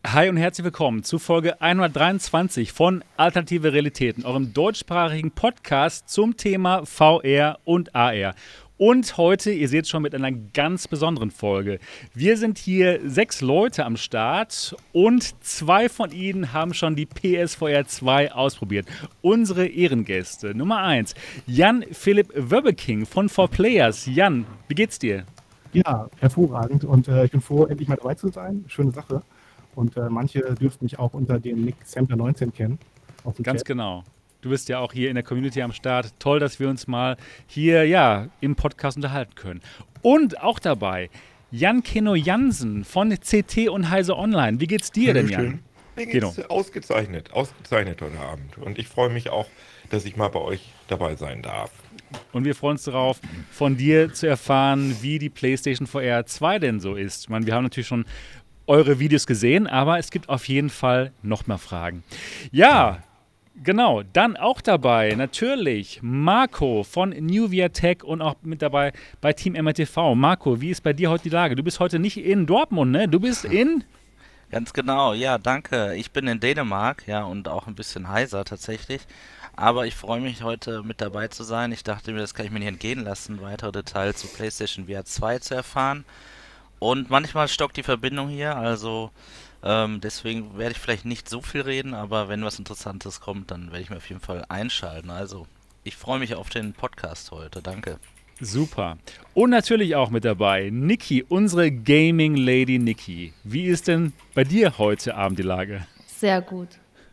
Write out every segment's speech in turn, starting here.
Hi und herzlich willkommen zu Folge 123 von Alternative Realitäten, eurem deutschsprachigen Podcast zum Thema VR und AR. Und heute, ihr seht schon, mit einer ganz besonderen Folge. Wir sind hier 6 Leute am Start und 2 von ihnen haben schon die PSVR 2 ausprobiert. Unsere Ehrengäste. Nummer 1, Jan-Philipp Wöbbeking von 4Players. Jan, wie geht's dir? Ja, hervorragend und ich bin froh, endlich mal dabei zu sein. Schöne Sache. Und manche dürften mich auch unter dem Nick Sampler19 kennen. Ganz genau. Du bist ja auch hier in der Community am Start. Toll, dass wir uns mal hier im Podcast unterhalten können. Und auch dabei Jan-Keno Jansen von CT und Heise Online. Wie geht's dir denn, Jan? Mir geht's ausgezeichnet heute Abend. Und ich freue mich auch, dass ich mal bei euch dabei sein darf. Und wir freuen uns darauf, von dir zu erfahren, wie die PlayStation VR 2 denn so ist. Ich meine, wir haben natürlich schon eure Videos gesehen, aber es gibt auf jeden Fall noch mehr Fragen. Ja, genau. Dann auch dabei natürlich Marco von Nuvia Tech und auch mit dabei bei Team MRTV. Marco, wie ist bei dir heute die Lage? Du bist heute nicht in Dortmund, ne? Du bist in... Ganz genau, ja, danke. Ich bin in Dänemark, ja, und auch ein bisschen heiser tatsächlich. Aber ich freue mich, heute mit dabei zu sein. Ich dachte mir, das kann ich mir nicht entgehen lassen, weitere Details zu PlayStation VR 2 zu erfahren. Und manchmal stockt die Verbindung hier, also deswegen werde ich vielleicht nicht so viel reden, aber wenn was Interessantes kommt, dann werde ich mir auf jeden Fall einschalten. Also, ich freue mich auf den Podcast heute. Danke. Super. Und natürlich auch mit dabei Niki, unsere Gaming Lady Niki. Wie ist denn bei dir heute Abend die Lage? Sehr gut.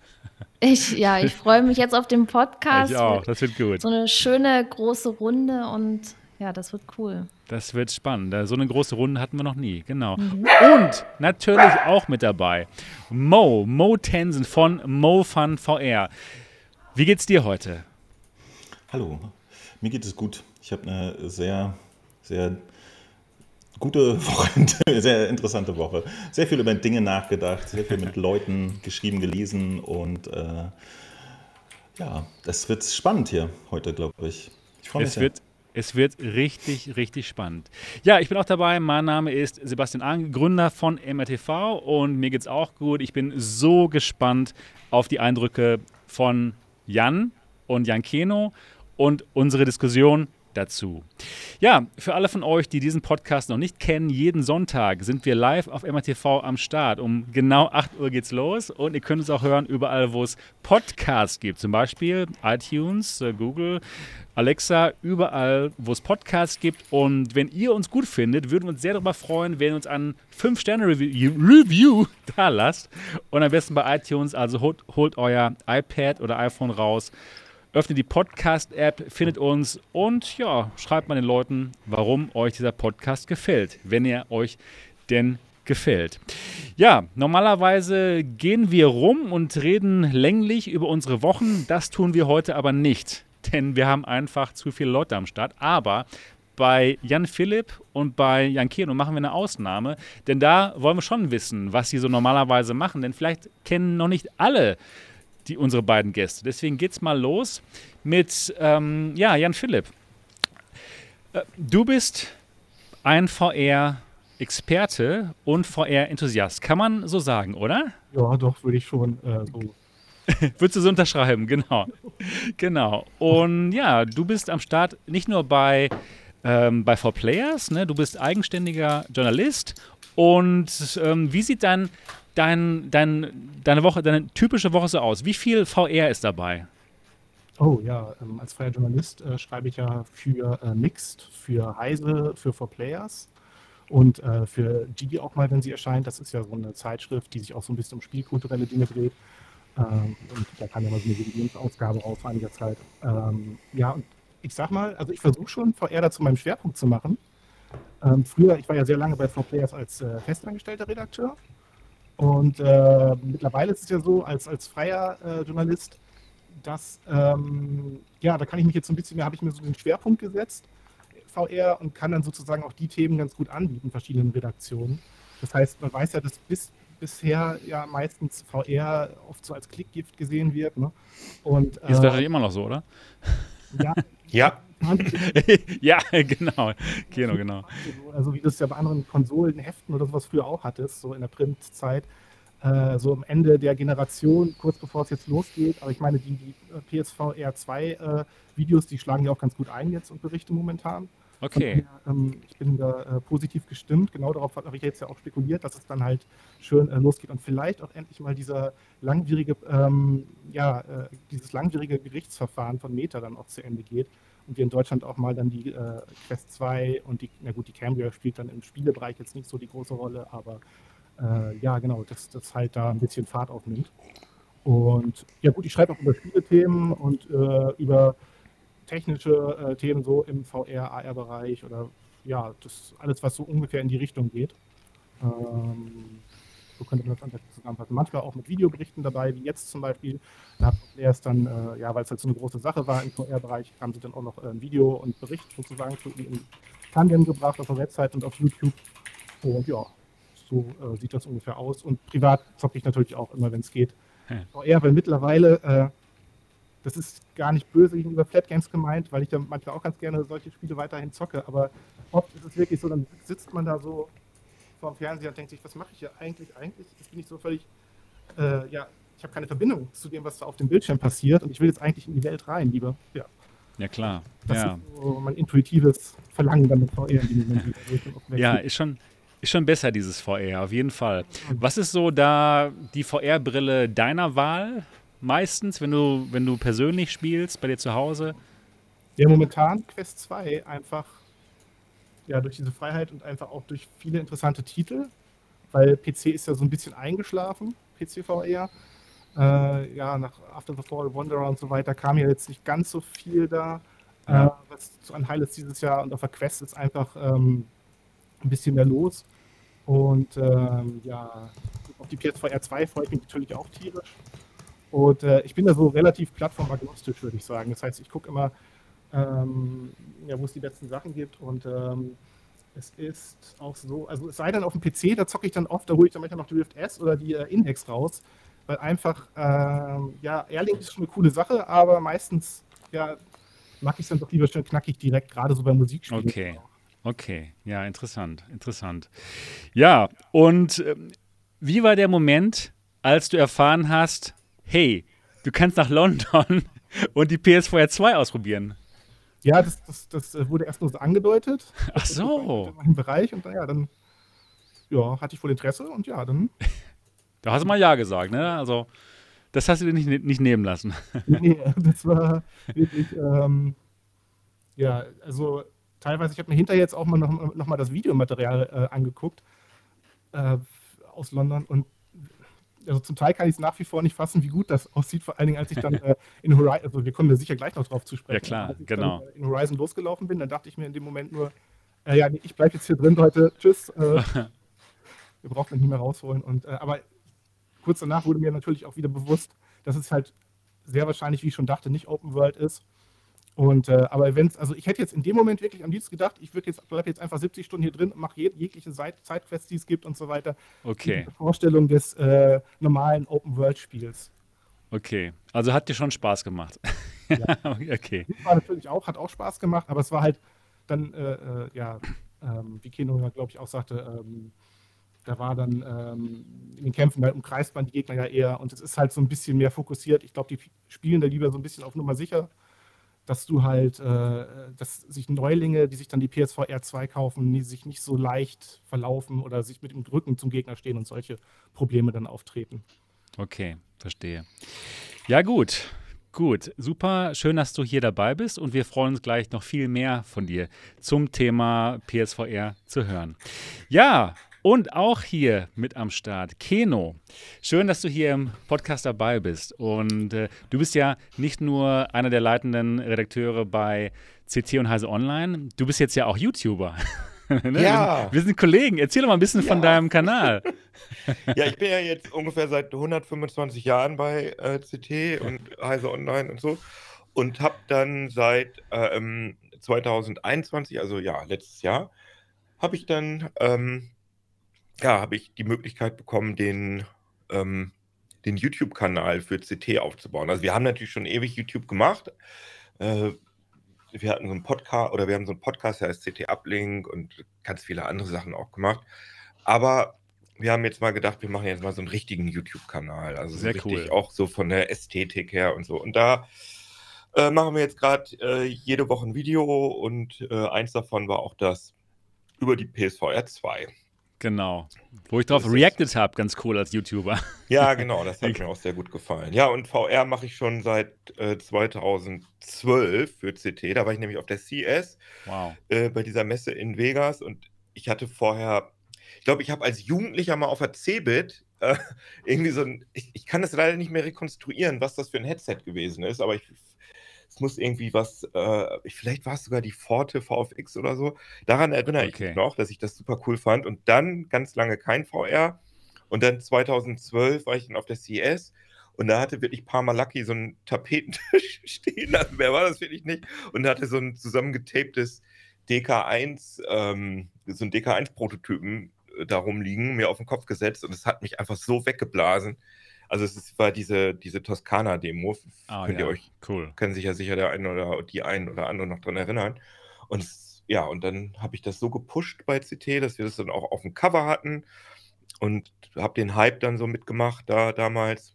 Ich freue mich jetzt auf den Podcast. Ich auch, das wird gut. So eine schöne große Runde und ja, das wird cool. Das wird spannend. So eine große Runde hatten wir noch nie, genau. Mhm. Und natürlich auch mit dabei Mo Tensen von MoFun VR. Wie geht's dir heute? Hallo, mir geht es gut. Ich habe eine sehr, sehr gute Woche, sehr interessante Woche. Sehr viel über Dinge nachgedacht, sehr viel mit Leuten geschrieben, gelesen und das wird spannend hier heute, glaube ich. Ich freue mich sehr. Es wird richtig, richtig spannend. Ja, ich bin auch dabei. Mein Name ist Sebastian Ang, Gründer von MRTV und mir geht's auch gut. Ich bin so gespannt auf die Eindrücke von Jan und Jan-Keno und unsere Diskussion dazu. Ja, für alle von euch, die diesen Podcast noch nicht kennen, jeden Sonntag sind wir live auf MRTV am Start. Um genau 8 Uhr geht's los und ihr könnt es auch hören überall, wo es Podcasts gibt. Zum Beispiel iTunes, Google, Alexa, überall, wo es Podcasts gibt. Und wenn ihr uns gut findet, würden wir uns sehr darüber freuen, wenn ihr uns einen 5-Sterne-Review da lasst. Und am besten bei iTunes, also holt euer iPad oder iPhone raus, öffnet die Podcast-App, findet uns und ja, schreibt mal den Leuten, warum euch dieser Podcast gefällt, wenn er euch denn gefällt. Ja, normalerweise gehen wir rum und reden länglich über unsere Wochen. Das tun wir heute aber nicht, denn wir haben einfach zu viele Leute am Start. Aber bei Jan-Philipp und bei Jan-Keno machen wir eine Ausnahme, denn da wollen wir schon wissen, was sie so normalerweise machen, denn vielleicht kennen noch nicht alle unsere beiden Gäste. Deswegen geht's mal los mit Jan-Philipp. Du bist ein VR-Experte und VR-Enthusiast. Kann man so sagen, oder? Ja, doch, würde ich schon so. Würdest du so unterschreiben, genau. Genau. Und ja, du bist am Start nicht nur bei 4Players, ne? Du bist eigenständiger Journalist. Und wie sieht deine typische Woche so aus? Wie viel VR ist dabei? Oh ja, als freier Journalist schreibe ich ja für Mixed, für Heise, für 4Players und für Gigi auch mal, wenn sie erscheint. Das ist ja so eine Zeitschrift, die sich auch so ein bisschen um spielkulturelle Dinge dreht. Und da kam ja mal so eine Jubiläumsausgabe raus vor einiger Zeit. Und ich sag mal, also ich versuche schon, VR da zu meinem Schwerpunkt zu machen. Früher, ich war ja sehr lange bei 4Players als festangestellter Redakteur. Und mittlerweile ist es ja so, als freier Journalist, dass, da kann ich mich jetzt so ein bisschen, habe ich mir so den Schwerpunkt gesetzt, VR, und kann dann sozusagen auch die Themen ganz gut anbieten, verschiedenen Redaktionen. Das heißt, man weiß ja, dass bisher ja meistens VR oft so als Klickgift gesehen wird. Ne? Und, ist wahrscheinlich immer noch so, oder? Ja. Ja, genau. Genau. Also wie du es ja bei anderen Konsolen, Heften oder sowas früher auch hattest, so in der Printzeit, so am Ende der Generation, kurz bevor es jetzt losgeht. Aber ich meine, die PSVR 2 Videos, die schlagen ja auch ganz gut ein jetzt und Berichte momentan. Von Okay. daher, ich bin da positiv gestimmt. Genau darauf habe ich jetzt ja auch spekuliert, dass es dann halt schön losgeht und vielleicht auch endlich mal dieser langwierige, dieses langwierige Gerichtsverfahren von Meta dann auch zu Ende geht und wir in Deutschland auch mal dann die Quest 2 und die Cambria spielt dann im Spielebereich jetzt nicht so die große Rolle, aber ja, genau, dass das halt da ein bisschen Fahrt aufnimmt. Und ja gut, ich schreibe auch über Spielethemen und über technische Themen so im VR, AR-Bereich oder ja, das alles, was so ungefähr in die Richtung geht. So könnte man das einfach zusammenfassen. Manchmal auch mit Videoberichten dabei, wie jetzt zum Beispiel. Da hat erst dann, ja, weil es halt so eine große Sache war im VR-Bereich, haben sie dann auch noch ein Video und Bericht sozusagen in Tandem gebracht auf der Website und auf YouTube. Und ja, so sieht das ungefähr aus. Und privat zocke ich natürlich auch immer, wenn es geht. VR, weil mittlerweile, das ist gar nicht böse gegenüber Flat Games gemeint, weil ich dann manchmal auch ganz gerne solche Spiele weiterhin zocke, aber oft ist es wirklich so, dann sitzt man da so vor dem Fernseher und denkt sich, was mache ich hier eigentlich? Jetzt bin ich so völlig, ja, ich habe keine Verbindung zu dem, was da auf dem Bildschirm passiert und ich will jetzt eigentlich in die Welt rein, lieber. Ja, Ja, klar. das Ja. ist so mein intuitives Verlangen dann mit VR in dem Moment wieder. Ja, ist schon besser, dieses VR, auf jeden Fall. Was ist so da die VR-Brille deiner Wahl meistens, wenn du persönlich spielst, bei dir zu Hause? Ja, momentan Quest 2 einfach, ja, durch diese Freiheit und einfach auch durch viele interessante Titel, weil PC ist ja so ein bisschen eingeschlafen, PC VR. Ja, nach After the Fall, Wanderer und so weiter kam ja jetzt nicht ganz so viel da, Ja. was so an Highlights dieses Jahr und auf der Quest ist einfach ein bisschen mehr los. Und ja, auf die PSVR 2 freue ich mich natürlich auch tierisch. Und ich bin da so relativ plattformagnostisch, würde ich sagen. Das heißt, ich gucke immer, ja, wo es die letzten Sachen gibt. Und es ist auch so, also es sei denn auf dem PC, da zocke ich dann oft, da hole ich dann manchmal noch die Rift S oder die Index raus. Weil einfach, ja, Airlink ist schon eine coole Sache, aber meistens, ja, mag ich es dann doch lieber schön knackig direkt, gerade so bei Musikspielen. Okay. Okay, ja, interessant. Ja, und wie war der Moment, als du erfahren hast, hey, du kannst nach London und die PSVR 2 ausprobieren? Ja, das wurde erst nur so angedeutet. Ach so. In meinem Bereich und ja, dann ja, hatte ich wohl Interesse und ja, dann. Da hast du mal Ja gesagt, ne? Also, das hast du dir nicht nehmen lassen. Nee, das war wirklich, ja, also teilweise, ich habe mir hinterher jetzt auch mal noch mal das Videomaterial angeguckt aus London und also zum Teil kann ich es nach wie vor nicht fassen, wie gut das aussieht, vor allen Dingen, als ich dann in Horizon, also wir kommen da sicher gleich noch drauf zu sprechen. Ja, klar, als ich genau. dann, in Horizon losgelaufen bin, dann dachte ich mir in dem Moment nur, ja, nee, ich bleibe jetzt hier drin, Leute, tschüss. Wir brauchen mich nicht mehr rausholen. Und, aber kurz danach wurde mir natürlich auch wieder bewusst, dass es halt sehr wahrscheinlich, wie ich schon dachte, nicht Open World ist. Und aber also ich hätte jetzt in dem Moment wirklich am liebsten gedacht, ich bleibe jetzt einfach 70 Stunden hier drin und mache jegliche Sidequests, die es gibt und so weiter. Okay. Die Vorstellung des normalen Open-World-Spiels. Okay, also hat dir schon Spaß gemacht. Ja. Okay. Das war natürlich auch, hat auch Spaß gemacht, aber es war halt dann, ja, wie Keno ja, glaube ich, auch sagte, da war dann in den Kämpfen, da umkreist man die Gegner ja eher und es ist halt so ein bisschen mehr fokussiert. Ich glaube, die spielen da lieber so ein bisschen auf Nummer sicher, dass du halt, dass sich Neulinge, die sich dann die PSVR 2 kaufen, die sich nicht so leicht verlaufen oder sich mit dem Rücken zum Gegner stehen und solche Probleme dann auftreten. Okay, verstehe. Ja, gut, super. Schön, dass du hier dabei bist und wir freuen uns gleich noch viel mehr von dir zum Thema PSVR zu hören. Ja, und auch hier mit am Start, Keno. Schön, dass du hier im Podcast dabei bist. Und du bist ja nicht nur einer der leitenden Redakteure bei CT und Heise Online, du bist jetzt ja auch YouTuber. Ne? Ja. Wir sind Kollegen. Erzähl doch mal ein bisschen von deinem Kanal. Ja, ich bin ja jetzt ungefähr seit 125 Jahren bei CT und Heise Online und so und habe dann seit 2021, also ja, letztes Jahr, habe ich dann habe ich die Möglichkeit bekommen, den YouTube-Kanal für CT aufzubauen. Also wir haben natürlich schon ewig YouTube gemacht. Wir hatten so einen Podcast, oder wir haben so einen Podcast, der heißt CT Uplink und ganz viele andere Sachen auch gemacht. Aber wir haben jetzt mal gedacht, wir machen jetzt mal so einen richtigen YouTube-Kanal. Also so Sehr richtig cool. auch so von der Ästhetik her und so. Und da machen wir jetzt gerade jede Woche ein Video und eins davon war auch das über die PSVR 2. Genau. Wo ich drauf Das ist- reacted habe, ganz cool als YouTuber. Ja, genau, das hat mir auch sehr gut gefallen. Ja, und VR mache ich schon seit 2012 für CT. Da war ich nämlich auf der CS Wow. bei dieser Messe in Vegas und ich hatte vorher, ich glaube, ich habe als Jugendlicher mal auf der CeBIT irgendwie so ein, ich kann das leider nicht mehr rekonstruieren, was das für ein Headset gewesen ist, aber es muss irgendwie was, vielleicht war es sogar die Forte VFX oder so. Daran erinnere ich Okay. mich noch, dass ich das super cool fand. Und dann ganz lange kein VR. Und dann 2012 war ich dann auf der CES und da hatte wirklich Parma Lucky so einen Tapetentisch stehen. Also wer war das wirklich nicht? Und hatte so ein zusammengetaptes DK1, so ein DK1-Prototypen da rumliegen, mir auf den Kopf gesetzt und es hat mich einfach so weggeblasen. Also war diese Toskana-Demo, könnt ihr euch, cool. können sich ja sicher der eine oder die ein oder andere noch dran erinnern. Und ja, und dann habe ich das so gepusht bei CT, dass wir das dann auch auf dem Cover hatten und habe den Hype dann so mitgemacht da damals.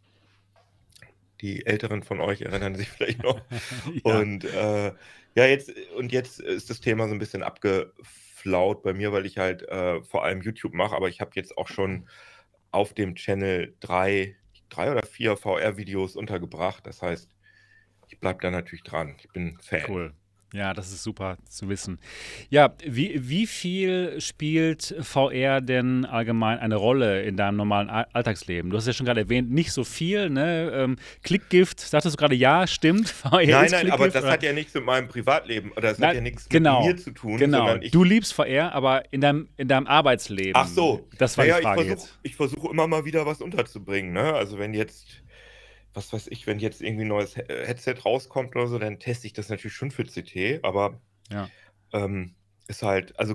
Die Älteren von euch erinnern sich vielleicht noch. Ja. Und jetzt ist das Thema so ein bisschen abgeflaut bei mir, weil ich halt vor allem YouTube mache, aber ich habe jetzt auch schon auf dem Channel drei oder vier VR-Videos untergebracht. Das heißt, ich bleibe da natürlich dran. Ich bin Fan. Cool. Ja, das ist super zu wissen. Ja, wie viel spielt VR denn allgemein eine Rolle in deinem normalen Alltagsleben? Du hast ja schon gerade erwähnt, nicht so viel, ne? Klickgift, sagtest du gerade, ja, stimmt. VR Nein, ist aber Klickgift, das oder? hat ja nichts mit meinem Privatleben oder das Nein, hat ja nichts genau, mit mir zu tun, Genau, sondern ich. du liebst VR, aber in deinem Arbeitsleben. Ach so, Das war naja, die Frage jetzt. ich versuche immer mal wieder was unterzubringen. Ne? Also wenn jetzt, was weiß ich, wenn jetzt irgendwie ein neues Headset rauskommt oder so, dann teste ich das natürlich schon für CT, aber Ja. ist halt, also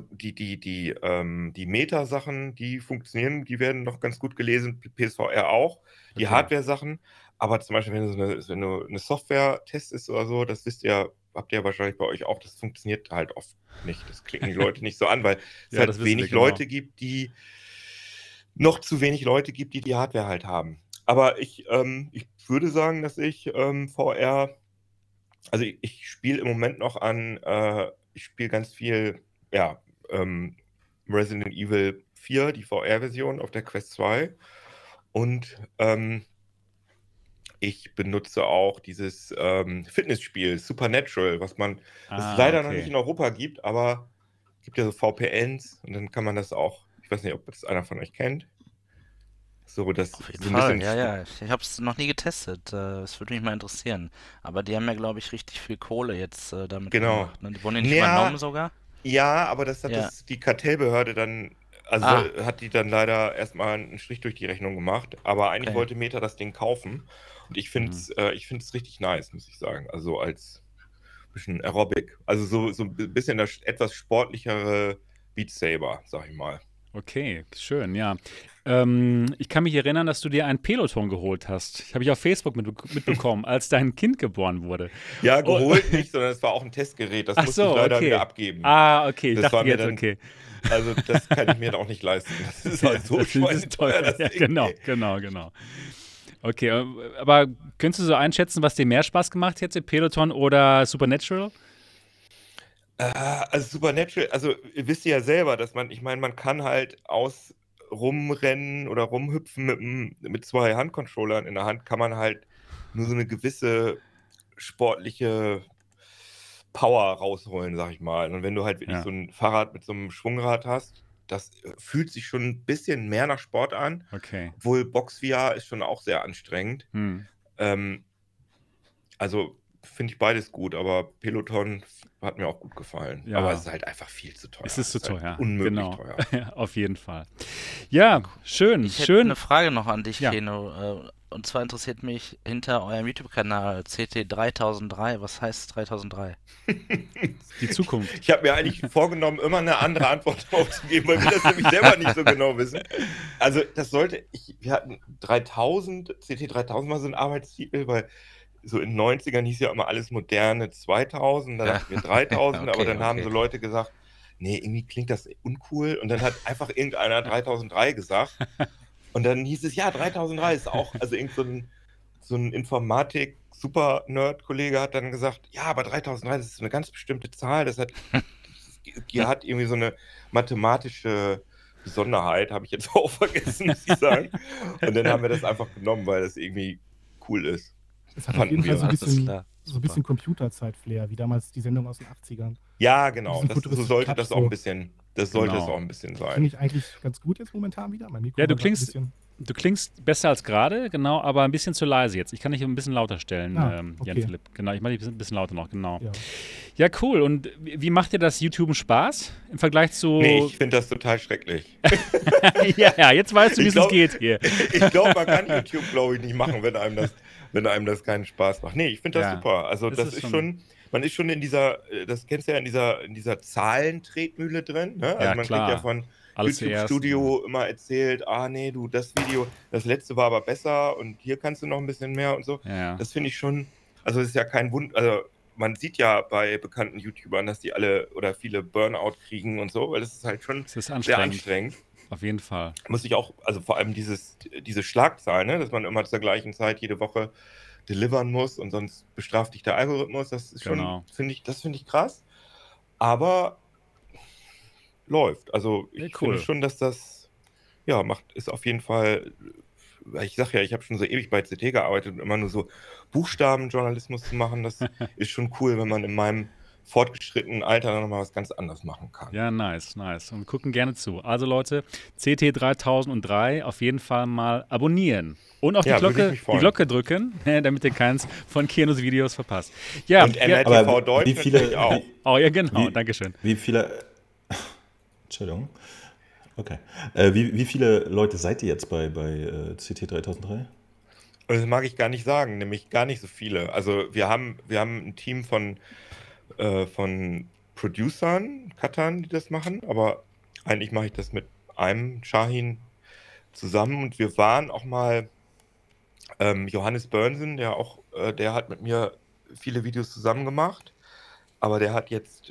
die Meta-Sachen, die funktionieren, die werden noch ganz gut gelesen, PSVR auch, die Okay. Hardware-Sachen, aber zum Beispiel, wenn du eine Software testest oder so, das habt ihr wahrscheinlich bei euch auch, das funktioniert halt oft nicht. Das klicken die Leute nicht so an, weil es Ja, halt das wissen wir, wenig genau. Leute gibt, noch zu wenig Leute gibt, die Hardware halt haben. Aber ich würde sagen, dass ich VR, also ich spiele im Moment noch ich spiele ganz viel, ja, Resident Evil 4, die VR-Version auf der Quest 2 und ich benutze auch dieses Fitnessspiel Supernatural, was es leider noch okay. nicht in Europa gibt, aber es gibt ja so VPNs und dann kann man das auch, ich weiß nicht, ob das einer von euch kennt. So, das Auf jeden so ein Fall, bisschen ja. Ich habe es noch nie getestet. Das würde mich mal interessieren. Aber die haben ja, glaube ich, richtig viel Kohle jetzt damit Genau. gemacht. Ne? Die wurden ja nicht Ja. übernommen sogar. Ja, aber das hat Ja. die Kartellbehörde dann, also Ah. hat die dann leider erstmal einen Strich durch die Rechnung gemacht. Aber eigentlich Okay. wollte Meta das Ding kaufen. Und ich finde es richtig nice, muss ich sagen. Also als bisschen Aerobic. Also so ein bisschen das etwas sportlichere Beat Saber, sag ich mal. Okay, schön, ja. Ich kann mich erinnern, dass du dir ein Peloton geholt hast. Ich habe ich auf Facebook mitbekommen, als dein Kind geboren wurde. Ja, geholt nicht, sondern es war auch ein Testgerät. Das Ach musste so, ich leider okay. wieder abgeben. Ah, okay, ich Das war dachte mir jetzt, dann- okay. Also das kann ich mir auch nicht leisten. Das ist halt so Das ist schweineteuer, das Ja, Ding. genau. Okay, aber könntest du so einschätzen, was dir mehr Spaß gemacht hätte, Peloton oder Supernatural? Also Supernatural, also ihr wisst ja selber, dass man kann halt rumrennen oder rumhüpfen mit zwei Handcontrollern in der Hand, kann man halt nur so eine gewisse sportliche Power rausholen, sag ich mal. Und wenn du halt wirklich Ja. so ein Fahrrad mit so einem Schwungrad hast, das fühlt sich schon ein bisschen mehr nach Sport an, Okay. obwohl Box VR ist schon auch sehr anstrengend. Hm. Also finde ich beides gut, aber Peloton hat mir auch gut gefallen. Ja. Aber es ist halt einfach viel zu teuer. Es ist zu halt teuer. unmöglich Genau. teuer. Ja, auf jeden Fall. Ja, schön. Ich hätte schön. eine Frage noch an dich, Ja. Keno. Und zwar interessiert mich hinter eurem YouTube-Kanal CT3003. Was heißt 3003? Die Zukunft. Ich habe mir eigentlich vorgenommen, immer eine andere Antwort drauf zu geben, weil wir das nämlich selber nicht so genau wissen. Also das wir hatten 3000, CT3000 war so ein Arbeitstitel, weil so in den 90ern hieß ja immer alles moderne 2000, dann Ja. hatten wir 3000, aber Okay, dann haben okay. so Leute gesagt, nee, irgendwie klingt das uncool. Und dann hat einfach irgendeiner 3003 gesagt. Und dann hieß es, ja, 3003 ist auch, also so ein Informatik-Super-Nerd-Kollege hat dann gesagt, ja, aber 3003, das ist eine ganz bestimmte Zahl, das hat irgendwie so eine mathematische Besonderheit, habe ich jetzt auch vergessen, muss ich sagen. Und dann haben wir das einfach genommen, weil das irgendwie cool ist. Es hat auf jeden Fall Alles klar. so ein bisschen Computerzeit-Flair, wie damals die Sendung aus den 80ern. Ja, genau. Diesen So futuristischen sollte Touch das auch so. ein bisschen, das sollte Genau. es auch ein bisschen sein. Finde ich eigentlich ganz gut jetzt momentan wieder. Mein Mikro Ja, du war grad ein klingst- bisschen- Du klingst besser als gerade, genau, aber ein bisschen zu leise jetzt. Ich kann dich ein bisschen lauter stellen, Jan okay. Philipp. Genau, ich mache dich ein bisschen lauter noch, genau. Ja. Ja, cool. Und wie macht dir das YouTuben Spaß im Vergleich zu... Nee, ich finde das total schrecklich. ja, jetzt weißt du, wie Ich es glaub- geht hier. Ich glaube, man kann YouTube, glaube ich, nicht machen, wenn einem das keinen Spaß macht. Nee, ich finde das Ja, super. Also das das ist ist schon- schon, man ist schon in dieser, das kennst du ja, in dieser Zahlentretmühle drin. Ne? Also Ja, man klar. kriegt ja von Alles YouTube zuerst, Studio immer erzählt, nee, du, das Video, das letzte war aber besser und hier kannst du noch ein bisschen mehr und so. Ja. Das finde ich schon, also es ist ja kein Wunder, also man sieht ja bei bekannten YouTubern, dass die alle oder viele Burnout kriegen und so, weil das ist halt schon Es ist sehr anstrengend. anstrengend. Auf jeden Fall. Muss ich auch, also vor allem diese Schlagzahl, ne, dass man immer zur gleichen Zeit jede Woche delivern muss und sonst bestraft dich der Algorithmus, das ist Genau. schon, finde ich krass. Aber läuft. Also Ja, ich cool. finde schon, dass das, ja, ist auf jeden Fall, ich sag ja, ich habe schon so ewig bei CT gearbeitet und immer nur so Buchstabenjournalismus zu machen, das ist schon cool, wenn man in meinem fortgeschrittenen Alter dann nochmal was ganz anderes machen kann. Ja, nice. Und wir gucken gerne zu. Also Leute, CT 3003 auf jeden Fall mal abonnieren. Und auf Ja, würde ich mich die freuen. Glocke drücken, damit ihr keins von Keanos Videos verpasst. Ja, Und ja. MRTV Aber Deutsch wie viele- natürlich auch. Oh ja, genau, Wie- Dankeschön. Wie viele. Entschuldigung. Okay. Wie viele Leute seid ihr jetzt bei CT 3003? Und das mag ich gar nicht sagen, nämlich gar nicht so viele. Also wir haben ein Team von Producern, Cuttern, die das machen, aber eigentlich mache ich das mit einem Shahin zusammen und wir waren auch mal Johannes Börnsen, der hat mit mir viele Videos zusammen gemacht, aber der hat jetzt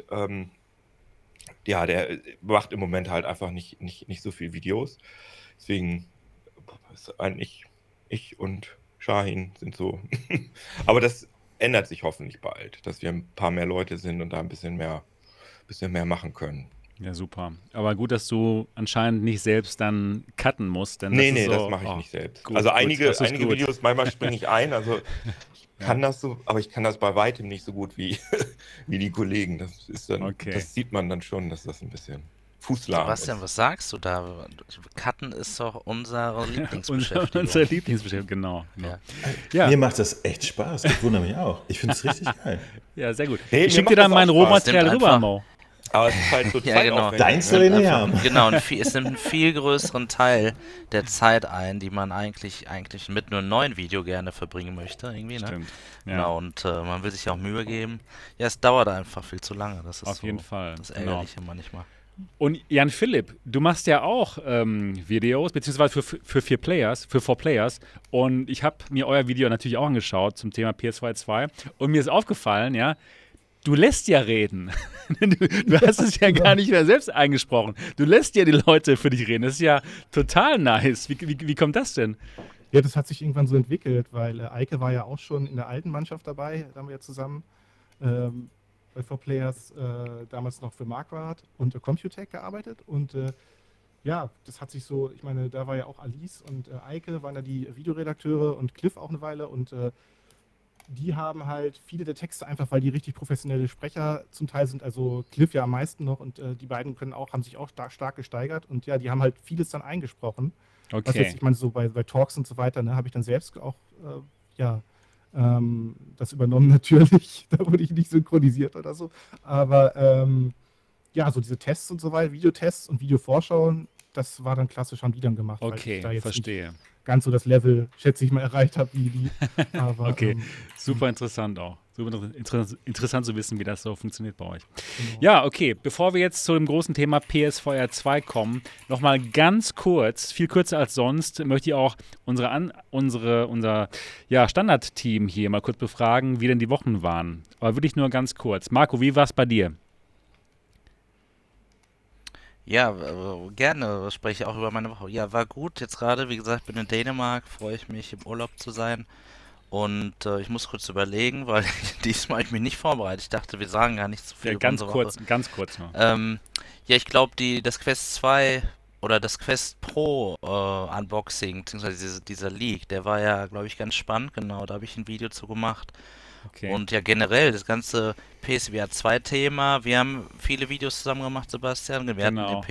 der macht im Moment halt einfach nicht so viel Videos. Deswegen ist eigentlich ich und Shahin sind so. Aber das ändert sich hoffentlich bald, dass wir ein paar mehr Leute sind und da ein bisschen mehr machen können. Ja, super. Aber gut, dass du anscheinend nicht selbst dann cutten musst. Denn Nee, das ist so, das mache ich nicht selbst. gut, also gut, einige das ist gut. Videos, manchmal springe ich ein, also ich kann das so, aber ich kann das bei weitem nicht so gut wie die Kollegen. Das ist dann, Okay. das sieht man dann schon, dass das ein bisschen fußlahm Sebastian, ist. was sagst du da? Cutten ist doch unsere Lieblingsbeschäftigung. Unsere Lieblingsbeschäftigung, genau. Ja. Ja. Mir macht das echt Spaß. Ich wundere mich auch. Ich finde es richtig geil. Ja, sehr gut. Nee, Ich mir schicke macht dir dann das mein auch Spaß. Rohmaterial Stimmt rüber, einfach. Mo. Aber es ist halt so Ja, genau. zeitaufwendig. Deins ne? soll ich nicht Einfach- haben. Genau, es nimmt einen viel größeren Teil der Zeit ein, die man eigentlich mit nur einem neuen Video gerne verbringen möchte. Irgendwie, ne? Stimmt. Ja. Genau, und man will sich auch Mühe geben. Ja, es dauert einfach viel zu lange. Das ist Auf so jeden Fall, das genau. Ärgerliche manchmal. Und Jan Philipp, du machst ja auch Videos, beziehungsweise für 4 Players. Und ich habe mir euer Video natürlich auch angeschaut zum Thema PS2 2. Und mir ist aufgefallen, ja, du lässt ja reden. Du hast es ja gar nicht mehr selbst eingesprochen. Du lässt ja die Leute für dich reden. Das ist ja total nice. Wie kommt das denn? Ja, das hat sich irgendwann so entwickelt, weil Eike war ja auch schon in der alten Mannschaft dabei, da haben wir ja zusammen bei 4Players damals noch für Marquardt und Computec gearbeitet und ja, das hat sich so, ich meine, da war ja auch Alice und Eike waren da die Videoredakteure und Cliff auch eine Weile und die haben halt viele der Texte einfach, weil die richtig professionelle Sprecher zum Teil sind, also Cliff ja am meisten noch und die beiden haben sich auch stark gesteigert und ja, die haben halt vieles dann eingesprochen. Was Okay. jetzt, ich meine, so bei Talks und so weiter, ne, habe ich dann selbst auch, das übernommen natürlich. Da wurde ich nicht synchronisiert oder so. Aber ja, so diese Tests und so weiter, Videotests und Videovorschauen, das war dann klassisch, haben die dann gemacht. weil ich da Okay, jetzt nicht verstehe. ganz so das Level, schätze ich mal, erreicht habe wie die. Aber, Okay, super interessant auch. Super interessant zu wissen, wie das so funktioniert bei euch. genau. Ja, okay. Bevor wir jetzt zu dem großen Thema PSVR 2 kommen, nochmal ganz kurz, viel kürzer als sonst, möchte ich auch unser Standardteam hier mal kurz befragen, wie denn die Wochen waren. Aber wirklich nur ganz kurz. Marco, wie war es bei dir? Ja, gerne spreche ich auch über meine Woche. Ja, war gut. Jetzt gerade, wie gesagt, bin in Dänemark, freue ich mich, im Urlaub zu sein. Und ich muss kurz überlegen, weil diesmal habe ich mich nicht vorbereitet. Ich dachte, wir sagen gar nicht so viel Ja, über unsere Woche. ganz kurz noch. Ja, ich glaube, das Quest 2 oder das Quest Pro Unboxing, beziehungsweise dieser Leak, der war ja, glaube ich, ganz spannend. Genau, da habe ich ein Video zu gemacht. Okay. Und ja, generell das ganze PSVR 2 Thema. Wir haben viele Videos zusammen gemacht, Sebastian. Wir hatten Genau.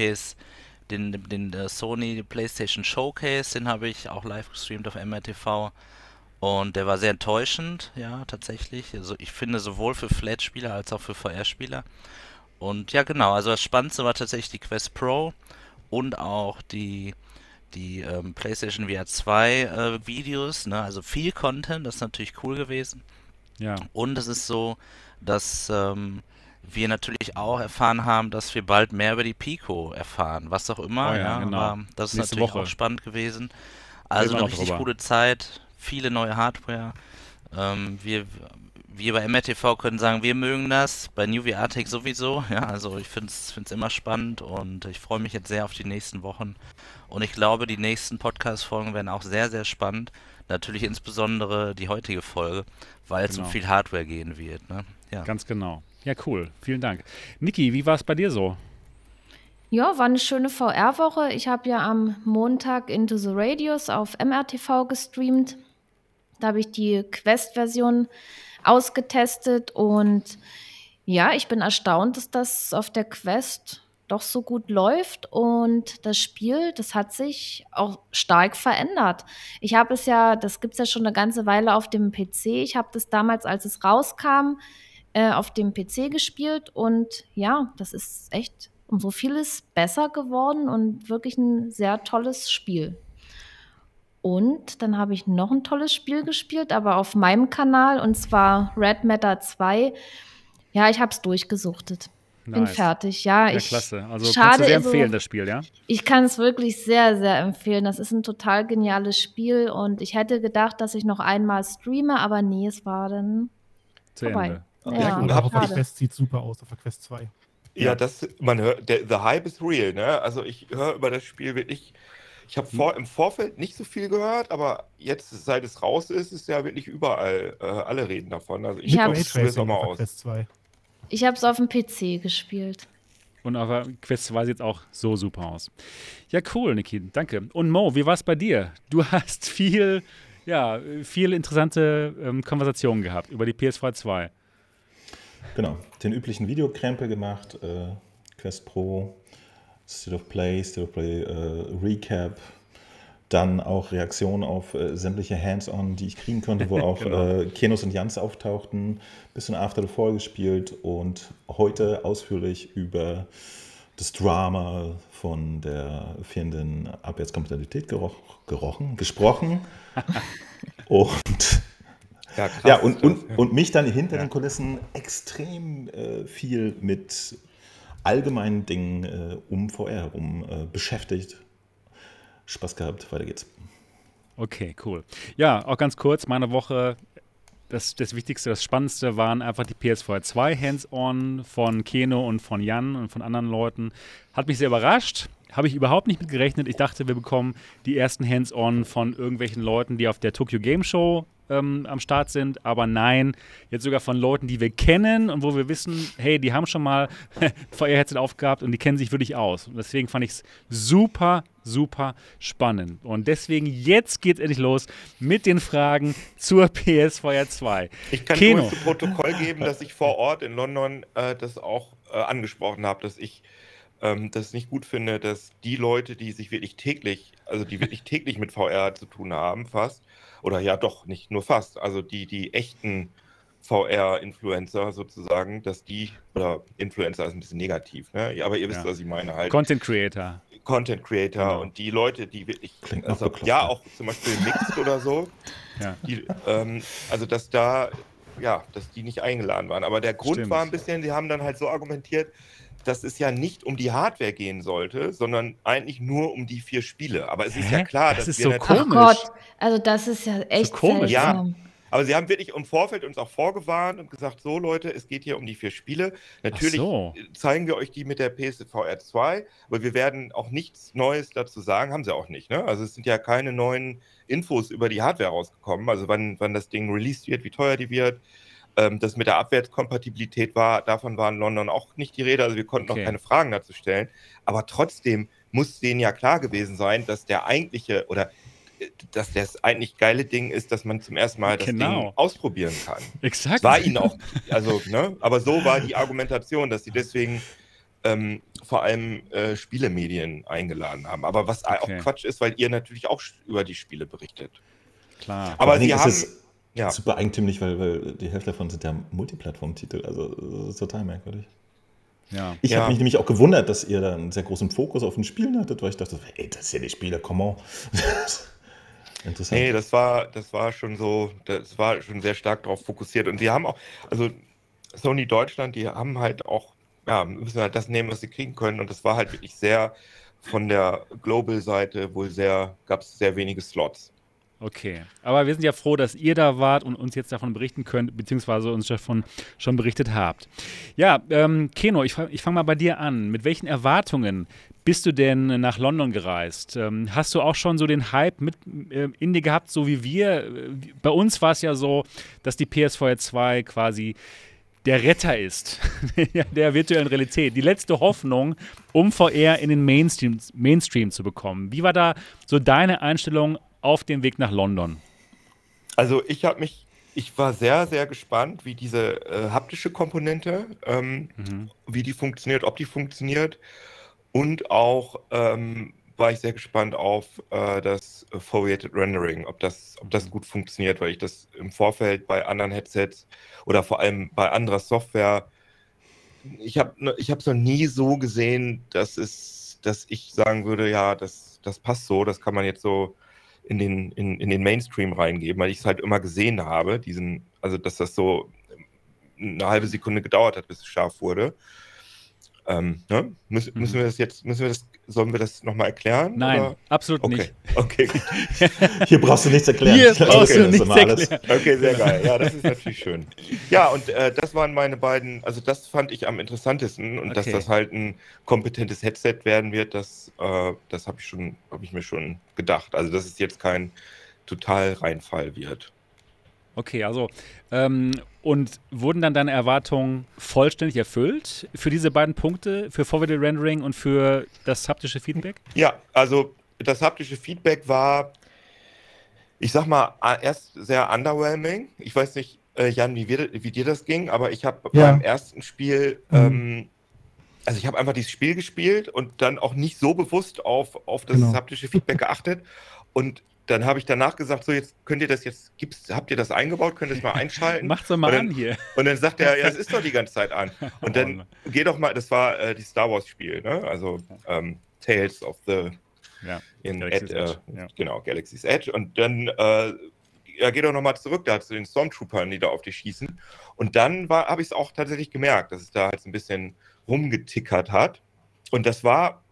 den Sony PlayStation Showcase, den habe ich auch live gestreamt auf MRTV. Und der war sehr enttäuschend, ja, tatsächlich. Also ich finde sowohl für Flat-Spieler als auch für VR-Spieler. Und ja, genau, also das Spannendste war tatsächlich die Quest Pro und auch die PlayStation VR 2 Videos, ne? Also viel Content, das ist natürlich cool gewesen. Ja, Und es ist so, dass wir natürlich auch erfahren haben, dass wir bald mehr über die Pico erfahren, was auch immer, oh ja, ja, genau. aber das ist Nächste natürlich Woche auch spannend gewesen. reden Also wir eine noch richtig drüber. coole Zeit, viele neue Hardware. Wir bei MRTV können sagen, wir mögen das, bei New VR Tech sowieso, ja, also ich find's immer spannend und ich freue mich jetzt sehr auf die nächsten Wochen. Und ich glaube, die nächsten Podcast-Folgen werden auch sehr, sehr spannend. Natürlich insbesondere die heutige Folge, weil es um Genau. viel Hardware gehen wird, ne? Ja. Ganz genau. Ja, cool. Vielen Dank. Niki, wie war es bei dir so? Ja, war eine schöne VR-Woche. Ich habe ja am Montag Into the Radius auf MRTV gestreamt. Da habe ich die Quest-Version ausgetestet und ja, ich bin erstaunt, dass das auf der Quest doch so gut läuft und das Spiel, das hat sich auch stark verändert. Ich habe es ja, das gibt es ja schon eine ganze Weile auf dem PC. Ich habe das damals, als es rauskam, auf dem PC gespielt und ja, das ist echt um so vieles besser geworden und wirklich ein sehr tolles Spiel. Und dann habe ich noch ein tolles Spiel gespielt, aber auf meinem Kanal, und zwar Red Matter 2. Ja, ich habe es durchgesuchtet. Bin Nice. fertig. Ja, Ja, ich klasse. Also kannst schade du sehr ist so, empfehlen, das Spiel, ja? ich kann es wirklich sehr, sehr empfehlen. Das ist ein total geniales Spiel und ich hätte gedacht, dass ich noch einmal streame, aber nee, es war dann Zu vorbei. Ende. Ja, Und auch auf der schade. Quest sieht super aus, auf der Quest 2. Ja, man hört, the Hype is real, ne? Also ich höre über das Spiel wirklich, ich habe im Vorfeld nicht so viel gehört, aber jetzt, seit es raus ist, ist ja wirklich überall, alle reden davon. Also Ich hab- probiere es auch Raytracing mal auf der aus. Quest 2. Ich habe es auf dem PC gespielt. Und auf der Quest 2 sieht es auch so super aus. Ja, cool, Niki. Danke. Und Mo, wie war es bei dir? Du hast viele interessante Konversationen gehabt über die PS4 2. Genau, den üblichen Videokrempel gemacht, Quest Pro, State of Play Recap, dann auch Reaktionen auf sämtliche Hands-on, die ich kriegen konnte, wo auch Genau. Kenos und Jans auftauchten, bisschen After the Fall gespielt und heute ausführlich über das Drama von der fehlenden Abwärtskompatibilität gesprochen. Und Ja, krass. ja, und mich dann hinter den Kulissen extrem viel mit allgemeinen Dingen um VR herum beschäftigt. Spaß gehabt, weiter geht's. Okay, cool. Ja, auch ganz kurz, meine Woche, das Wichtigste, das Spannendste waren einfach die PS4 2 Hands-on von Keno und von Jan und von anderen Leuten. Hat mich sehr überrascht. Habe ich überhaupt nicht mit gerechnet. Ich dachte, wir bekommen die ersten Hands-on von irgendwelchen Leuten, die auf der Tokyo Game Show am Start sind. Aber nein, jetzt sogar von Leuten, die wir kennen und wo wir wissen, hey, die haben schon mal VR-Headset aufgehabt und die kennen sich wirklich aus. Und deswegen fand ich es super, super spannend. Und deswegen, jetzt geht's endlich los mit den Fragen zur PSVR 2. Ich kann Keno. nur zu Protokoll geben, dass ich vor Ort in London das auch angesprochen habe, dass ich das nicht gut finde, dass die Leute, die wirklich täglich mit VR zu tun haben, fast, oder ja doch, nicht nur fast, also die echten VR-Influencer sozusagen, dass die, oder Influencer ist ein bisschen negativ, ne? Aber ihr wisst, Ja. was ich meine, halt. Content Creator. Content Creator Genau. und die Leute, die wirklich, Klingt noch also, bekloppt. ja, auch zum Beispiel Mixed oder so, Ja. die, also dass die nicht eingeladen waren. Aber der Grund Stimmt. war ein bisschen, die haben dann halt so argumentiert, dass es ja nicht um die Hardware gehen sollte, sondern eigentlich nur um die 4 Spiele. Aber es ist ja Hä? klar, Das dass ist wir so natürlich. Ach Komisch. Gott, also das ist ja echt komisch, ja. seltsam. Aber sie haben wirklich im Vorfeld uns auch vorgewarnt und gesagt, so Leute, es geht hier um die 4 Spiele. Natürlich zeigen wir euch die mit der PSVR 2, aber wir werden auch nichts Neues dazu sagen, haben sie auch nicht. Ne? Also es sind ja keine neuen Infos über die Hardware rausgekommen, also wann das Ding released wird, wie teuer die wird. Das mit der Abwärtskompatibilität davon war in London auch nicht die Rede, also wir konnten noch keine Fragen dazu stellen. Aber trotzdem muss denen ja klar gewesen sein, dass das eigentlich geile Ding ist, dass man zum ersten Mal das Ding ausprobieren kann. Exakt. War ihnen auch, also, ne? Aber so war die Argumentation, dass sie deswegen vor allem Spielemedien eingeladen haben. Aber was auch Quatsch ist, weil ihr natürlich auch über die Spiele berichtet. Klar. Aber sie haben... Ja. Super eigentümlich, weil die Hälfte davon sind ja Multiplattform-Titel, also das ist total merkwürdig. Ja. Ich habe mich nämlich auch gewundert, dass ihr da einen sehr großen Fokus auf den Spielen hattet, weil ich dachte, ey, das ist ja die Spiele, come on. Interessant. Nee, das war schon so, das war schon sehr stark darauf fokussiert. Und sie haben auch, also Sony Deutschland, die haben halt auch, müssen halt das nehmen, was sie kriegen können. Und das war halt wirklich sehr, von der Global-Seite gab es sehr wenige Slots. Okay, aber wir sind ja froh, dass ihr da wart und uns jetzt davon berichten könnt, beziehungsweise uns davon schon berichtet habt. Ja, Keno, ich fange mal bei dir an. Mit welchen Erwartungen bist du denn nach London gereist? Hast du auch schon so den Hype mit in dir gehabt, so wie wir? Bei uns war es ja so, dass die PSVR 2 quasi der Retter ist, der virtuellen Realität. Die letzte Hoffnung, um VR in den Mainstream zu bekommen. Wie war da so deine Einstellung auf dem Weg nach London? Also ich war sehr, sehr gespannt, wie diese haptische Komponente, wie die funktioniert, ob die funktioniert. Und auch war ich sehr gespannt auf das Foveated Rendering, ob das gut funktioniert, weil ich das im Vorfeld bei anderen Headsets oder vor allem bei anderer Software, ich habe es noch nie so gesehen, dass ich sagen würde, ja, das passt so, das kann man jetzt so in den Mainstream reingeben, weil ich es halt immer gesehen habe, dass das so eine halbe Sekunde gedauert hat, bis es scharf wurde. Ne? Sollen wir das nochmal erklären? Nein, oder? Absolut nicht. Okay, gut. Hier brauchst du nichts erklären. Hier brauchst du nichts erklären. Okay, sehr geil. Ja, das ist natürlich schön. Ja, und das waren meine beiden, also das fand ich am interessantesten und dass das halt ein kompetentes Headset werden wird, das habe ich mir schon gedacht. Also, dass es jetzt kein Total-Reinfall wird. Okay, also und wurden dann deine Erwartungen vollständig erfüllt für diese beiden Punkte, für Foveated Rendering und für das haptische Feedback? Ja, also das haptische Feedback war, ich sag mal, erst sehr underwhelming. Ich weiß nicht, Jan, wie dir das ging, aber ich habe beim ersten Spiel, also ich habe einfach dieses Spiel gespielt und dann auch nicht so bewusst auf das haptische Feedback geachtet und dann habe ich danach gesagt, so jetzt habt ihr das eingebaut, könnt ihr das mal einschalten? Macht's doch mal an hier. Und dann sagt er, ja, es ist doch die ganze Zeit an. Und dann geh doch mal, das war die Star Wars Spiel, ne? Also Tales of the Galaxy's Edge. Genau, Galaxy's Edge. Und dann geh doch nochmal zurück, da hast du den Stormtroopern, die da auf dich schießen. Und dann habe ich es auch tatsächlich gemerkt, dass es da halt so ein bisschen rumgetickert hat. Und es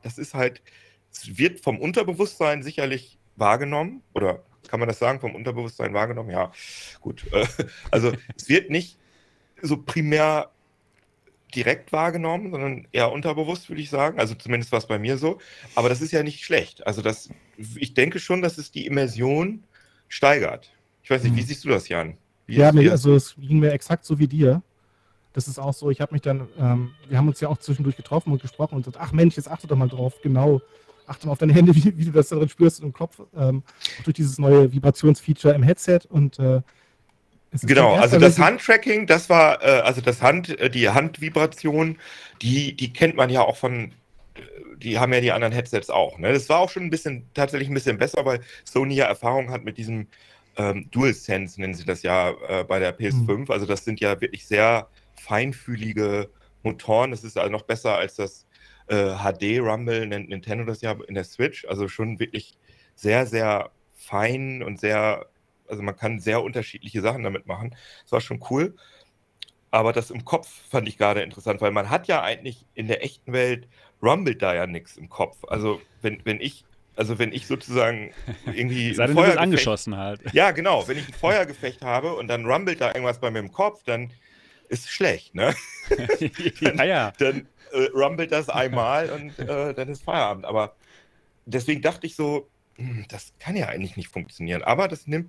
wird vom Unterbewusstsein sicherlich wahrgenommen, oder kann man das sagen, vom Unterbewusstsein wahrgenommen? Ja, gut. Also es wird nicht so primär direkt wahrgenommen, sondern eher unterbewusst, würde ich sagen. Also zumindest war es bei mir so. Aber das ist ja nicht schlecht. Also ich denke schon, dass es die Immersion steigert. Ich weiß nicht, wie siehst du das, Jan? Also es ging mir exakt so wie dir. Das ist auch so, ich habe mich dann, wir haben uns ja auch zwischendurch getroffen und gesprochen und gesagt, ach Mensch, jetzt achte doch mal drauf, genau. Achte mal auf deine Hände, wie du das darin spürst im Kopf, durch dieses neue Vibrationsfeature im Headset und genau, also das Handtracking, das war, die Handvibration, die kennt man ja auch die haben ja die anderen Headsets auch, ne? Das war auch schon tatsächlich ein bisschen besser, weil Sony ja Erfahrung hat mit diesem DualSense, nennen sie das ja bei der PS5, also das sind ja wirklich sehr feinfühlige Motoren, das ist also noch besser als das HD-Rumble, nennt Nintendo das ja in der Switch, also schon wirklich sehr, sehr fein und also man kann sehr unterschiedliche Sachen damit machen. Das war schon cool. Aber das im Kopf fand ich gerade interessant, weil man hat ja eigentlich in der echten Welt rumbelt da ja nichts im Kopf. Also wenn ich also wenn ich sozusagen irgendwie Sei denn, du bist angeschossen halt. Ja, genau. Wenn ich ein Feuergefecht habe und dann rumbelt da irgendwas bei mir im Kopf, dann ist es schlecht, ne? Ja. Dann rumbelt das einmal und dann ist Feierabend. Aber deswegen dachte ich so, das kann ja eigentlich nicht funktionieren. Aber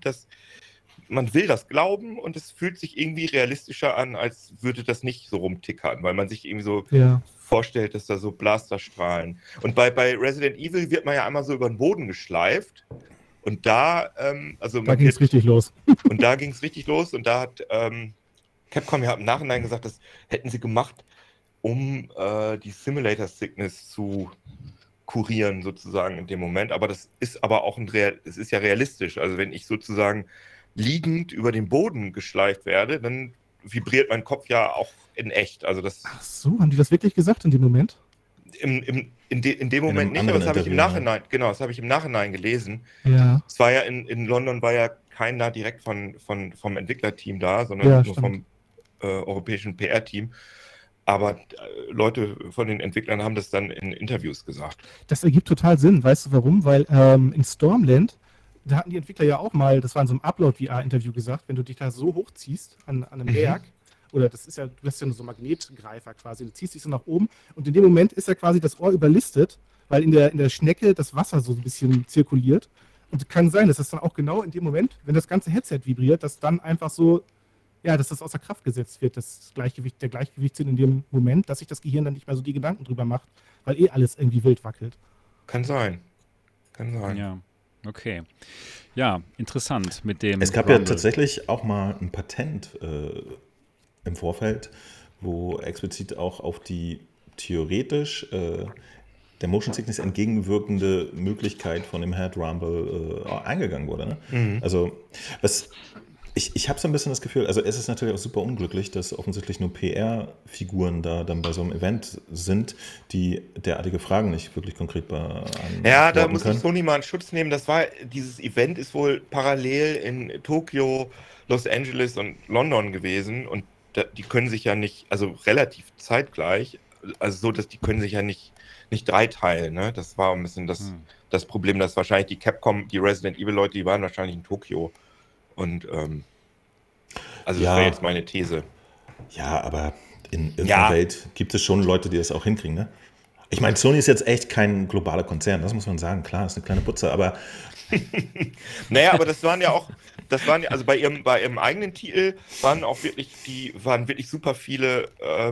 man will das glauben und es fühlt sich irgendwie realistischer an, als würde das nicht so rumtickern, weil man sich irgendwie so vorstellt, dass da so Blasterstrahlen. Und bei Resident Evil wird man ja einmal so über den Boden geschleift. Und da ging es richtig los. Und da ging es richtig los. Und da hat Capcom ja im Nachhinein gesagt, das hätten sie gemacht, um die Simulator Sickness zu kurieren, sozusagen in dem Moment. Aber das ist aber auch es ist ja realistisch. Also wenn ich sozusagen liegend über den Boden geschleift werde, dann vibriert mein Kopf ja auch in echt. Also Ach so, haben die das wirklich gesagt in dem Moment? In dem Moment nicht, aber das habe ich im Nachhinein, genau, das habe ich im Nachhinein gelesen. Ja. Es war ja in London war ja keiner direkt vom Entwicklerteam da, sondern nur vom europäischen PR-Team. Aber Leute von den Entwicklern haben das dann in Interviews gesagt. Das ergibt total Sinn. Weißt du warum? Weil in Stormland, da hatten die Entwickler ja auch mal, das war in so einem Upload-VR-Interview gesagt, wenn du dich da so hochziehst an einem Berg, oder das ist ja, du hast ja nur so Magnetgreifer quasi, du ziehst dich so nach oben und in dem Moment ist ja quasi das Ohr überlistet, weil in der Schnecke das Wasser so ein bisschen zirkuliert. Und es kann sein, dass das dann auch genau in dem Moment, wenn das ganze Headset vibriert, dass dann einfach so, ja, dass das außer Kraft gesetzt wird, der Gleichgewichtssinn in dem Moment, dass sich das Gehirn dann nicht mehr so die Gedanken drüber macht, weil alles irgendwie wild wackelt. Kann sein. Ja, okay. Ja, interessant mit dem. Es gab ja tatsächlich auch mal ein Patent im Vorfeld, wo explizit auch auf die theoretisch der Motion Sickness entgegenwirkende Möglichkeit von dem Head Rumble eingegangen wurde. Ne? Also ich habe so ein bisschen das Gefühl, also es ist natürlich auch super unglücklich, dass offensichtlich nur PR-Figuren da dann bei so einem Event sind, die derartige Fragen nicht wirklich konkret beantworten Ja, da muss können. ich Sony mal in Schutz nehmen. Dieses Event ist wohl parallel in Tokio, Los Angeles und London gewesen und die können sich ja nicht, also relativ zeitgleich, also so, dass die können sich ja nicht dreiteilen, ne? Das war ein bisschen das Problem, dass wahrscheinlich die Capcom, die Resident Evil Leute, die waren wahrscheinlich in Tokio. Und das wäre jetzt meine These. Ja, aber in der Welt gibt es schon Leute, die das auch hinkriegen, ne? Ich meine, Sony ist jetzt echt kein globaler Konzern, das muss man sagen. Klar, ist eine kleine Putze, aber... Naja, aber also bei ihrem eigenen Titel waren wirklich super viele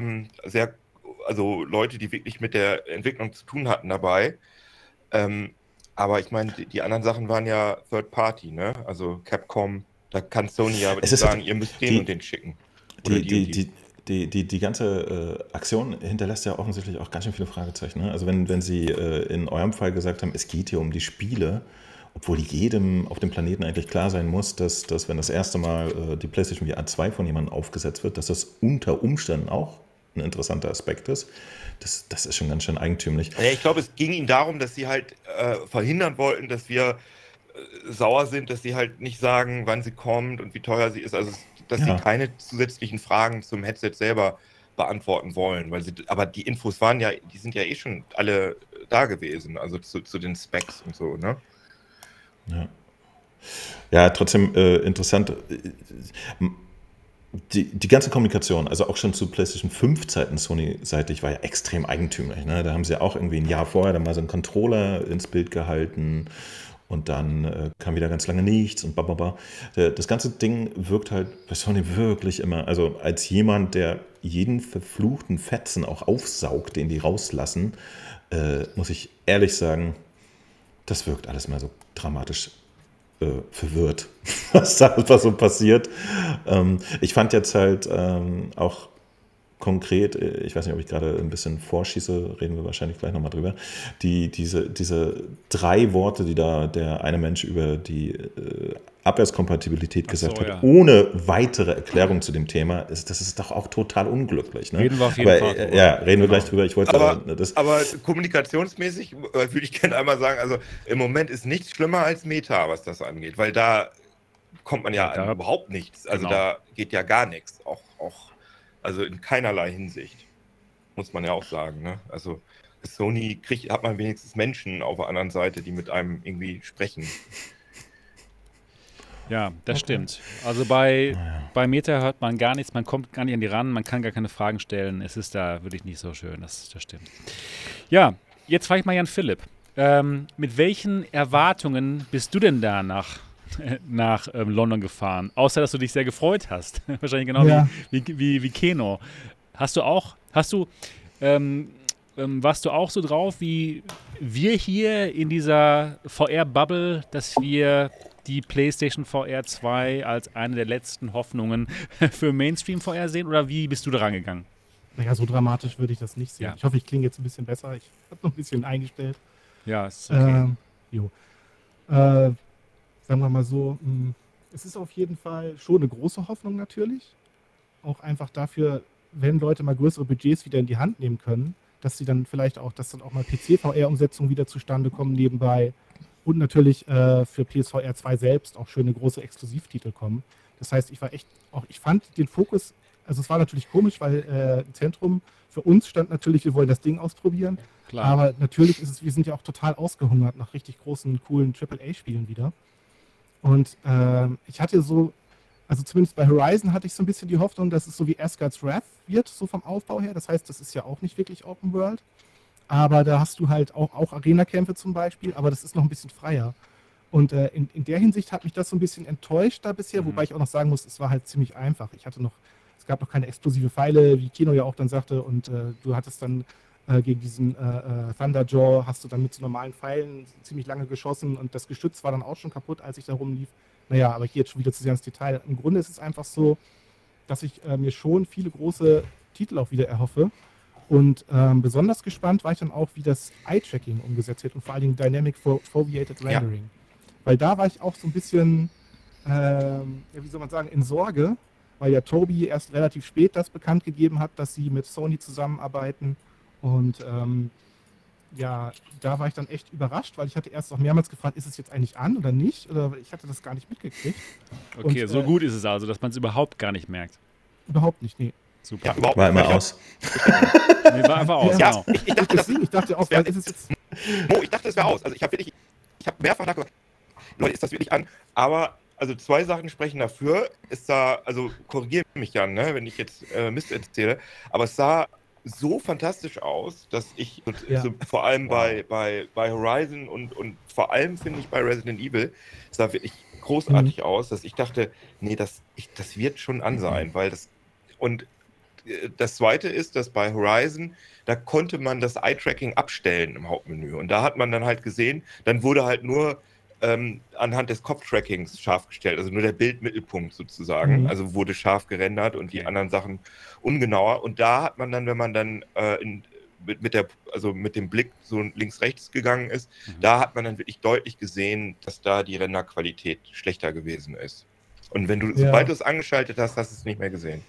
also Leute, die wirklich mit der Entwicklung zu tun hatten dabei. Aber ich meine, die anderen Sachen waren ja Third Party, ne? Also Capcom, da kann Sony ja nicht sagen, ihr müsst den und den schicken. Die ganze Aktion hinterlässt ja offensichtlich auch ganz schön viele Fragezeichen. Ne? Also wenn Sie in eurem Fall gesagt haben, es geht hier um die Spiele, obwohl jedem auf dem Planeten eigentlich klar sein muss, dass wenn das erste Mal die PlayStation VR 2 von jemandem aufgesetzt wird, dass das unter Umständen auch ein interessanter Aspekt ist. Das ist schon ganz schön eigentümlich. Ja, ich glaube, es ging ihnen darum, dass sie halt verhindern wollten, dass wir sauer sind, dass sie halt nicht sagen, wann sie kommt und wie teuer sie ist. Also, dass sie keine zusätzlichen Fragen zum Headset selber beantworten wollen. Aber die Infos die sind ja eh schon alle da gewesen, also zu den Specs und so, ne? Ja, trotzdem interessant. Die ganze Kommunikation, also auch schon zu PlayStation 5 Zeiten Sony-seitig, war ja extrem eigentümlich. Ne? Da haben sie ja auch irgendwie ein Jahr vorher dann mal so einen Controller ins Bild gehalten und dann kam wieder ganz lange nichts und bababa. Das ganze Ding wirkt halt bei Sony wirklich immer, also als jemand, der jeden verfluchten Fetzen auch aufsaugt, den die rauslassen, muss ich ehrlich sagen, das wirkt alles mal so dramatisch verwirrt, was so passiert. Ich fand jetzt halt auch konkret, ich weiß nicht, ob ich gerade ein bisschen vorschieße, reden wir wahrscheinlich gleich nochmal drüber, diese 3 Worte, die da der eine Mensch über die Abwärtskompatibilität gesagt hat, ohne weitere Erklärung zu dem Thema, das ist doch auch total unglücklich. Ne? Reden wir auf jeden Fall drüber. Ja, reden wir gleich drüber. Ich wollte aber kommunikationsmäßig würde ich gerne einmal sagen, also im Moment ist nichts schlimmer als Meta, was das angeht, weil da kommt man ja überhaupt nichts. Also da geht ja gar nichts. Auch also in keinerlei Hinsicht. Muss man ja auch sagen. Ne? Also Sony hat man wenigstens Menschen auf der anderen Seite, die mit einem irgendwie sprechen. Ja, das stimmt. Also bei Meta hört man gar nichts, man kommt gar nicht an die ran, man kann gar keine Fragen stellen. Es ist da wirklich nicht so schön, das stimmt. Ja, jetzt frage ich mal Jan Philipp. Mit welchen Erwartungen bist du denn da nach London gefahren? Außer, dass du dich sehr gefreut hast. Wahrscheinlich genau wie Keno. Warst du auch so drauf wie wir hier in dieser VR-Bubble, dass wir die PlayStation VR 2 als eine der letzten Hoffnungen für Mainstream-VR sehen? Oder wie bist du da rangegangen? Naja, so dramatisch würde ich das nicht sehen. Ja. Ich hoffe, ich klinge jetzt ein bisschen besser. Ich habe noch ein bisschen eingestellt. Ja, ist okay. Sagen wir mal so, es ist auf jeden Fall schon eine große Hoffnung natürlich. Auch einfach dafür, wenn Leute mal größere Budgets wieder in die Hand nehmen können, dass dann auch mal PC-VR-Umsetzungen wieder zustande kommen nebenbei. Und natürlich für PSVR 2 selbst auch schöne große Exklusivtitel kommen. Das heißt, ich fand den Fokus, also es war natürlich komisch, weil im Zentrum für uns stand natürlich, wir wollen das Ding ausprobieren. Klar. Aber natürlich wir sind ja auch total ausgehungert nach richtig großen, coolen AAA-Spielen wieder. Und ich hatte also zumindest bei Horizon hatte ich so ein bisschen die Hoffnung, dass es so wie Asgard's Wrath wird, so vom Aufbau her. Das heißt, das ist ja auch nicht wirklich Open World. Aber da hast du halt auch Arena-Kämpfe zum Beispiel, aber das ist noch ein bisschen freier. Und in der Hinsicht hat mich das so ein bisschen enttäuscht da bisher, wobei ich auch noch sagen muss, es war halt ziemlich einfach. Es gab noch keine explosive Pfeile, wie Kino ja auch dann sagte, und du hattest dann gegen diesen Thunderjaw, hast du dann mit so normalen Pfeilen ziemlich lange geschossen und das Geschütz war dann auch schon kaputt, als ich da rumlief. Naja, aber hier jetzt schon wieder zu sehr ins Detail. Im Grunde ist es einfach so, dass ich mir schon viele große Titel auch wieder erhoffe. Und besonders gespannt war ich dann auch, wie das Eye-Tracking umgesetzt wird und vor allen Dingen Dynamic Foveated Rendering. Weil da war ich auch so ein bisschen, wie soll man sagen, in Sorge, weil ja Tobii erst relativ spät das bekannt gegeben hat, dass sie mit Sony zusammenarbeiten. Und da war ich dann echt überrascht, weil ich hatte erst auch mehrmals gefragt, ist es jetzt eigentlich an oder nicht? Oder ich hatte das gar nicht mitgekriegt. Okay, und, so gut ist es also, dass man es überhaupt gar nicht merkt. Überhaupt nicht, nee. Super. Ja, überhaupt War immer nicht. aus. Nee, war einfach aus, Ja. genau. Ich dachte auch, weil ist es jetzt. Ich dachte, es wäre aus. Also ich habe mehrfach nachgedacht, Leute, ist das wirklich an? Aber also 2 Sachen sprechen dafür. Es sah, also korrigiere mich Jan, ne, wenn ich jetzt Mist erzähle, aber es sah so fantastisch aus, dass ich vor allem bei Horizon und vor allem finde ich bei Resident Evil, es sah wirklich großartig aus, dass ich dachte, nee, das wird schon an sein, weil das Zweite ist, dass bei Horizon, da konnte man das Eye-Tracking abstellen im Hauptmenü. Und da hat man dann halt gesehen, dann wurde halt nur anhand des Kopftrackings scharf gestellt, also nur der Bildmittelpunkt sozusagen, also wurde scharf gerendert und die anderen Sachen ungenauer. Und da hat man dann, wenn man dann mit dem Blick so links-rechts gegangen ist, da hat man dann wirklich deutlich gesehen, dass da die Renderqualität schlechter gewesen ist. Und sobald du es angeschaltet hast, hast du es nicht mehr gesehen.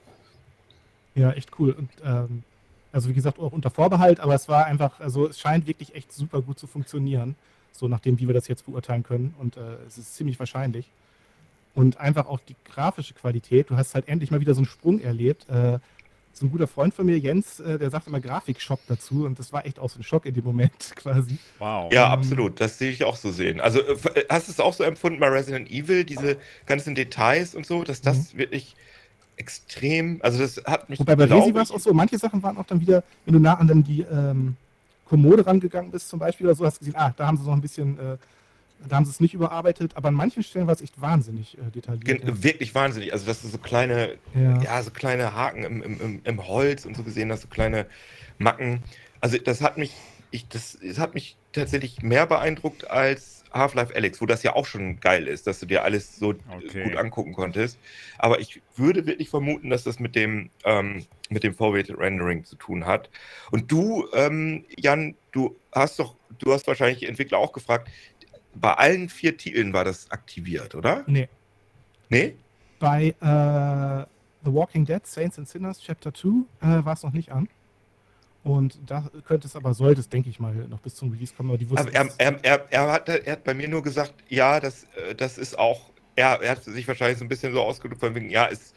Ja, echt cool. Und also wie gesagt, auch unter Vorbehalt, aber es war einfach, also es scheint wirklich echt super gut zu funktionieren, so nachdem, wie wir das jetzt beurteilen können. Und es ist ziemlich wahrscheinlich. Und einfach auch die grafische Qualität. Du hast halt endlich mal wieder so einen Sprung erlebt. So ein guter Freund von mir, Jens, der sagt immer Grafikschock dazu. Und das war echt auch so ein Schock in dem Moment quasi. Wow. Ja, absolut. Das sehe ich auch so sehen. Also hast du es auch so empfunden bei Resident Evil, diese ganzen Details und so, dass das wirklich extrem, also das hat mich... Wobei bei Resi war es auch so, manche Sachen waren auch dann wieder, wenn du nah an dann die Kommode rangegangen bist zum Beispiel oder so, hast du gesehen, da haben sie noch ein bisschen, da haben sie es nicht überarbeitet, aber an manchen Stellen war es echt wahnsinnig detailliert. Wirklich wahnsinnig, also dass du so kleine, so kleine Haken im Holz und so gesehen hast, so kleine Macken. Also das hat mich tatsächlich mehr beeindruckt als Half-Life Alyx, wo das ja auch schon geil ist, dass du dir alles so gut angucken konntest. Aber ich würde wirklich vermuten, dass das mit dem Foveated Rendering zu tun hat. Und du, Jan, du hast wahrscheinlich die Entwickler auch gefragt, bei allen 4 Titeln war das aktiviert, oder? Nee. Nee? Bei The Walking Dead, Saints and Sinners, Chapter 2 war es noch nicht an. Und da sollte es, denke ich mal, noch bis zum Release kommen. Aber die wussten er hat bei mir nur gesagt, ja, das ist auch, er hat sich wahrscheinlich so ein bisschen so ausgedrückt, von wegen, ja,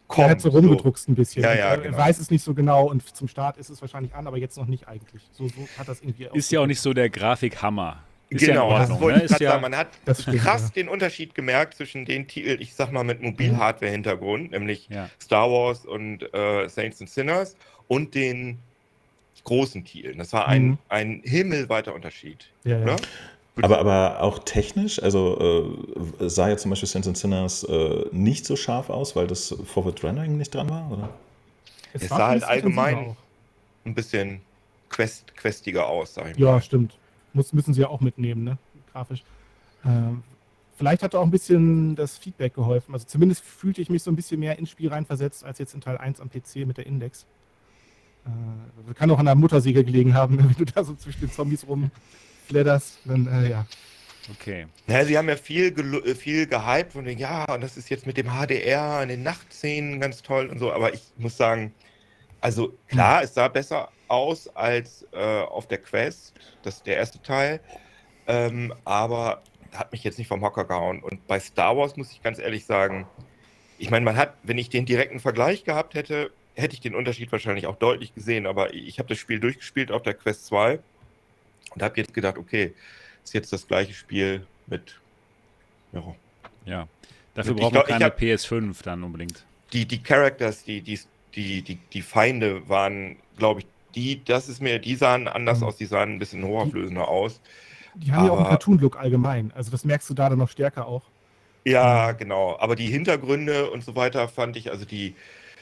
Er hat so rumgedruckst ein bisschen. Ja, Und ja, er genau. weiß es nicht so genau und zum Start ist es wahrscheinlich an, aber jetzt noch nicht eigentlich. So hat das irgendwie Ist ja auch nicht so der Grafikhammer. Ist Genau, ja in das Ordnung, wollte ne? ich Ist gerade ja, sagen. Man hat Das stimmt, krass ja. den Unterschied gemerkt zwischen den Titeln, ich sag mal mit Mobil-Hardware-Hintergrund, nämlich ja. Star Wars und Saints and Sinners und den großen Titeln. Das war ein himmelweiter Unterschied. Ja, ja. Oder? Aber auch technisch, also sah ja zum Beispiel Saints and Sinners nicht so scharf aus, weil das Forward Rendering nicht dran war, oder? Es war sah halt vieles intensiver allgemein auch. ein bisschen questiger aus, sag ich Ja, mal. stimmt. Müssen sie ja auch mitnehmen, ne? Grafisch. Vielleicht hat auch ein bisschen das Feedback geholfen. Also zumindest fühlte ich mich so ein bisschen mehr ins Spiel reinversetzt, als jetzt in Teil 1 am PC mit der Index. Kann auch an der Muttersäge gelegen haben, wenn du da so zwischen den Zombies rumfledderst. Dann, ja. Okay. Ja, sie haben ja viel gehypt von wegen, ja, und das ist jetzt mit dem HDR in den Nachtszenen ganz toll und so, aber ich muss sagen, also klar, es sah besser aus als auf der Quest, das ist der erste Teil, aber hat mich jetzt nicht vom Hocker gehauen. Und bei Star Wars muss ich ganz ehrlich sagen, ich meine, wenn ich den direkten Vergleich gehabt hätte, hätte ich den Unterschied wahrscheinlich auch deutlich gesehen, aber ich habe das Spiel durchgespielt auf der Quest 2 und habe jetzt gedacht, okay, ist jetzt das gleiche Spiel mit, ja. Ja. Dafür Ich braucht man glaub, ich keine hab- PS5 dann unbedingt. Die Characters, die Feinde waren, glaube ich, die sahen anders aus, die sahen ein bisschen hochauflösender aus. Die haben ja auch einen Aber- Cartoon-Look allgemein. Also das merkst du da dann noch stärker auch. Ja, genau. Aber die Hintergründe und so weiter fand ich, also die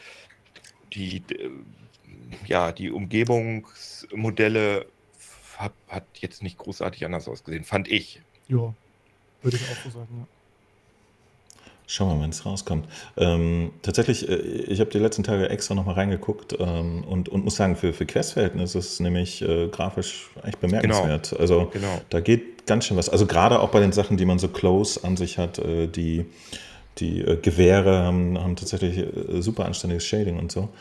Umgebungsmodelle hat jetzt nicht großartig anders ausgesehen, fand ich. Ja, würde ich auch so sagen, ja. Schauen wir mal, wenn es rauskommt. Tatsächlich, ich habe die letzten Tage extra nochmal reingeguckt und muss sagen, für Quest-Verhältnisse ist es nämlich grafisch echt bemerkenswert. Also Genau. da geht ganz schön was. Also gerade auch bei den Sachen, die man so close an sich hat, die Gewehre haben tatsächlich super anständiges Shading und so.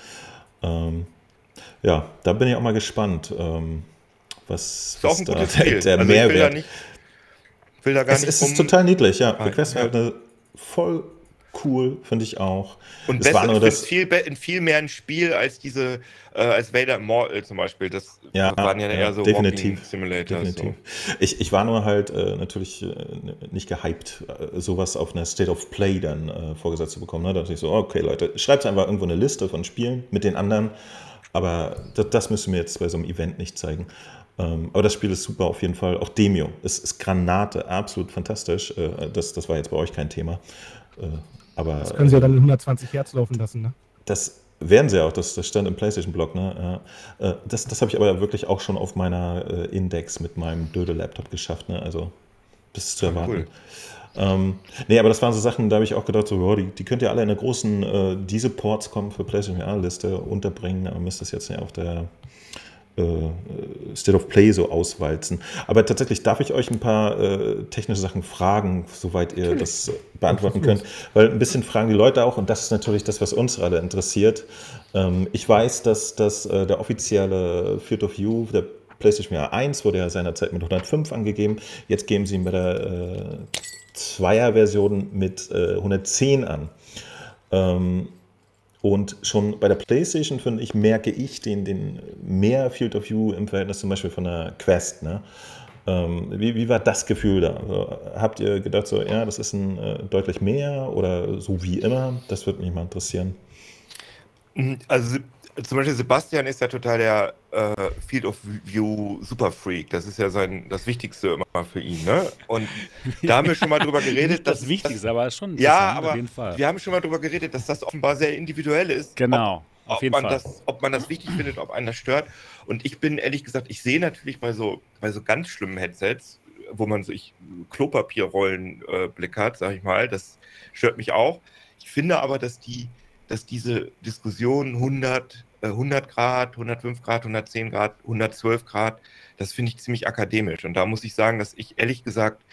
Ja, da bin ich auch mal gespannt, was Ist auch ein da gutes Spiel. der Also Mehrwert. ich will da gar nicht Es ist total niedlich, ja. Für Ja. Quest-Verhältnisse voll cool, finde ich auch. Und Es war besser, nur ich finde viel mehr ein Spiel als als Vader Immortal zum Beispiel. Das waren ja eher so definitiv, Walking Simulators. definitiv. Ich war nur halt natürlich nicht gehypt, sowas auf einer State of Play dann vorgesetzt zu bekommen. Ne? Da dachte ich so, okay Leute, schreibt einfach irgendwo eine Liste von Spielen mit den anderen, aber das müsst ihr mir jetzt bei so einem Event nicht zeigen. Aber das Spiel ist super auf jeden Fall. Auch Demio ist Granate, absolut fantastisch. Das war jetzt bei euch kein Thema. Aber Das können sie ja dann in 120 Hertz laufen lassen, ne? das werden sie auch, das stand im PlayStation-Blog. Ne? Das habe ich aber wirklich auch schon auf meiner Index mit meinem Dödel-Laptop geschafft. Ne? Also das ist zu erwarten. Cool. Nee, aber das waren so Sachen, da habe ich auch gedacht, so, ja, die könnt ihr alle in der großen, diese Ports kommen für PlayStation VR-Liste unterbringen, aber müsst das jetzt nicht auf der State of Play so auswalzen. Aber tatsächlich darf ich euch ein paar technische Sachen fragen, soweit ihr das beantworten könnt. Weil ein bisschen fragen die Leute auch, und das ist natürlich das, was uns gerade interessiert. Ich weiß, dass der offizielle Field of View der PlayStation VR 1 wurde ja seinerzeit mit 105 angegeben. Jetzt geben sie ihn bei der Zweier-Version mit 110 an. Und schon bei der PlayStation, finde ich, merke ich den mehr Field of View im Verhältnis zum Beispiel von der Quest. Ne? Wie war das Gefühl da? Also, habt ihr gedacht, so, ja, das ist ein deutlich mehr oder so wie immer? Das würde mich mal interessieren. Also zum Beispiel Sebastian ist ja total der Field of View Superfreak. Das ist ja das Wichtigste immer für ihn. Ne? Und da haben wir schon mal drüber geredet. Nicht das Wichtigste, aber schon Ja, interessant, aber auf jeden Fall. wir haben schon mal drüber geredet, dass das offenbar sehr individuell ist. Genau, auf jeden Fall. Ob man das wichtig findet, ob einen das stört. Und ich bin ehrlich gesagt, ich sehe natürlich bei so ganz schlimmen Headsets, wo man so Klopapierrollenblick hat, sag ich mal, das stört mich auch. Ich finde aber, dass diese Diskussion 100 Grad, 105 Grad, 110 Grad, 112 Grad, das finde ich ziemlich akademisch. Und da muss ich sagen, dass ich ehrlich gesagt,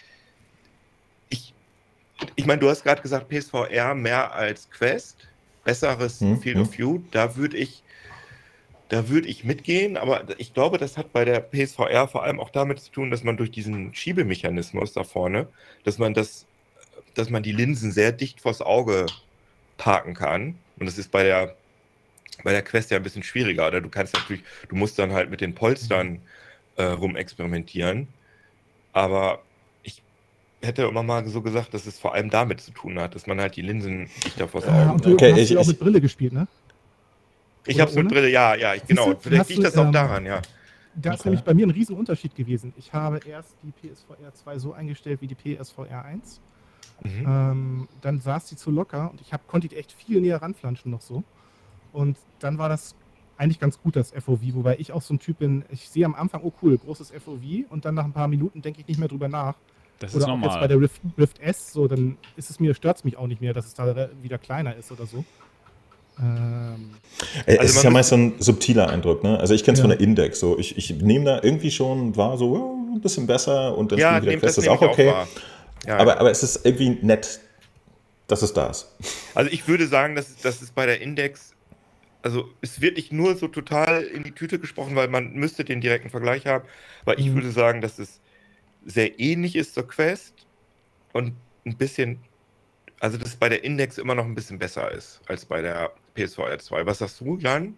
ich meine, du hast gerade gesagt, PSVR mehr als Quest, besseres Field of View, da würde ich mitgehen, aber ich glaube, das hat bei der PSVR vor allem auch damit zu tun, dass man durch diesen Schiebemechanismus da vorne, dass man die Linsen sehr dicht vors Auge parken kann, Und das ist bei der Quest ja ein bisschen schwieriger. Oder du musst dann halt mit den Polstern rumexperimentieren. Aber ich hätte immer mal so gesagt, dass es vor allem damit zu tun hat, dass man halt die Linsen dichter vor Augen Und hat. du Okay, hast ja auch mit Brille gespielt, ne? Ich Oder habe es mit ohne? Brille, ja, genau. Siehst du, Vielleicht liegt hast das du, auch daran, ja. Da ist Okay. nämlich bei mir ein Riesenunterschied gewesen. Ich habe erst die PSVR 2 so eingestellt wie die PSVR 1. Dann saß die zu locker und konnte die echt viel näher ranflanschen noch so. Und dann war das eigentlich ganz gut, das FOV, wobei ich auch so ein Typ bin, ich sehe am Anfang, oh cool, großes FOV und dann nach ein paar Minuten denke ich nicht mehr drüber nach. Das ist Oder auch jetzt normal. bei der Rift S, so, dann stört es mich auch nicht mehr, dass es da wieder kleiner ist oder so. Es ist man ja muss- meist so ein subtiler Eindruck, ne? Also ich kenne es Ja. von der Index. So, ich nehme da irgendwie schon, war so ein bisschen besser und dann Ja, spiele ich wieder das Quest, ist nehme auch ich okay. wahr. Ja, Aber es ist irgendwie nett, dass es da ist. also ich würde sagen, dass es bei der Index, also es wird nicht nur so total in die Tüte gesprochen, weil man müsste den direkten Vergleich haben, aber ich würde sagen, dass es sehr ähnlich ist zur Quest und ein bisschen, also dass es bei der Index immer noch ein bisschen besser ist als bei der PSVR 2. Was sagst du, Jan?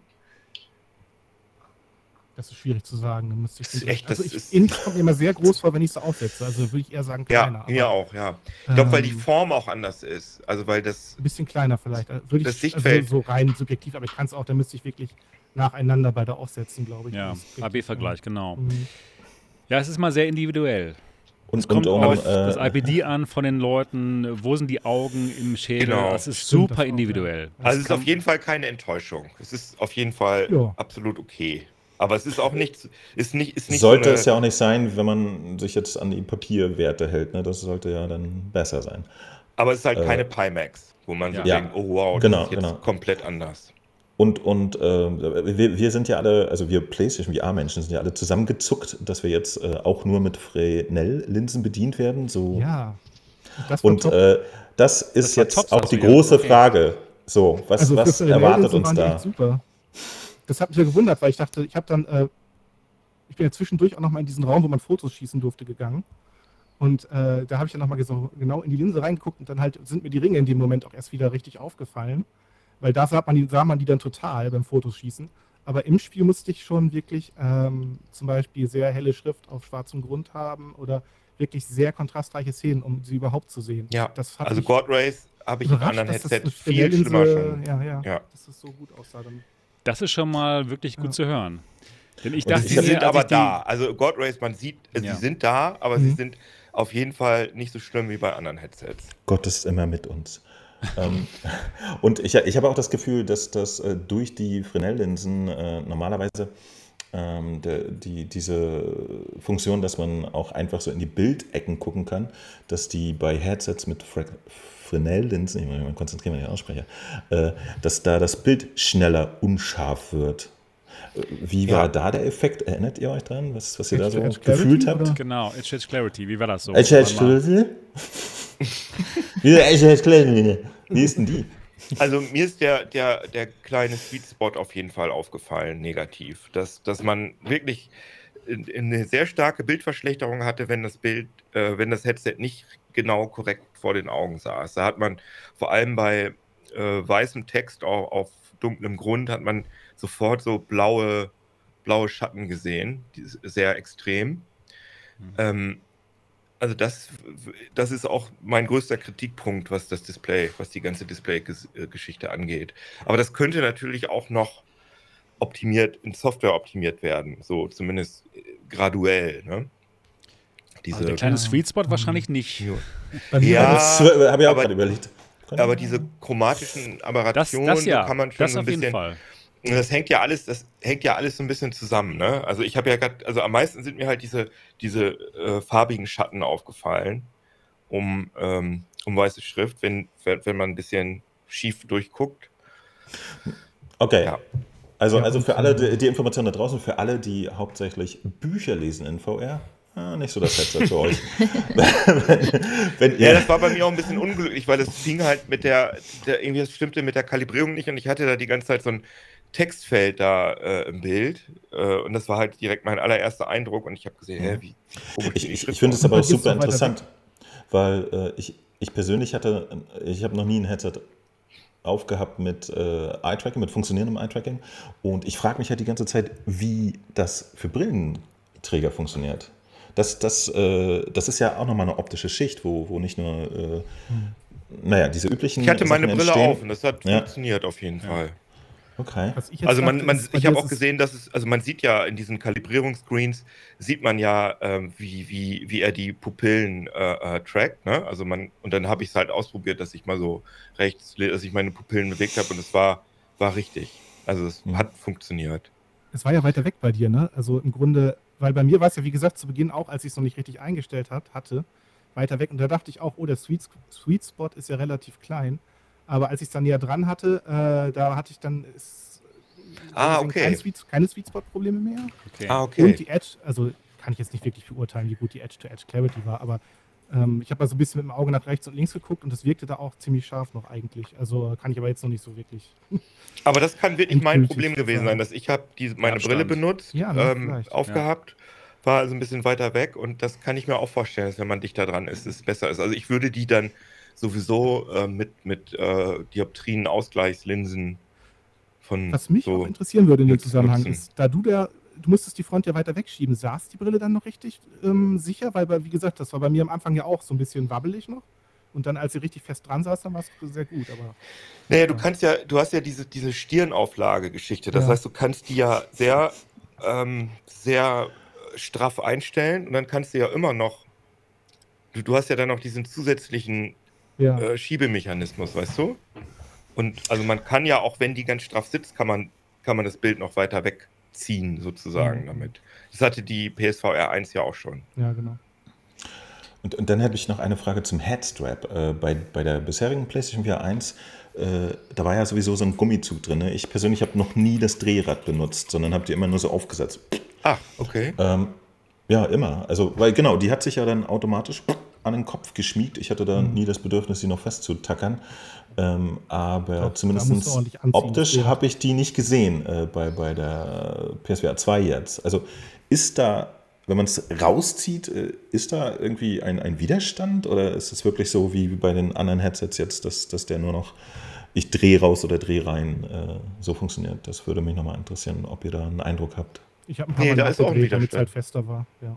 Das ist schwierig zu sagen. Da müsste ich Das ist echt, also das ist- Index kommt mir immer sehr groß vor, wenn ich es so aufsetze. Also würde ich eher sagen kleiner. Ja, mir aber, auch, ja. Ich glaube, weil die ähm, Form auch anders ist. Also weil das, Ein bisschen kleiner vielleicht. Würde Das ich Sichtfeld- so rein subjektiv, aber ich kann es auch, da müsste ich wirklich nacheinander beide aufsetzen, glaube ich. Ja, Das ist richtig, AB-Vergleich, genau. Mhm. Ja, es ist mal sehr individuell. Und Kommt um, auf das IPD an von den Leuten, wo sind die Augen im Schädel. Genau. Das ist Stimmt, das super auch, individuell. also es ist auf jeden Fall keine Enttäuschung. Es ist auf jeden Fall Ja. absolut okay. Aber es ist auch nicht, ist nicht sollte so eine, es ja auch nicht sein, wenn man sich jetzt an die Papierwerte hält. Ne? Das sollte ja dann besser sein. aber es ist halt keine Pimax, wo man so Ja. denkt, oh wow, Genau, das ist jetzt genau. komplett anders. Und wir sind ja alle, also wir PlayStation VR-Menschen sind ja alle zusammengezuckt, dass wir jetzt auch nur mit Fresnel-Linsen bedient werden. So. Ja. Das war Und top. das ist war jetzt top, auch sagst die du, ja. große Okay. Frage. So, was für erwartet Fresnel-Linsen uns waren die da? echt super. Das hat mich ja gewundert, weil ich dachte, ich bin ja zwischendurch auch nochmal in diesen Raum, wo man Fotos schießen durfte, gegangen. Und da habe ich dann nochmal so genau in die Linse reingeguckt und dann halt sind mir die Ringe in dem Moment auch erst wieder richtig aufgefallen. Weil da sah man die dann total beim Fotoschießen. Aber im Spiel musste ich schon wirklich zum Beispiel sehr helle Schrift auf schwarzem Grund haben oder wirklich sehr kontrastreiche Szenen, um sie überhaupt zu sehen. Ja, Das hat also mich God Race habe ich im überrascht, anderen dass das Headset eine viel Fresnel-Linse- schlimmer schon. Ja, Ja. dass es so gut aussah. Dann. Das ist schon mal wirklich gut Ja. zu hören. Denn ich Und dachte Sie ich hab- mir, sind als aber ich die- da. Also God Race, man sieht, Ja. sie sind da, aber Mhm. sie sind auf jeden Fall nicht so schlimm wie bei anderen Headsets. Gott ist immer mit uns. Und ich habe auch das Gefühl, dass das durch die Fresnel-Linsen normalerweise diese Funktion, dass man auch einfach so in die Bildecken gucken kann, dass die bei Headsets mit Fresnel-Linsen, ich muss mich mal konzentrieren, wenn ich ausspreche, dass da das Bild schneller unscharf wird. Wie Ja. war da der Effekt? Erinnert ihr euch dran, was ihr da so Edge Clarity, gefühlt habt? oder? Genau, Edge Clarity, wie war das so? Wie ist denn die? Also mir ist der kleine Sweet Spot auf jeden Fall aufgefallen, negativ. Dass man wirklich eine sehr starke Bildverschlechterung hatte, wenn das Headset nicht genau korrekt vor den Augen saß. Da hat man vor allem bei weißem Text auch auf dunklem Grund hat man sofort so blaue Schatten gesehen, sehr extrem. Also das ist auch mein größter Kritikpunkt, was die ganze Display-Geschichte angeht. Aber das könnte natürlich auch noch in Software optimiert werden, so zumindest graduell. Ne? Also der kleine Sweet Spot wahrscheinlich nicht. Bei mir Ja, war das, Das habe ich auch aber- gerade überlegt. aber diese chromatischen Aberrationen, Das ja, so kann man schon das so ein auf jeden bisschen. Fall. Das hängt ja alles so ein bisschen zusammen, ne? Also ich habe ja gerade, also am meisten sind mir halt diese farbigen Schatten aufgefallen um weiße Schrift, wenn man ein bisschen schief durchguckt. Okay. Ja. Also und, für alle die Information da draußen, für alle, die hauptsächlich Bücher lesen in VR, nicht so das Headset für euch. Wenn Ja, ihr, das war bei mir auch ein bisschen unglücklich, weil das fing halt irgendwie das stimmte mit der Kalibrierung nicht und ich hatte da die ganze Zeit so ein Textfeld da im Bild und das war halt direkt mein allererster Eindruck und ich habe gesehen, wie komisch die ich Schrift finde es aussieht. aber auch Gehst du super weiter interessant, weil ich persönlich habe noch nie ein Headset aufgehabt mit Eye-Tracking, mit funktionierendem Eye-Tracking. Und ich frage mich halt die ganze Zeit, wie das für Brillenträger funktioniert. Das ist ja auch nochmal eine optische Schicht, wo nicht nur diese üblichen Ich hatte meine Sachen Brille entstehen. auf und das hat funktioniert auf jeden Fall. Okay. Also ich habe auch gesehen, dass man sieht ja in diesen Kalibrierungsscreens, sieht man ja, wie er die Pupillen trackt, ne? Also und dann habe ich es halt ausprobiert, dass ich mal so dass ich meine Pupillen bewegt habe und es war richtig. Also es hat funktioniert. Es war ja weiter weg bei dir, ne? Also im Grunde, weil bei mir war es ja, wie gesagt, zu Beginn auch, als ich es noch nicht richtig eingestellt hatte, weiter weg. Und da dachte ich auch, der Sweet Spot ist ja relativ klein. Aber als ich es dann näher dran hatte, da hatte ich dann keine Sweet Spot-Probleme mehr. Okay. Und die Edge, also kann ich jetzt nicht wirklich beurteilen, wie gut die Edge-to-Edge Clarity war, aber ich habe mal so ein bisschen mit dem Auge nach rechts und links geguckt und das wirkte da auch ziemlich scharf noch eigentlich. Also kann ich aber jetzt noch nicht so wirklich. Aber das kann wirklich mein endgültig Problem gewesen sein, dass ich habe meine Abstand. Brille benutzt, Ja, ne, vielleicht. aufgehabt, war also ein bisschen weiter weg und das kann ich mir auch vorstellen, dass wenn man dichter dran ist, es besser ist. Also ich würde die dann sowieso mit Dioptrien-Ausgleichslinsen von Was mich so auch interessieren würde in dem nutzen. Zusammenhang ist, da du musstest die Front ja weiter wegschieben, saß die Brille dann noch richtig sicher? Weil, wie gesagt, das war bei mir am Anfang ja auch so ein bisschen wabbelig noch. Und dann, als sie richtig fest dran saß, dann war es sehr gut. Aber Naja, du hast ja diese Stirnauflage-Geschichte. Das Ja. heißt, du kannst die ja sehr, sehr straff einstellen und dann kannst du ja immer noch, du hast ja dann noch diesen zusätzlichen ja. Schiebemechanismus, weißt du? Und also man kann ja auch, wenn die ganz straff sitzt, kann man das Bild noch weiter wegziehen, sozusagen damit. Das hatte die PSVR 1 ja auch schon. Ja, genau. Und dann hätte ich noch eine Frage zum Headstrap. Bei der bisherigen PlayStation VR 1, da war ja sowieso so ein Gummizug drin. Ne? Ich persönlich habe noch nie das Drehrad benutzt, sondern habe die immer nur so aufgesetzt. Ah, okay. Ja, immer. Also, weil genau, die hat sich ja dann automatisch an den Kopf geschmiegt. Ich hatte da nie das Bedürfnis, sie noch festzutackern. Aber Doch, zumindest da musst du ordentlich anziehen, optisch das habe ich die nicht gesehen bei der PSVR 2 jetzt. Also ist da, wenn man es rauszieht, ist da irgendwie ein Widerstand oder ist es wirklich so wie bei den anderen Headsets jetzt, dass der nur noch ich drehe raus oder drehe rein so funktioniert? Das würde mich nochmal interessieren, ob ihr da einen Eindruck habt. Ich habe ein paar Nee, Mal da ist auch ein nachgedreht, damit es Widerstand. halt fester war. Ja.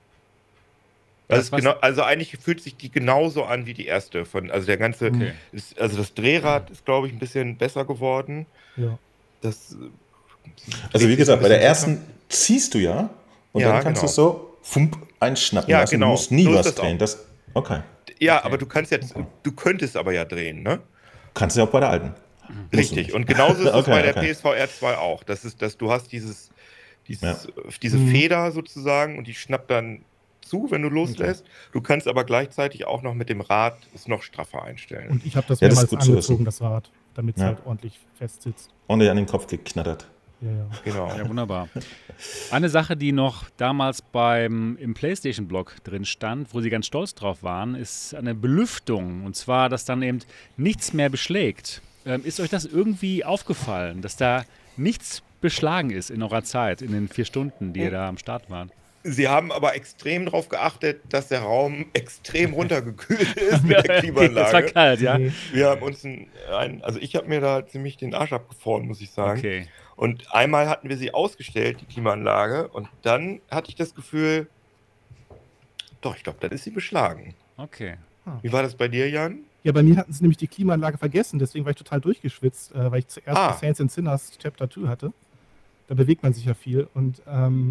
Also eigentlich fühlt sich die genauso an wie die erste. Also der ganze, Okay. also das Drehrad ist, glaube ich, ein bisschen besser geworden. Ja. Das, Also wie gesagt, bei der bisschen ersten ziehst du ja und Ja, dann kannst du es so einschnappen Ja, lassen. genau. Du musst nie So ist was das drehen. auch. Okay. Ja, aber du könntest aber ja drehen, ne? Kannst du ja auch bei der alten. Musst du Richtig. nicht. Und genauso ist es Okay, bei der okay. PSVR 2 auch. Dass du hast diese Mhm. Feder sozusagen und die schnappt dann zu, wenn du loslässt. Du kannst aber gleichzeitig auch noch mit dem Rad es noch straffer einstellen. Und ich habe das Ja, das mehrmals ist gut zu angezogen, wissen. das Rad, damit es Ja. halt ordentlich fest sitzt. Ordentlich an den Kopf geknattert. Ja, ja. Genau. Ja, wunderbar. Eine Sache, die noch damals im PlayStation-Blog drin stand, wo sie ganz stolz drauf waren, ist eine Belüftung. Und zwar, dass dann eben nichts mehr beschlägt. Ist euch das irgendwie aufgefallen, dass da nichts beschlagen ist in eurer Zeit, in den 4 Stunden, die ihr da am Start wart? Sie haben aber extrem darauf geachtet, dass der Raum extrem runtergekühlt ist mit der Es war Klimaanlage. kalt, ja? Nee. Wir haben uns also ich habe mir da ziemlich den Arsch abgefroren, muss ich sagen. Okay. Und einmal hatten wir sie ausgestellt, die Klimaanlage, und dann hatte ich das Gefühl, doch, ich glaube, dann ist sie beschlagen. Okay. Wie war das bei dir, Jan? Ja, bei mir hatten sie nämlich die Klimaanlage vergessen, deswegen war ich total durchgeschwitzt, weil ich zuerst Saints and Sinners Chapter 2 hatte. Da bewegt man sich ja viel und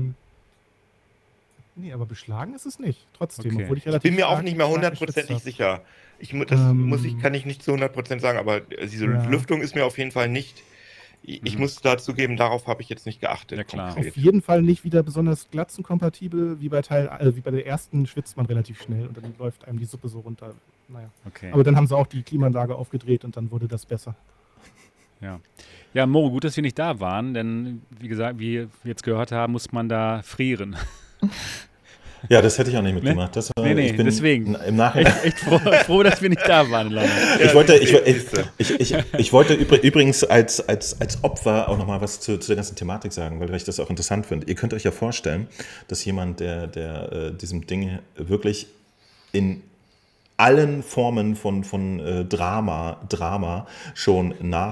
nee, aber beschlagen ist es nicht. Trotzdem, Okay. obwohl ich Ich relativ bin mir auch stark- nicht mehr stark geschwitzt hundertprozentig hab. sicher. Kann ich nicht zu 100% sagen, aber diese Ja. Lüftung ist mir auf jeden Fall nicht. Ich muss dazu geben, darauf habe ich jetzt nicht geachtet. Ja, klar. konkret. Auf jeden Fall nicht wieder besonders glatzenkompatibel, wie bei der ersten schwitzt man relativ schnell und dann läuft einem die Suppe so runter. Naja. Okay. Aber dann haben sie auch die Klimaanlage aufgedreht und dann wurde das besser. Ja. Ja, Mo, gut, dass wir nicht da waren, denn wie gesagt, wie wir jetzt gehört haben, muss man da frieren. Ja, das hätte ich auch nicht mitgemacht. Das war, Nee, ich bin deswegen. Im Nachhinein. Echt froh, dass wir nicht da waren, leider. Ich wollte, siehste. ich wollte übrigens als Opfer auch nochmal was zu der ganzen Thematik sagen, weil ich das auch interessant finde. Ihr könnt euch ja vorstellen, dass jemand, der diesem Ding wirklich in allen Formen von Drama schon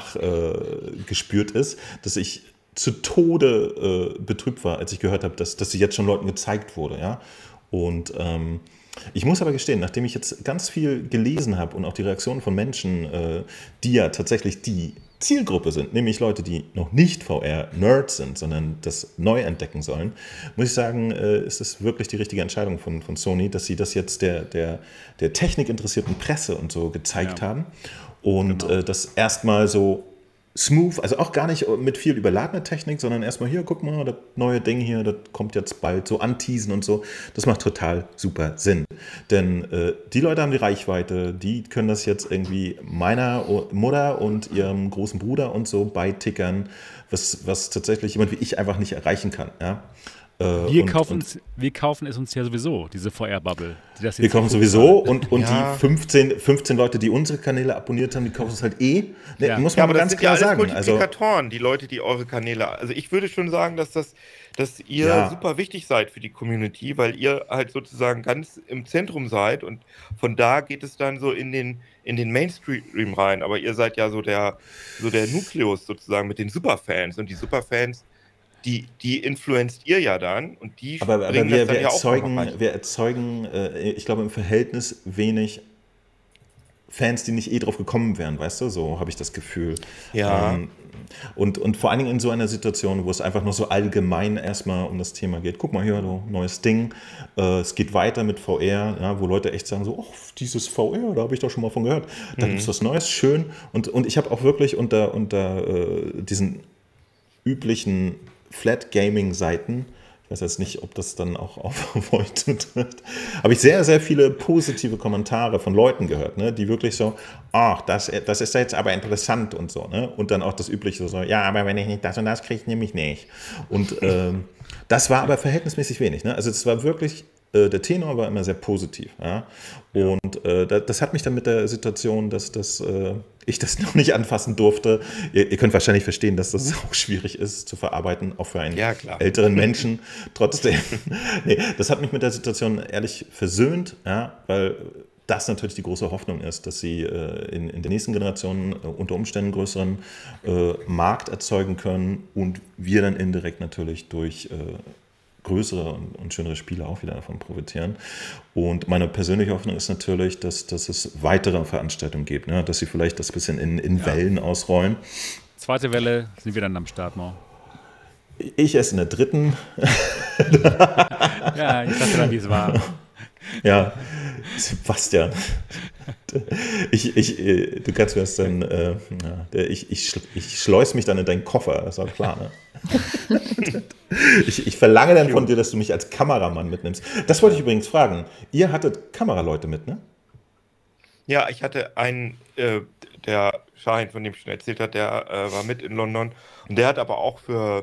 nachgespürt ist, dass ich zu Tode betrübt war, als ich gehört habe, dass sie jetzt schon Leuten gezeigt wurde. Ja? Und ich muss aber gestehen, nachdem ich jetzt ganz viel gelesen habe und auch die Reaktionen von Menschen, die ja tatsächlich die Zielgruppe sind, nämlich Leute, die noch nicht VR-Nerds sind, sondern das neu entdecken sollen, muss ich sagen, ist es wirklich die richtige Entscheidung von Sony, dass sie das jetzt der technikinteressierten Presse und so gezeigt haben und das erstmal so smooth, also auch gar nicht mit viel überladener Technik, sondern erstmal hier, guck mal, das neue Ding hier, das kommt jetzt bald, so anteasen und so. Das macht total super Sinn. Denn die Leute haben die Reichweite, die können das jetzt irgendwie meiner Mutter und ihrem großen Bruder und so beitickern, was tatsächlich jemand wie ich einfach nicht erreichen kann. Ja? Wir kaufen es uns ja sowieso, diese VR-Bubble. Wir kaufen sowieso und die 15 Leute, die unsere Kanäle abonniert haben, die kaufen es halt eh. Ne, muss man aber ganz klar sagen. Multiplikatoren, die Leute, die eure Kanäle. Also ich würde schon sagen, dass ihr super wichtig seid für die Community, weil ihr halt sozusagen ganz im Zentrum seid und von da geht es dann so in den Mainstream rein. Aber ihr seid ja so der Nukleus sozusagen mit den Superfans und die Superfans, die influenzt ihr ja dann und die aber bringen wir, das dann wir ja auch erzeugen, wir erzeugen, ich glaube, im Verhältnis wenig Fans, die nicht drauf gekommen wären, weißt du? So habe ich das Gefühl. Ja. Und vor allen Dingen in so einer Situation, wo es einfach nur so allgemein erstmal um das Thema geht. Guck mal hier, du, neues Ding. Es geht weiter mit VR, ja, wo Leute echt sagen so, oh, dieses VR, da habe ich doch schon mal von gehört. Da gibt es was Neues, schön. Und ich habe auch wirklich unter diesen üblichen Flat-Gaming-Seiten, ich weiß jetzt nicht, ob das dann auch auf euch zutrifft, habe ich sehr, sehr viele positive Kommentare von Leuten gehört, ne, die wirklich so, ach, das ist jetzt aber interessant und so, ne? Und dann auch das Übliche so, ja, aber wenn ich nicht das und das kriege, ich nämlich nicht. Und das war aber verhältnismäßig wenig, ne? Also es war wirklich, der Tenor war immer sehr positiv. Ja? Und das hat mich dann mit der Situation, dass ich das noch nicht anfassen durfte. Ihr könnt wahrscheinlich verstehen, dass das auch schwierig ist zu verarbeiten, auch für einen älteren Menschen. Trotzdem, das hat mich mit der Situation ehrlich versöhnt, ja? Weil das natürlich die große Hoffnung ist, dass sie in der nächsten Generation unter Umständen einen größeren Markt erzeugen können und wir dann indirekt natürlich durch größere und schönere Spiele auch wieder davon profitieren. Und meine persönliche Hoffnung ist natürlich, dass es weitere Veranstaltungen gibt, ne? Dass sie vielleicht das bisschen in Wellen ausrollen. Zweite Welle sind wir dann am Start noch. Ich erst in der dritten. Ja, ich dachte dann, wie es war. Ja, Sebastian. Du kannst mir das dann, ich schleus mich dann in deinen Koffer, das ist auch klar, ne? Ich verlange dann von dir, dass du mich als Kameramann mitnimmst. Das wollte ich übrigens fragen. Ihr hattet Kameraleute mit, ne? Ja, ich hatte einen, der Schein, von dem ich schon erzählt habe, der war mit in London und der hat aber auch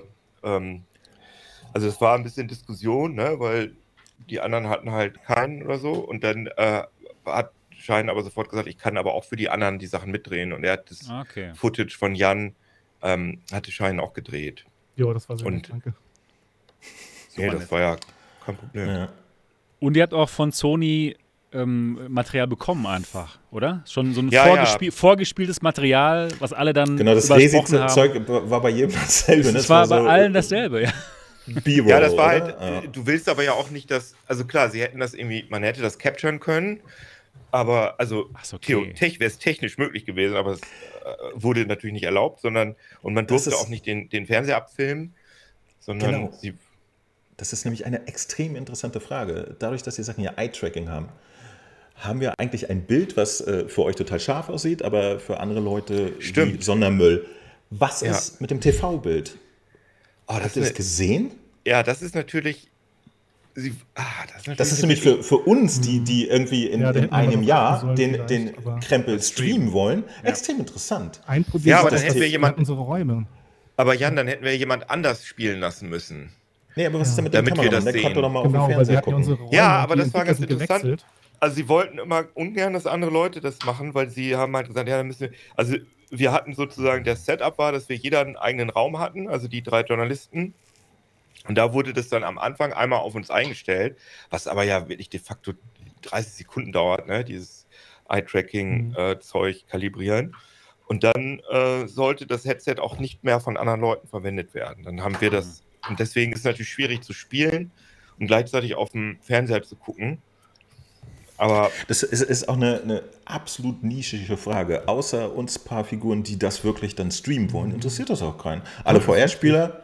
also es war ein bisschen Diskussion, ne, weil die anderen hatten halt keinen oder so und dann hat Schein aber sofort gesagt, ich kann aber auch für die anderen die Sachen mitdrehen und er hat das Footage von Jan, hatte Schein auch gedreht. Ja, das war sehr gut, danke. Nee, das war ja kein Problem. Ja. Und ihr habt auch von Sony Material bekommen einfach, oder? Schon so ein vorgespieltes Material, was alle dann genau, das Resi-Zeug war bei jedem dasselbe. Das war bei allen dasselbe, ja. B-Roll, ja, das war halt, du willst aber ja auch nicht, dass, also klar, sie hätten das irgendwie, man hätte das capturen können, aber also wäre es technisch möglich gewesen, aber es wurde natürlich nicht erlaubt, und man durfte auch nicht den Fernseher abfilmen, sondern das ist nämlich eine extrem interessante Frage. Dadurch, dass Sie Sachen ja Eye-Tracking haben wir eigentlich ein Bild, was für euch total scharf aussieht, aber für andere Leute wie Sondermüll. Was ist mit dem TV-Bild? Habt ihr das gesehen? Ja, das ist natürlich... Das ist nämlich für uns, die irgendwie in einem Jahr den Krempel streamen wollen, extrem interessant. Ein Problem aber dann hätten wir unsere Räume. Aber Jan, dann hätten wir jemand anders spielen lassen müssen. Nee, aber was ist denn mit dem Kameramann? Der konnte doch mal auf dem Fernseher gucken. Ja, aber das war ganz interessant. Also sie wollten immer ungern, dass andere Leute das machen, weil sie haben halt gesagt, ja, dann müssen wir... Also wir hatten sozusagen, das Setup war, dass wir jeder einen eigenen Raum hatten, also die 3 Journalisten. Und da wurde das dann am Anfang einmal auf uns eingestellt, was aber ja wirklich de facto 30 Sekunden dauert, ne? Eye-Tracking-Zeug kalibrieren. Und dann sollte das Headset auch nicht mehr von anderen Leuten verwendet werden. Dann haben wir das. Und deswegen ist es natürlich schwierig zu spielen und gleichzeitig auf dem Fernseher zu gucken. Aber das ist auch eine absolut nischige Frage. Außer uns paar Figuren, die das wirklich dann streamen wollen, interessiert das auch keinen. Alle VR-Spieler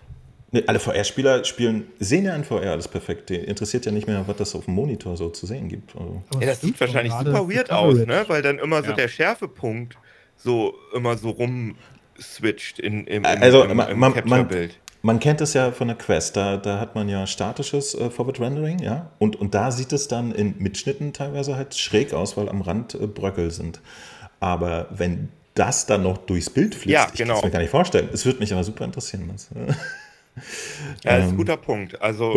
sehen ja in VR alles perfekt. Die interessiert ja nicht mehr, was das auf dem Monitor so zu sehen gibt. Also. ja, das sieht wahrscheinlich super weird aus, ne? Weil dann immer so der Schärfepunkt immer so rumswitcht im Capture-Bild. Man kennt es ja von der Quest, da hat man ja statisches Forward Rendering, ja, und da sieht es dann in Mitschnitten teilweise halt schräg aus, weil am Rand Bröckel sind. Aber wenn das dann noch durchs Bild flitzt, ich kann es mir gar nicht vorstellen. Es würde mich aber super interessieren. Ja, das ist ein guter Punkt. Also,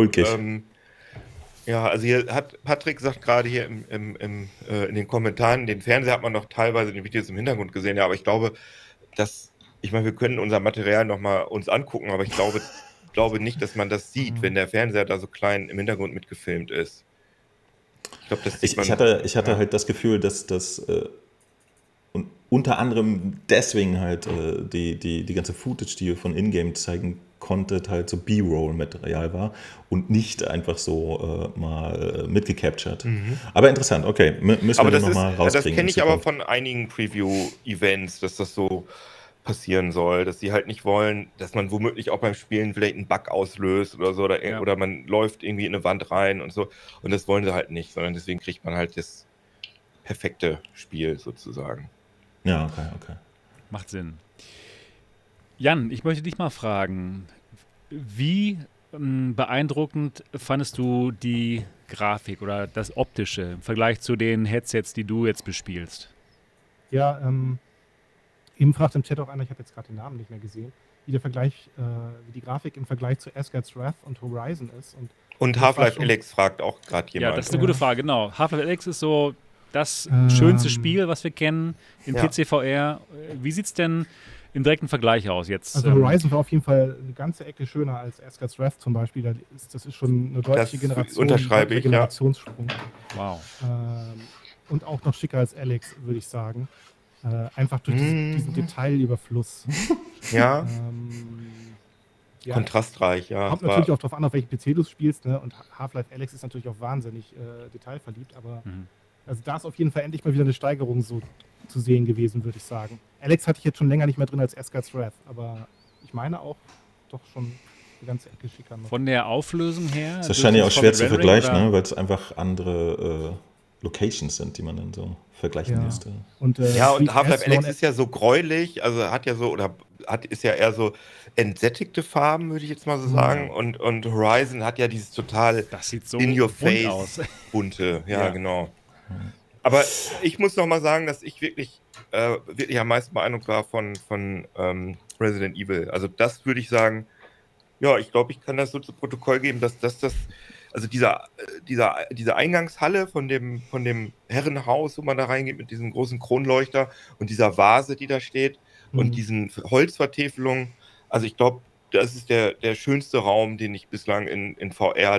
also hier hat Patrick sagt gerade hier in den Kommentaren, den Fernseher hat man noch teilweise in den Videos im Hintergrund gesehen, ja, aber ich glaube, ich meine, wir können unser Material nochmal uns angucken, aber ich glaube nicht, dass man das sieht, wenn der Fernseher da so klein im Hintergrund mitgefilmt ist. Ich glaube, das sieht man. Ich hatte halt das Gefühl, dass das und unter anderem deswegen halt die ganze Footage, die ihr von Ingame zeigen konntet, halt so B-Roll-Material war und nicht einfach so mal mitgecaptured. Aber interessant, okay, müssen wir nochmal rauskriegen. Das kenne ich aber von einigen Preview-Events, dass das so passieren soll, dass sie halt nicht wollen, dass man womöglich auch beim Spielen vielleicht einen Bug auslöst oder so, oder man läuft irgendwie in eine Wand rein und so, und das wollen sie halt nicht, sondern deswegen kriegt man halt das perfekte Spiel sozusagen. Ja, okay. Macht Sinn. Jan, ich möchte dich mal fragen, wie beeindruckend fandest du die Grafik oder das Optische im Vergleich zu den Headsets, die du jetzt bespielst? Ja, eben fragt im Chat auch einer, ich habe jetzt gerade den Namen nicht mehr gesehen, wie die Grafik im Vergleich zu Asgard's Wrath und Horizon ist. Und Half-Life Alyx fragt auch gerade jemand. Ja, das ist eine gute Frage, genau. Half-Life Alyx ist so das schönste Spiel, was wir kennen in PC-VR. Wie sieht es denn im direkten Vergleich aus jetzt? Also Horizon war auf jeden Fall eine ganze Ecke schöner als Asgard's Wrath zum Beispiel. Das ist schon eine deutliche Generationssprung. Wow. Und auch noch schicker als Alyx, würde ich sagen. Einfach durch diesen Detailüberfluss. Ja. Kontrastreich, ja. Kommt natürlich auch darauf an, auf welchen PC du spielst, ne? Und Half-Life Alyx ist natürlich auch wahnsinnig detailverliebt, aber also da ist auf jeden Fall endlich mal wieder eine Steigerung so zu sehen gewesen, würde ich sagen. Alyx hatte ich jetzt schon länger nicht mehr drin als Asgard's Wrath, aber ich meine auch doch schon eine ganze Ecke schicker noch. Von der Auflösung her? Das ist wahrscheinlich auch schwer zu vergleichen, ne? Weil es einfach andere Locations sind, die man dann so vergleichen müsste. Und Half-Life Alyx ist ja so gräulich, also ist ja eher so entsättigte Farben, würde ich jetzt mal so sagen. Und Horizon hat ja dieses total so in-your-face aus. bunte. Ja, genau. Aber ich muss noch mal sagen, dass ich wirklich am meisten beeindruckt war von Resident Evil. Also das würde ich sagen, ja, ich glaube, ich kann das so zu Protokoll geben, dass das also diese Eingangshalle von dem Herrenhaus, wo man da reingeht mit diesem großen Kronleuchter und dieser Vase, die da steht und diesen Holzvertäfelungen, also ich glaube, das ist der schönste Raum, den ich bislang in VR,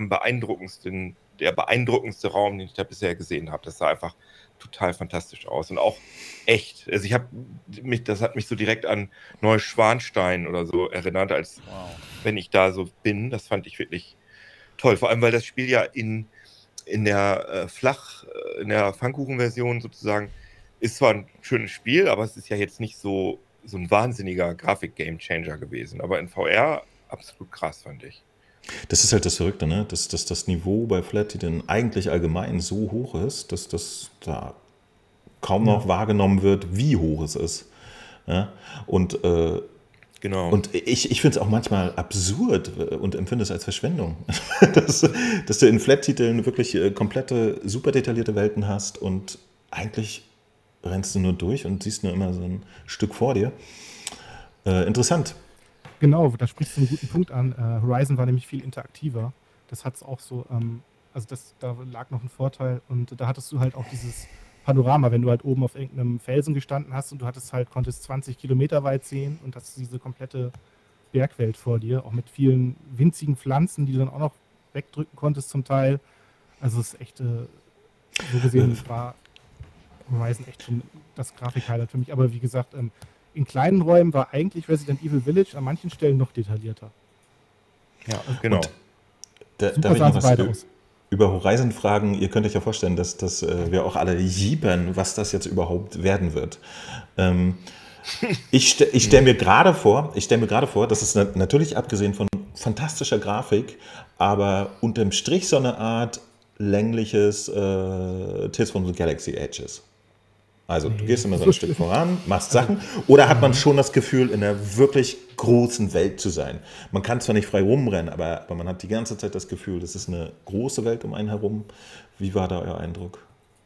der beeindruckendste Raum, den ich da bisher gesehen habe. Das sah einfach total fantastisch aus und auch echt. Also das hat mich so direkt an Neuschwanstein oder so erinnert, als wenn ich da so bin. Das fand ich wirklich toll, vor allem, weil das Spiel ja in der Pfannkuchen-Version sozusagen ist zwar ein schönes Spiel, aber es ist ja jetzt nicht so ein wahnsinniger Grafik-Game-Changer gewesen. Aber in VR absolut krass, fand ich. Das ist halt das Verrückte, ne? Dass das Niveau bei Flat dann eigentlich allgemein so hoch ist, dass das da kaum noch wahrgenommen wird, wie hoch es ist. Ja? Und genau. Und ich finde es auch manchmal absurd und empfinde es als Verschwendung, dass du in Flat-Titeln wirklich komplette, super detaillierte Welten hast und eigentlich rennst du nur durch und siehst nur immer so ein Stück vor dir. Interessant. Genau, da sprichst du einen guten Punkt an. Horizon war nämlich viel interaktiver. Das hat es auch so, da lag noch ein Vorteil und da hattest du halt auch dieses Panorama, wenn du halt oben auf irgendeinem Felsen gestanden hast und du konntest 20 Kilometer weit sehen und hast diese komplette Bergwelt vor dir, auch mit vielen winzigen Pflanzen, die du dann auch noch wegdrücken konntest zum Teil. Also es ist echt, so gesehen, war Horizon echt schon das Grafik-Highlight für mich. Aber wie gesagt, in kleinen Räumen war eigentlich Resident Evil Village an manchen Stellen noch detaillierter. Ja, genau. Und darf Super ich sahen noch sie was beide aus. über Horizon fragen? Ihr könnt euch ja vorstellen, dass wir auch alle jiebern, was das jetzt überhaupt werden wird. Ich stelle mir gerade vor, dass es natürlich abgesehen von fantastischer Grafik, aber unterm Strich so eine Art längliches Tales from the Galaxy Edge ist. Also du gehst immer so ein Stück voran, machst Sachen, oder hat man schon das Gefühl, in einer wirklich großen Welt zu sein? Man kann zwar nicht frei rumrennen, aber man hat die ganze Zeit das Gefühl, das ist eine große Welt um einen herum. Wie war da euer Eindruck?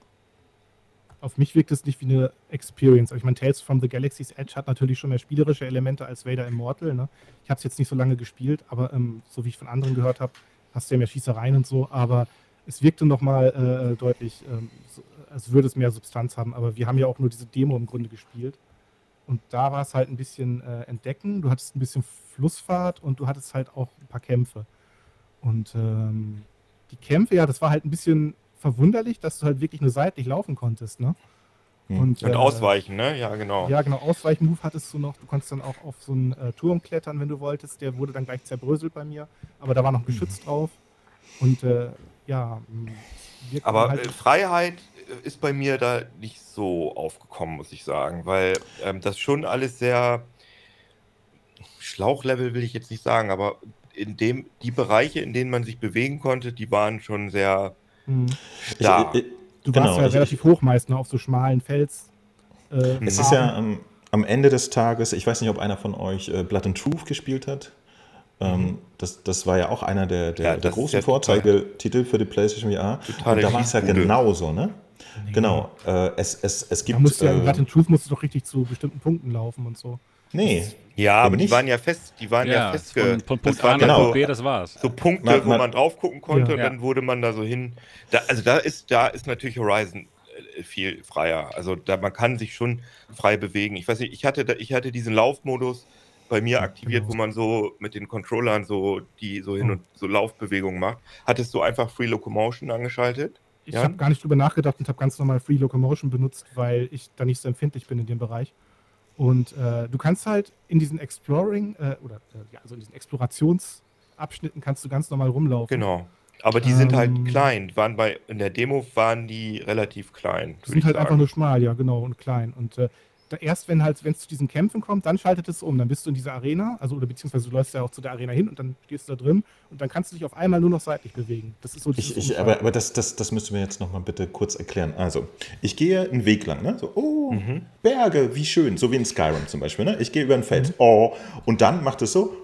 Auf mich wirkt es nicht wie eine Experience. Ich meine, Tales from the Galaxy's Edge hat natürlich schon mehr spielerische Elemente als Vader Immortal. Ne? Ich habe es jetzt nicht so lange gespielt, aber so wie ich von anderen gehört habe, hast du ja mehr Schießereien und so, aber es wirkte nochmal deutlich, als würde es mehr Substanz haben. Aber wir haben ja auch nur diese Demo im Grunde gespielt. Und da war es halt ein bisschen Entdecken, du hattest ein bisschen Flussfahrt und du hattest halt auch ein paar Kämpfe. Und die Kämpfe, ja, das war halt ein bisschen verwunderlich, dass du halt wirklich nur seitlich laufen konntest, ne? Und ausweichen, ne? Ja, genau. Ja, genau, Ausweichen-Move hattest du noch. Du konntest dann auch auf so einen Turm klettern, wenn du wolltest. Der wurde dann gleich zerbröselt bei mir. Aber da war noch Geschütz drauf. Und ja. Aber halt Freiheit ist bei mir da nicht so aufgekommen, muss ich sagen. Weil das schon alles sehr Schlauchlevel will ich jetzt nicht sagen, aber die Bereiche, in denen man sich bewegen konnte, die waren schon sehr stark. Du warst ja relativ hoch meist, ne, auf so schmalen Fels. Es ist ja am Ende des Tages, ich weiß nicht, ob einer von euch Blood and Truth gespielt hat. Das war ja auch einer der großen Vorzeigetitel für die PlayStation VR. Und da war es ja genauso, ne? Nee. Genau. Es gibt. Blood and Truth musste doch richtig zu bestimmten Punkten laufen und so. Nee. Ja, aber die waren ja fest. Von Punkt A nach Punkt B, das war's. So Punkte, wo man drauf gucken konnte, und dann wurde man da so hin. Da ist natürlich Horizon viel freier. Also man kann sich schon frei bewegen. Ich weiß nicht, ich hatte diesen Laufmodus bei mir aktiviert, wo man so mit den Controllern so hin und so Laufbewegungen macht. Hattest du einfach Free Locomotion angeschaltet? Ich habe gar nicht drüber nachgedacht und habe ganz normal Free Locomotion benutzt, weil ich da nicht so empfindlich bin in dem Bereich. Und du kannst halt in diesen also in diesen Explorationsabschnitten kannst du ganz normal rumlaufen. Genau. Aber die sind halt klein. In der Demo waren die relativ klein. Die sind halt einfach nur schmal, ja, genau, und klein. Und erst wenn es zu diesen Kämpfen kommt, dann schaltet es um. Dann bist du in dieser Arena, oder beziehungsweise du läufst ja auch zu der Arena hin und dann stehst du da drin und dann kannst du dich auf einmal nur noch seitlich bewegen. Das ist so aber das müsst ihr mir jetzt nochmal bitte kurz erklären. Also, ich gehe einen Weg lang, ne? So, Berge, wie schön, so wie in Skyrim zum Beispiel, ne? Ich gehe über ein Feld, und dann macht es so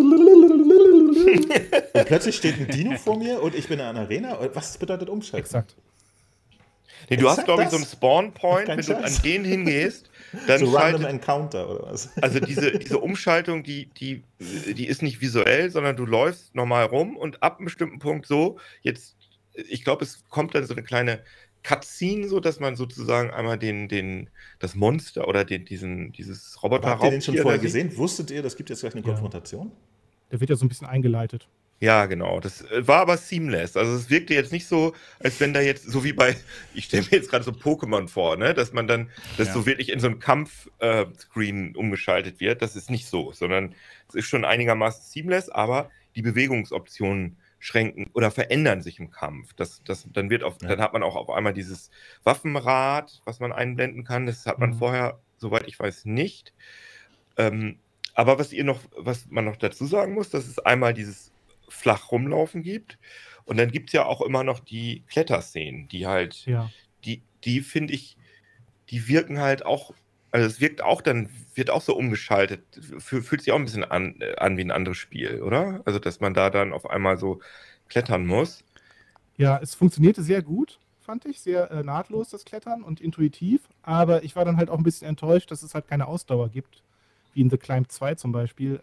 und plötzlich steht ein Dino vor mir und ich bin in einer Arena. Was bedeutet umschalten? Exakt. Nee, du hast, glaube ich, so einen Spawn-Point, wenn du an den hingehst, dann so Random Encounter oder was? Also diese Umschaltung, die ist nicht visuell, sondern du läufst normal rum und ab einem bestimmten Punkt ich glaube, es kommt dann so eine kleine Cutscene, so dass man sozusagen einmal das Monster oder dieses Roboter. Habt ihr den schon vorher gesehen? Wusstet ihr, das gibt jetzt gleich eine Konfrontation? Der wird ja so ein bisschen eingeleitet. Ja, genau. Das war aber seamless. Also es wirkte jetzt nicht so, als wenn da jetzt, so wie ich stelle mir jetzt gerade so Pokémon vor, ne, dass man dann so wirklich in so einen Kampf-Screen umgeschaltet wird. Das ist nicht so, sondern es ist schon einigermaßen seamless, aber die Bewegungsoptionen schränken oder verändern sich im Kampf. Dann hat man auch auf einmal dieses Waffenrad, was man einblenden kann. Das hat man vorher, soweit ich weiß, nicht. Aber was man noch dazu sagen muss, dass es einmal dieses flach rumlaufen gibt. Und dann gibt es ja auch immer noch die Kletterszenen, die halt, die finde ich, die wirken halt auch, also es wird auch so umgeschaltet, fühlt sich auch ein bisschen an wie ein anderes Spiel, oder? Also, dass man da dann auf einmal so klettern muss. Ja, es funktionierte sehr gut, fand ich, sehr nahtlos, das Klettern und intuitiv, aber ich war dann halt auch ein bisschen enttäuscht, dass es halt keine Ausdauer gibt, wie in The Climb 2 zum Beispiel.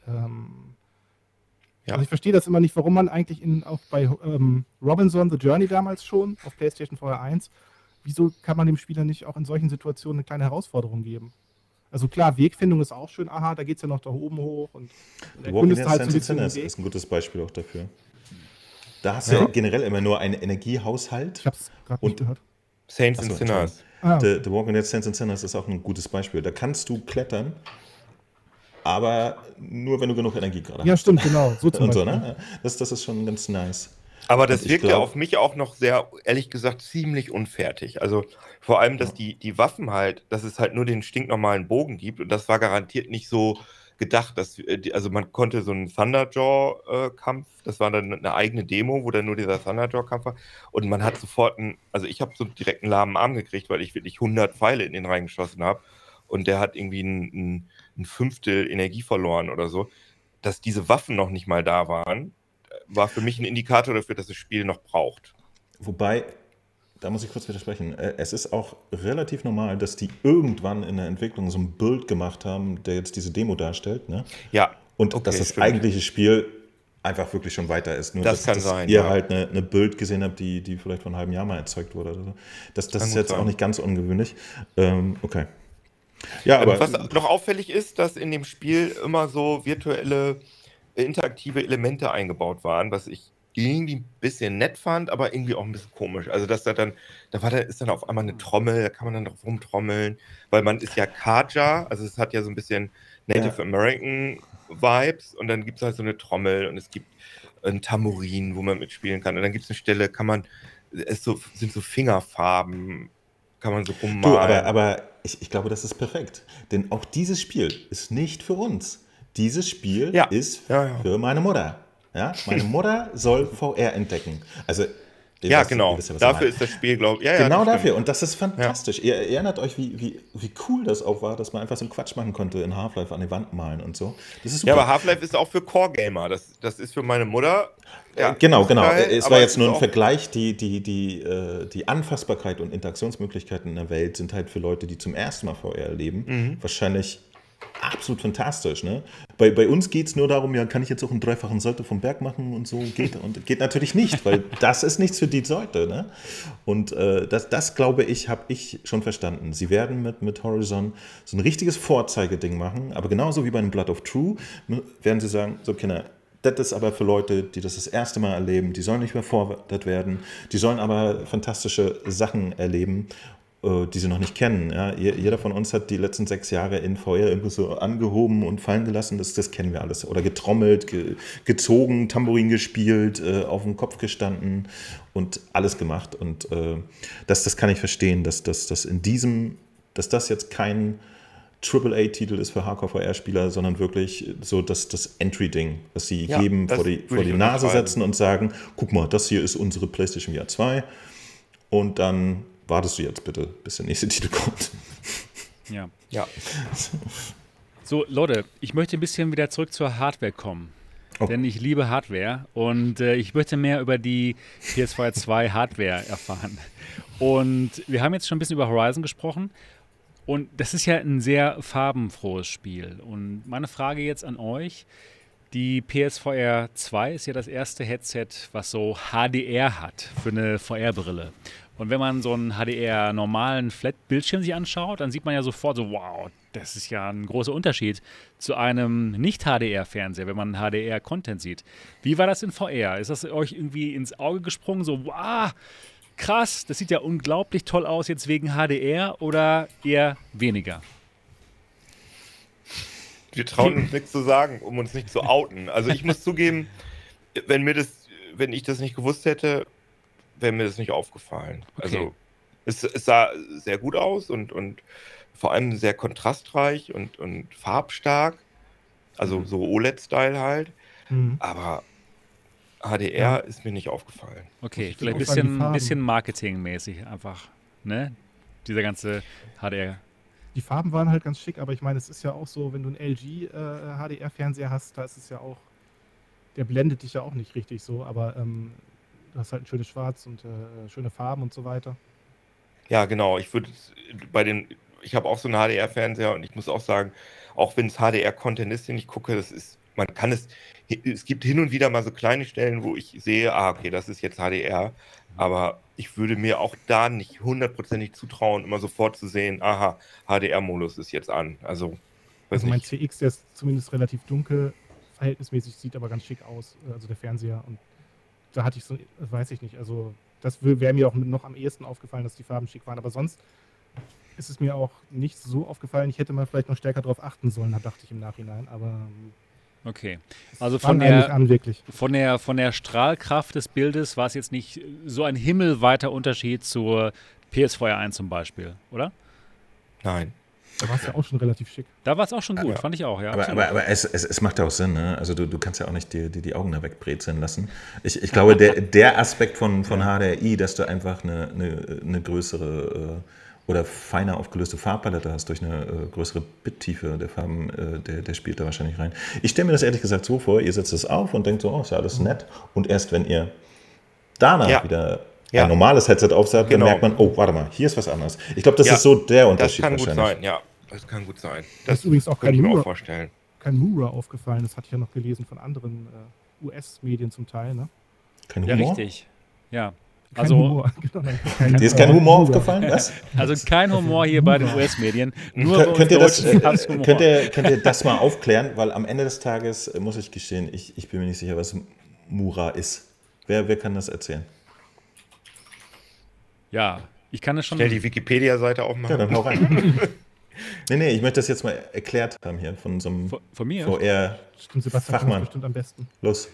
Also ich verstehe das immer nicht, warum man eigentlich auch bei Robinson The Journey damals schon auf PlayStation VR 1, wieso kann man dem Spieler nicht auch in solchen Situationen eine kleine Herausforderung geben? Also klar, Wegfindung ist auch schön, da geht es ja noch da oben hoch und erkundest halt so ein bisschen den Weg. Ist ein gutes Beispiel auch dafür. Da hast du ja generell immer nur einen Energiehaushalt. Ich hab's gerade nicht gehört. Saints and Sinners. Okay. The Walking Dead Saints and Sinners ist auch ein gutes Beispiel. Da kannst du klettern, aber nur, wenn du genug Energie gerade hast. Ja, stimmt, genau. So zum Und so, Beispiel. ne? Das ist schon ganz nice. Aber das Und ich wirkte glaub- auf mich auch noch sehr, ehrlich gesagt, ziemlich unfertig. Also vor allem, dass die Waffen halt, dass es halt nur den stinknormalen Bogen gibt und das war garantiert nicht so gedacht, dass, also man konnte so einen Thunderjaw-Kampf, das war dann eine eigene Demo, wo dann nur dieser Thunderjaw-Kampf war und man hat sofort also ich habe so direkt einen lahmen Arm gekriegt, weil ich wirklich 100 Pfeile in den reingeschossen habe und der hat irgendwie ein Fünftel Energie verloren oder so. Dass diese Waffen noch nicht mal da waren, war für mich ein Indikator dafür, dass das Spiel noch braucht. Wobei, da muss ich kurz widersprechen, es ist auch relativ normal, dass die irgendwann in der Entwicklung so ein Build gemacht haben, der jetzt diese Demo darstellt, ne? Ja. Und okay, dass das stimmt. eigentliche Spiel einfach wirklich schon weiter ist. Nur Das kann dass sein, ihr ja. halt eine Bild gesehen habt, die vielleicht vor einem halben Jahr mal erzeugt wurde. Oder so. Das Kann ist gut jetzt sein. auch nicht ganz ungewöhnlich. Okay. Ja, aber Was noch auffällig ist, dass in dem Spiel immer so virtuelle, interaktive Elemente eingebaut waren, was ich irgendwie ein bisschen nett fand, aber irgendwie auch ein bisschen komisch. Also, dass ist dann auf einmal eine Trommel, da kann man dann drauf rumtrommeln, weil man ist ja Kaja, also es hat ja so ein bisschen Native American Vibes und dann gibt es halt so eine Trommel und es gibt ein Tambourin, wo man mitspielen kann und dann gibt es eine Stelle, sind so Fingerfarben, kann man so du, rummalen. aber ich glaube, das ist perfekt. Denn auch dieses Spiel ist nicht für uns. Dieses Spiel Ja. ist Ja. für meine Mutter. Ja? Meine Mutter soll VR entdecken. Also, ihr Ja, wisst- ihr genau. wisst ja, was ich Dafür meine. ist das Spiel, glaube ich. Ja, Genau das dafür. stimmt. Und das ist fantastisch. Ihr erinnert euch, wie cool das auch war, dass man einfach so einen Quatsch machen konnte in Half-Life an die Wand malen und so. Das ist super. Ja, aber Half-Life ist auch für Core-Gamer. Das ist für meine Mutter. Ja, Genau. ist geil, Es aber war jetzt ist nur ein auch- Vergleich. Die Anfassbarkeit und Interaktionsmöglichkeiten in der Welt sind halt für Leute, die zum ersten Mal VR erleben, wahrscheinlich absolut fantastisch. Ne? Bei uns geht es nur darum, ja, kann ich jetzt auch einen dreifachen Seite vom Berg machen und so? Geht natürlich nicht, weil das ist nichts für die Leute. Ne? Und das glaube ich, habe ich schon verstanden. Sie werden mit Horizon so ein richtiges Vorzeigeding machen, aber genauso wie bei einem Blood of True werden sie sagen, so Kinder, das ist aber für Leute, die das erste Mal erleben, die sollen nicht überfordert werden, die sollen aber fantastische Sachen erleben, die sie noch nicht kennen. Ja? Jeder von uns hat die letzten 6 Jahre in VR irgendwie so angehoben und fallen gelassen, das kennen wir alles. Oder getrommelt, gezogen, Tambourin gespielt, auf dem Kopf gestanden und alles gemacht. Und das kann ich verstehen, dass das jetzt kein AAA-Titel ist für Hardcore-VR-Spieler, sondern wirklich so das Entry-Ding, dass sie Ja, jedem das vor die würde ich Nase unterschreiben. setzen und sagen, guck mal, das hier ist unsere PlayStation VR 2 und dann wartest du jetzt bitte, bis der nächste Titel kommt. Ja. Ja. So, Leute, ich möchte ein bisschen wieder zurück zur Hardware kommen. Oh. Denn ich liebe Hardware und ich möchte mehr über die PS4 2 Hardware erfahren. Und wir haben jetzt schon ein bisschen über Horizon gesprochen. Und das ist ja ein sehr farbenfrohes Spiel. Und meine Frage jetzt an euch: Die PSVR 2 ist ja das erste Headset, was so HDR hat für eine VR-Brille. Und wenn man so einen HDR-normalen Flat-Bildschirm sich anschaut, dann sieht man ja sofort so, wow, das ist ja ein großer Unterschied zu einem Nicht-HDR-Fernseher, wenn man HDR-Content sieht. Wie war das in VR? Ist das euch irgendwie ins Auge gesprungen, so, wow, krass, das sieht ja unglaublich toll aus jetzt wegen HDR oder eher weniger? Wir trauen uns nichts zu sagen, um uns nicht zu outen. Also ich muss zugeben, wenn ich das nicht gewusst hätte, wäre mir das nicht aufgefallen. Okay. Also es sah sehr gut aus und vor allem sehr kontrastreich und farbstark. Also so OLED-Style halt. Mhm. Aber HDR ist mir nicht aufgefallen. Okay, Ich vielleicht auch sagen, die ein Farben. bisschen marketingmäßig einfach, ne? Dieser ganze HDR. Die Farben waren halt ganz schick, aber ich meine, es ist ja auch so, wenn du einen LG HDR-Fernseher hast, da ist es ja auch, der blendet dich ja auch nicht richtig so, aber du hast halt ein schönes Schwarz und schöne Farben und so weiter. Ja, genau. Ich habe auch so einen HDR-Fernseher und ich muss auch sagen, auch wenn es HDR-Content ist, den ich gucke, es gibt hin und wieder mal so kleine Stellen, wo ich sehe, okay, das ist jetzt HDR, aber ich würde mir auch da nicht hundertprozentig zutrauen, immer sofort zu sehen, aha, HDR-Modus ist jetzt an. Also, weiß Also mein nicht. CX, der ist zumindest relativ dunkel, verhältnismäßig, sieht aber ganz schick aus, also der Fernseher. Und da hatte ich so, weiß ich nicht, also das wäre mir auch noch am ehesten aufgefallen, dass die Farben schick waren. Aber sonst ist es mir auch nicht so aufgefallen. Ich hätte mal vielleicht noch stärker darauf achten sollen, da dachte ich im Nachhinein. Aber Okay. Also fang eigentlich an, wirklich. von der Strahlkraft des Bildes war es jetzt nicht so ein himmelweiter Unterschied zur PSVR 1 zum Beispiel, oder? Nein. Da war es ja auch schon relativ schick. Da war es auch schon gut, Ja. fand ich auch, ja. Aber es macht ja auch Sinn, ne? Also du kannst ja auch nicht die Augen da wegbrezeln lassen. Ich glaube, der Aspekt von HDRI, dass du einfach eine größere oder feiner aufgelöste Farbpalette hast durch eine größere Bittiefe der Farben, der spielt da wahrscheinlich rein. Ich stelle mir das ehrlich gesagt so vor, ihr setzt es auf und denkt so, oh, ist ja alles nett. Und erst wenn ihr danach wieder ein normales Headset aufsetzt, dann merkt man, oh, warte mal, hier ist was anderes. Ich glaube, das ist so der Unterschied Das kann gut wahrscheinlich. sein, ja. Das kann gut sein. Das ist übrigens auch kann ich mir auch kein vorstellen. Mura aufgefallen. Das hatte ich ja noch gelesen von anderen US-Medien zum Teil. Ne? Kein Ja, Humor? richtig. Ja. Kein Also, Humor. Genau, Dir ist kein Humor aufgefallen? Was? also kein Humor hier bei den US-Medien. Nur bei uns Könnt ihr Deutschen gab's Humor. könnt ihr das mal aufklären? Weil am Ende des Tages muss ich gestehen, ich bin mir nicht sicher, was Mura ist. Wer kann das erzählen? Ja, ich kann es schon. Schnell die Wikipedia-Seite aufmachen. Ja, dann hau rein. Nee, ich möchte das jetzt mal erklärt haben hier von so einem Von mir? VR-Fachmann. Stimmt, Sebastian kann das bestimmt am besten. Los.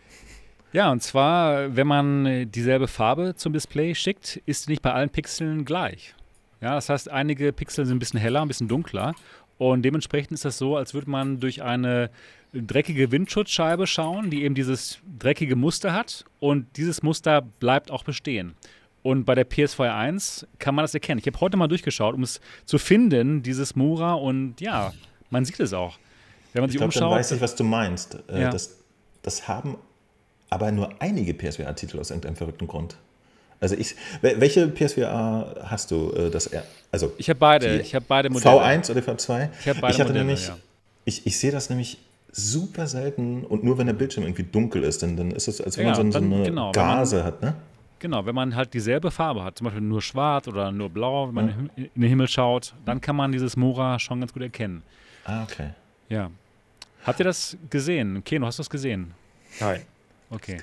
Ja, und zwar, wenn man dieselbe Farbe zum Display schickt, ist sie nicht bei allen Pixeln gleich. Ja, das heißt, einige Pixel sind ein bisschen heller, ein bisschen dunkler. Und dementsprechend ist das so, als würde man durch eine dreckige Windschutzscheibe schauen, die eben dieses dreckige Muster hat. Und dieses Muster bleibt auch bestehen. Und bei der PSVR 1 kann man das erkennen. Ich habe heute mal durchgeschaut, um es zu finden, dieses Mura. Und ja, man sieht es auch. Wenn man sich Dann umschaut. weiß ich, was du meinst. Ja. Das haben aber nur einige PSVR-Titel aus irgendeinem verrückten Grund. Also welche PSVR hast du? Also Ich habe beide. Ich habe beide Modelle. V1 oder V2? Ich habe beide hatte Modelle, nämlich, ja. ich sehe das nämlich super selten und nur wenn der Bildschirm irgendwie dunkel ist, dann ist es, als wenn Ja, man so dann- eine genau, wenn Gase hat, ne? Genau, wenn man halt dieselbe Farbe hat, zum Beispiel nur schwarz oder nur blau, wenn man in den Himmel schaut, dann kann man dieses Mura schon ganz gut erkennen. Ah, okay. Ja. Habt ihr das gesehen? Keno, hast du das gesehen? Nein. Okay.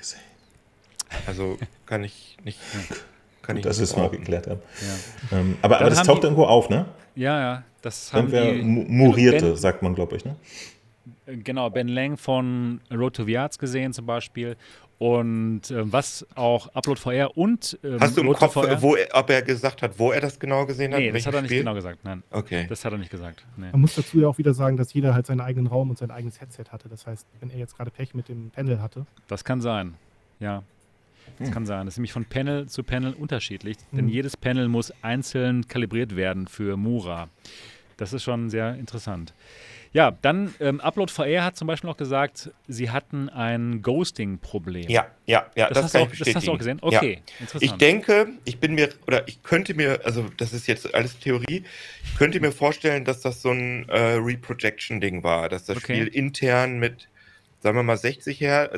Also kann ich nicht. Kann ich Gut, dass wir nicht es mal behaupten. geklärt haben. Ja, Aber Dann das haben taucht die- irgendwo auf, ne? ja, das haben Irgendwer die Murierte, sagt man, glaube ich, ne? Genau, Ben Lang von Road to VR gesehen zum Beispiel. Und was auch Upload VR und Hast du im Road to Kopf, VR ob er gesagt hat, wo er das genau gesehen hat? Nee, in das hat welchem er nicht Spiel? genau gesagt. Nein, Okay. das hat er nicht gesagt. Nee. Man muss dazu ja auch wieder sagen, dass jeder halt seinen eigenen Raum und sein eigenes Headset hatte. Das heißt, wenn er jetzt gerade Pech mit dem Panel hatte, Das kann sein. Ja. Das kann sein. Das ist nämlich von Panel zu Panel unterschiedlich, denn jedes Panel muss einzeln kalibriert werden für Mura. Das ist schon sehr interessant. Ja, dann Upload VR hat zum Beispiel auch gesagt, sie hatten ein Ghosting-Problem. Ja, Das kann hast ich du auch bestätigen. gesehen? Ja. Okay, interessant. Ich denke, ich könnte mir, also das ist jetzt alles Theorie, ich könnte mir vorstellen, dass das so ein Reprojection-Ding war, dass das Okay. Spiel intern mit, sagen wir mal, 60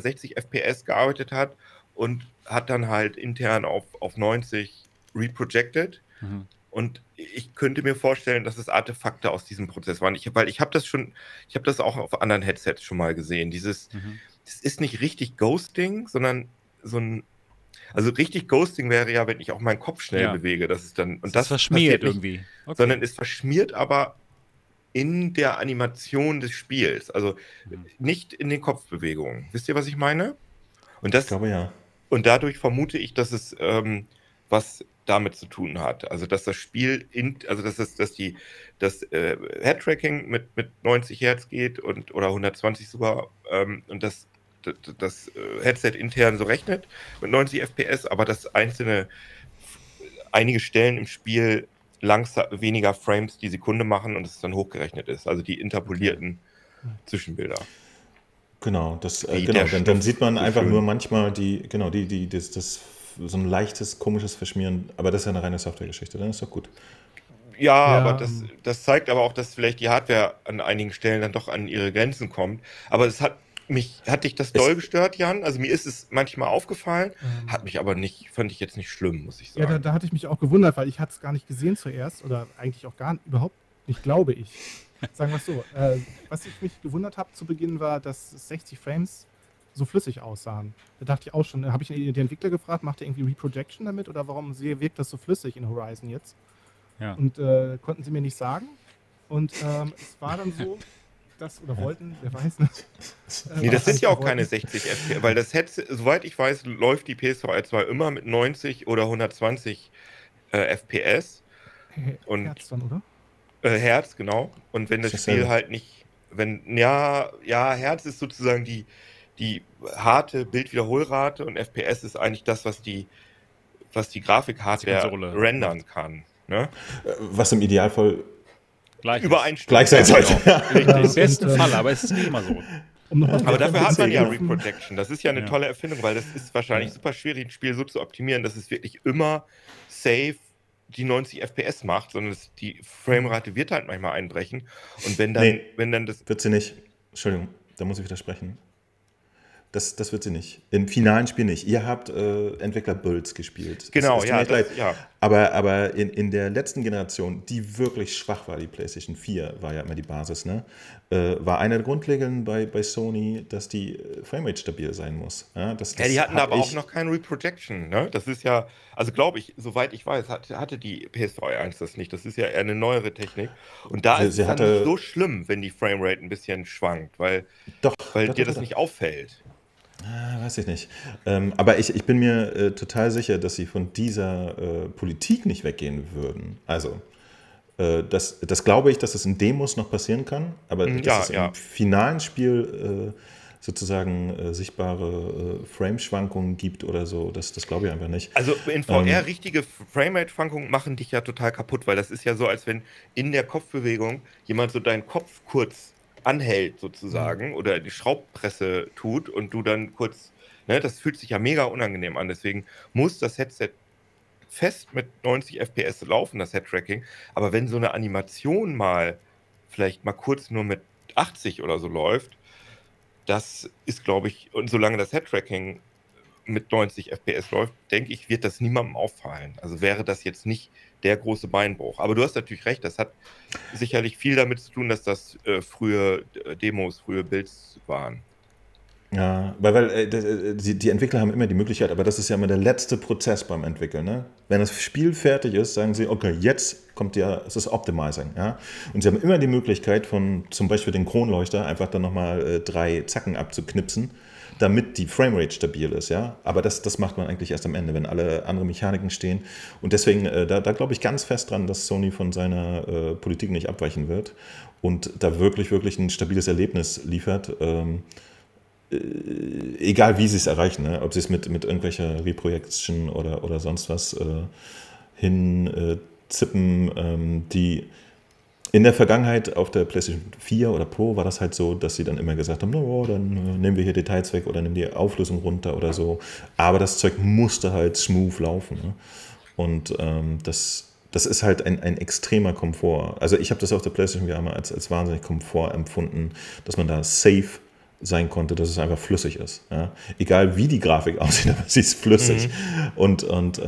FPS gearbeitet hat und hat dann halt intern auf 90 reprojected. Mhm. Und ich könnte mir vorstellen, dass es Artefakte aus diesem Prozess waren. Weil ich habe das auch auf anderen Headsets schon mal gesehen. Das ist nicht richtig Ghosting, sondern also richtig Ghosting wäre ja, wenn ich auch meinen Kopf schnell bewege. Das ist dann, und Das ist verschmiert passiert nicht, irgendwie. Okay. sondern ist verschmiert, aber in der Animation des Spiels. Also nicht in den Kopfbewegungen. Wisst ihr, was ich meine? Und Ich glaube, ja. und dadurch vermute ich, dass es was damit zu tun hat. Also dass das Spiel, das Head-Tracking mit 90 Hertz geht oder 120 sogar und das Headset intern so rechnet mit 90 FPS, aber dass einige Stellen im Spiel weniger Frames die Sekunde machen und es dann hochgerechnet ist. Also die interpolierten Zwischenbilder. Genau, Wie der dann sieht man so einfach schön. nur manchmal so ein leichtes, komisches Verschmieren, aber das ist ja eine reine Softwaregeschichte, dann ist doch gut. Ja, Ja, aber das zeigt aber auch, dass vielleicht die Hardware an einigen Stellen dann doch an ihre Grenzen kommt. Aber hat dich das doll gestört, Jan? Also mir ist es manchmal aufgefallen, hat mich aber nicht, fand ich jetzt nicht schlimm, muss ich sagen. ja, da hatte ich mich auch gewundert, weil ich hatte es gar nicht gesehen zuerst oder eigentlich auch überhaupt nicht, glaube ich. Sagen wir es so. Was ich mich gewundert habe zu Beginn war, dass 60 Frames so flüssig aussahen. Da dachte ich auch schon, habe ich den Entwickler gefragt, macht er irgendwie Reprojection damit oder warum wirkt das so flüssig in Horizon jetzt? Ja. und konnten sie mir nicht sagen. Und es war dann so, oder wollten, wer weiß nicht. Nee, das sind ja auch keine 60 FPS, weil das Headset, soweit ich weiß, läuft die PSVR 2 immer mit 90 oder 120 FPS. Und Herz dann, oder? Herz, genau. Und wenn das Spiel halt nicht, Herz ist sozusagen die harte Bildwiederholrate und FPS ist eigentlich das, was die Grafikhardware rendern kann. Ne? Was im Idealfall übereinstimmt. Gleichzeitig sollte. Richtig, im besten Fall, aber es ist nicht immer so. Aber dafür hat man ja Reprojection. Das ist ja eine tolle Erfindung, weil das ist wahrscheinlich super schwierig, ein Spiel so zu optimieren, dass es wirklich immer safe die 90 FPS macht, sondern die Framerate wird halt manchmal einbrechen. Und wenn dann das... Wird sie nicht. Entschuldigung, da muss ich widersprechen. Das wird sie nicht. Im finalen Spiel nicht. Ihr habt Entwickler-Builds gespielt. Genau, ja. Aber in der letzten Generation, die wirklich schwach war, die PlayStation 4, war ja immer die Basis, ne? War eine der Grundregeln bei Sony, dass die Framerate stabil sein muss. Ja, die hatten aber auch noch keine Reprojection, ne? Das ist ja, also glaube ich, soweit ich weiß, hatte die PSVR 1 das nicht. Das ist ja eher eine neuere Technik. Und da ist es dann nicht so schlimm, wenn die Framerate ein bisschen schwankt, weil dir das nicht auffällt. Weiß ich nicht. Aber ich bin mir total sicher, dass sie von dieser Politik nicht weggehen würden. Also, das glaube ich, dass es in Demos noch passieren kann, aber dass es im finalen Spiel sozusagen sichtbare Frame-Schwankungen gibt oder so, das glaube ich einfach nicht. Also in VR richtige Framerate-Schwankungen machen dich ja total kaputt, weil das ist ja so, als wenn in der Kopfbewegung jemand so deinen Kopf kurz anhält sozusagen oder die Schraubpresse tut und du dann kurz, ne, das fühlt sich ja mega unangenehm an, deswegen muss das Headset fest mit 90 FPS laufen, das Head-Tracking, aber wenn so eine Animation vielleicht mal kurz nur mit 80 oder so läuft, das ist, glaube ich, und solange das Head-Tracking mit 90 FPS läuft, denke ich, wird das niemandem auffallen. Also wäre das jetzt nicht der große Beinbruch. Aber du hast natürlich recht, das hat sicherlich viel damit zu tun, dass das frühe Demos, frühe Builds waren. Ja, weil die Entwickler haben immer die Möglichkeit, aber das ist ja immer der letzte Prozess beim Entwickeln. Ne? Wenn das Spiel fertig ist, sagen sie, okay, jetzt kommt es ist Optimizing. Ja? Und sie haben immer die Möglichkeit von zum Beispiel den Kronleuchter einfach dann nochmal 3 Zacken abzuknipsen, damit die Framerate stabil ist. Ja? Aber das macht man eigentlich erst am Ende, wenn alle anderen Mechaniken stehen. Und deswegen, da glaube ich ganz fest dran, dass Sony von seiner Politik nicht abweichen wird und da wirklich ein stabiles Erlebnis liefert. Egal wie sie es erreichen, ne? Ob sie es mit irgendwelcher Reprojection oder sonst was hinzippen, die in der Vergangenheit auf der PlayStation 4 oder Pro war das halt so, dass sie dann immer gesagt haben, dann nehmen wir hier Details weg oder nehmen die Auflösung runter oder so. Aber das Zeug musste halt smooth laufen. Ne? Und das ist halt ein extremer Komfort. Also ich habe das auf der PlayStation VR mal als wahnsinnig Komfort empfunden, dass man da safe sein konnte, dass es einfach flüssig ist. Ja? Egal wie die Grafik aussieht, aber sie ist flüssig. Und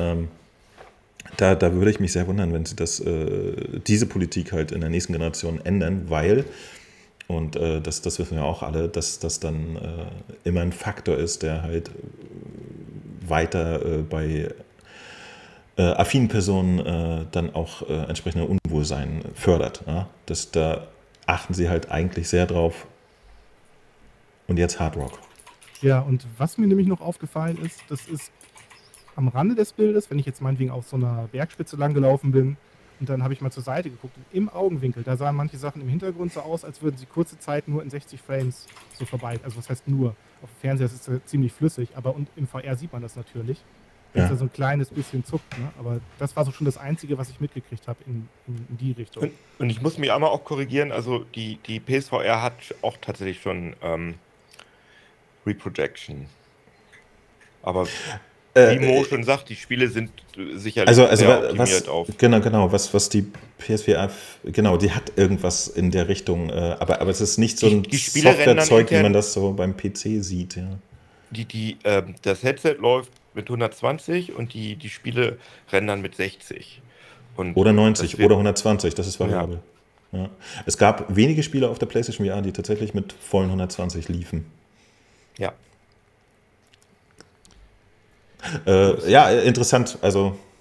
da würde ich mich sehr wundern, wenn sie diese Politik halt in der nächsten Generation ändern, weil, und das wissen wir auch alle, dass das dann immer ein Faktor ist, der halt weiter bei affinen Personen dann auch entsprechende Unwohlsein fördert. Ja? Da achten sie halt eigentlich sehr drauf. Und jetzt Hard Rock. Ja, und was mir nämlich noch aufgefallen ist, das ist am Rande des Bildes, wenn ich jetzt meinetwegen auf so einer Bergspitze lang gelaufen bin und dann habe ich mal zur Seite geguckt, und im Augenwinkel, da sahen manche Sachen im Hintergrund so aus, als würden sie kurze Zeit nur in 60 Frames so vorbei. Also was heißt nur? Auf dem Fernseher ist es ziemlich flüssig, aber und im VR sieht man das natürlich. Wenn es da so ein kleines bisschen zuckt, ne? Aber das war so schon das Einzige, was ich mitgekriegt habe in die Richtung. Und ich muss mich einmal auch korrigieren, also die PSVR hat auch tatsächlich schon Reprojection. Aber wie Mo schon sagt, die Spiele sind sicherlich sehr optimiert auf. Genau, was die PSVR, genau, die hat irgendwas in der Richtung, aber es ist nicht so ein Softwarezeug, wie man das so beim PC sieht. Ja. Das Headset läuft mit 120 und die Spiele rendern mit 60. Oder 90 oder 120, das ist variabel. Ja. Es gab wenige Spiele auf der PlayStation VR, die tatsächlich mit vollen 120 liefen. Ja. Ja, interessant. Also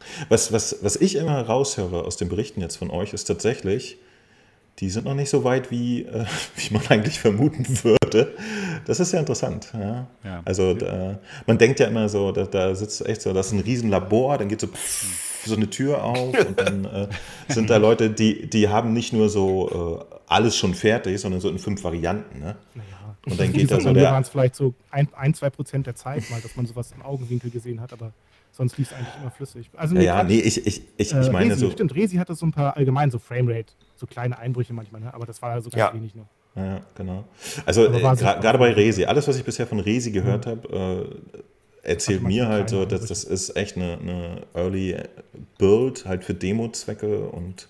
Was ich immer raushöre aus den Berichten jetzt von euch, ist tatsächlich, die sind noch nicht so weit, wie man eigentlich vermuten würde. Das ist ja interessant. Ja? Ja. Also man denkt ja immer so, da sitzt echt so, das ist ein Riesenlabor, dann geht so eine Tür auf und dann sind da Leute, die haben nicht nur so alles schon fertig, sondern so in 5 Varianten. Ne? Naja. Und dann geht da so Mir der... waren es vielleicht so 1-2% der Zeit mal, dass man sowas im Augenwinkel gesehen hat, aber sonst lief es eigentlich immer flüssig. Also ich meine Resi, so... Stimmt, Resi hatte so ein paar allgemein so Framerate, so kleine Einbrüche manchmal, ne? Aber das war so ganz wenig nur. Ja, genau. Also gerade bei Resi, alles, was ich bisher von Resi gehört habe, erzählt mir halt so, dass das ist echt eine Early Build halt für Demo-Zwecke und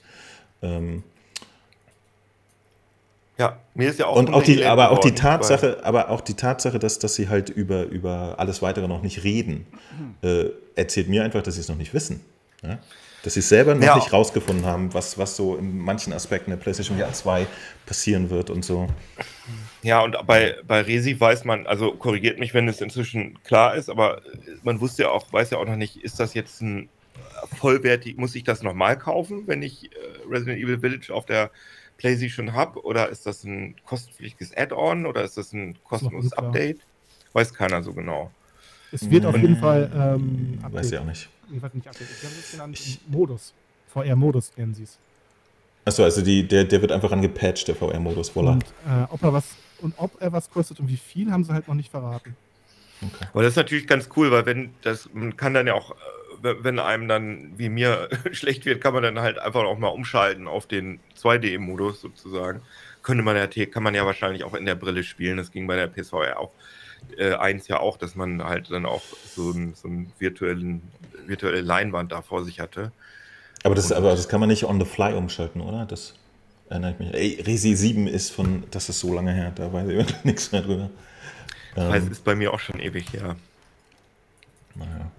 Ja, mir ist ja auch und auch die, aber auch die geworden, Tatsache, dass sie halt über alles weitere noch nicht reden, erzählt mir einfach, dass sie es noch nicht wissen. Ja? Dass sie es selber noch nicht rausgefunden haben, was so in manchen Aspekten der PlayStation VR 2 passieren wird und so. Ja, und bei Resi weiß man, also korrigiert mich, wenn es inzwischen klar ist, aber man weiß ja auch noch nicht, ist das jetzt ein vollwertig, muss ich das nochmal kaufen, wenn ich Resident Evil Village auf der PlayStation habe, oder ist das ein kostenpflichtiges Add-on oder ist das ein kostenloses Update? Weiß keiner so genau. Es wird auf jeden Fall Update. Weiß ich auch nicht. Ich weiß nicht, Update. Ich habe es genannt, Modus. VR-Modus nennen sie es. Achso, also der wird einfach angepatcht, der VR-Modus, voilà. Und ob er was kostet und wie viel, haben sie halt noch nicht verraten. Okay. Aber das ist natürlich ganz cool, weil man kann dann ja auch, wenn einem dann wie mir schlecht wird, kann man dann halt einfach auch mal umschalten auf den 2D-Modus sozusagen. Kann man ja wahrscheinlich auch in der Brille spielen. Das ging bei der PSVR auch 1 ja auch, dass man halt dann auch so einen virtuelle Leinwand da vor sich hatte. Aber das kann man nicht on the fly umschalten, oder? Das erinnere ich mich. Ey, Resi 7 das ist so lange her, da weiß ich wirklich nichts mehr drüber. Das heißt, ist bei mir auch schon ewig her. Naja.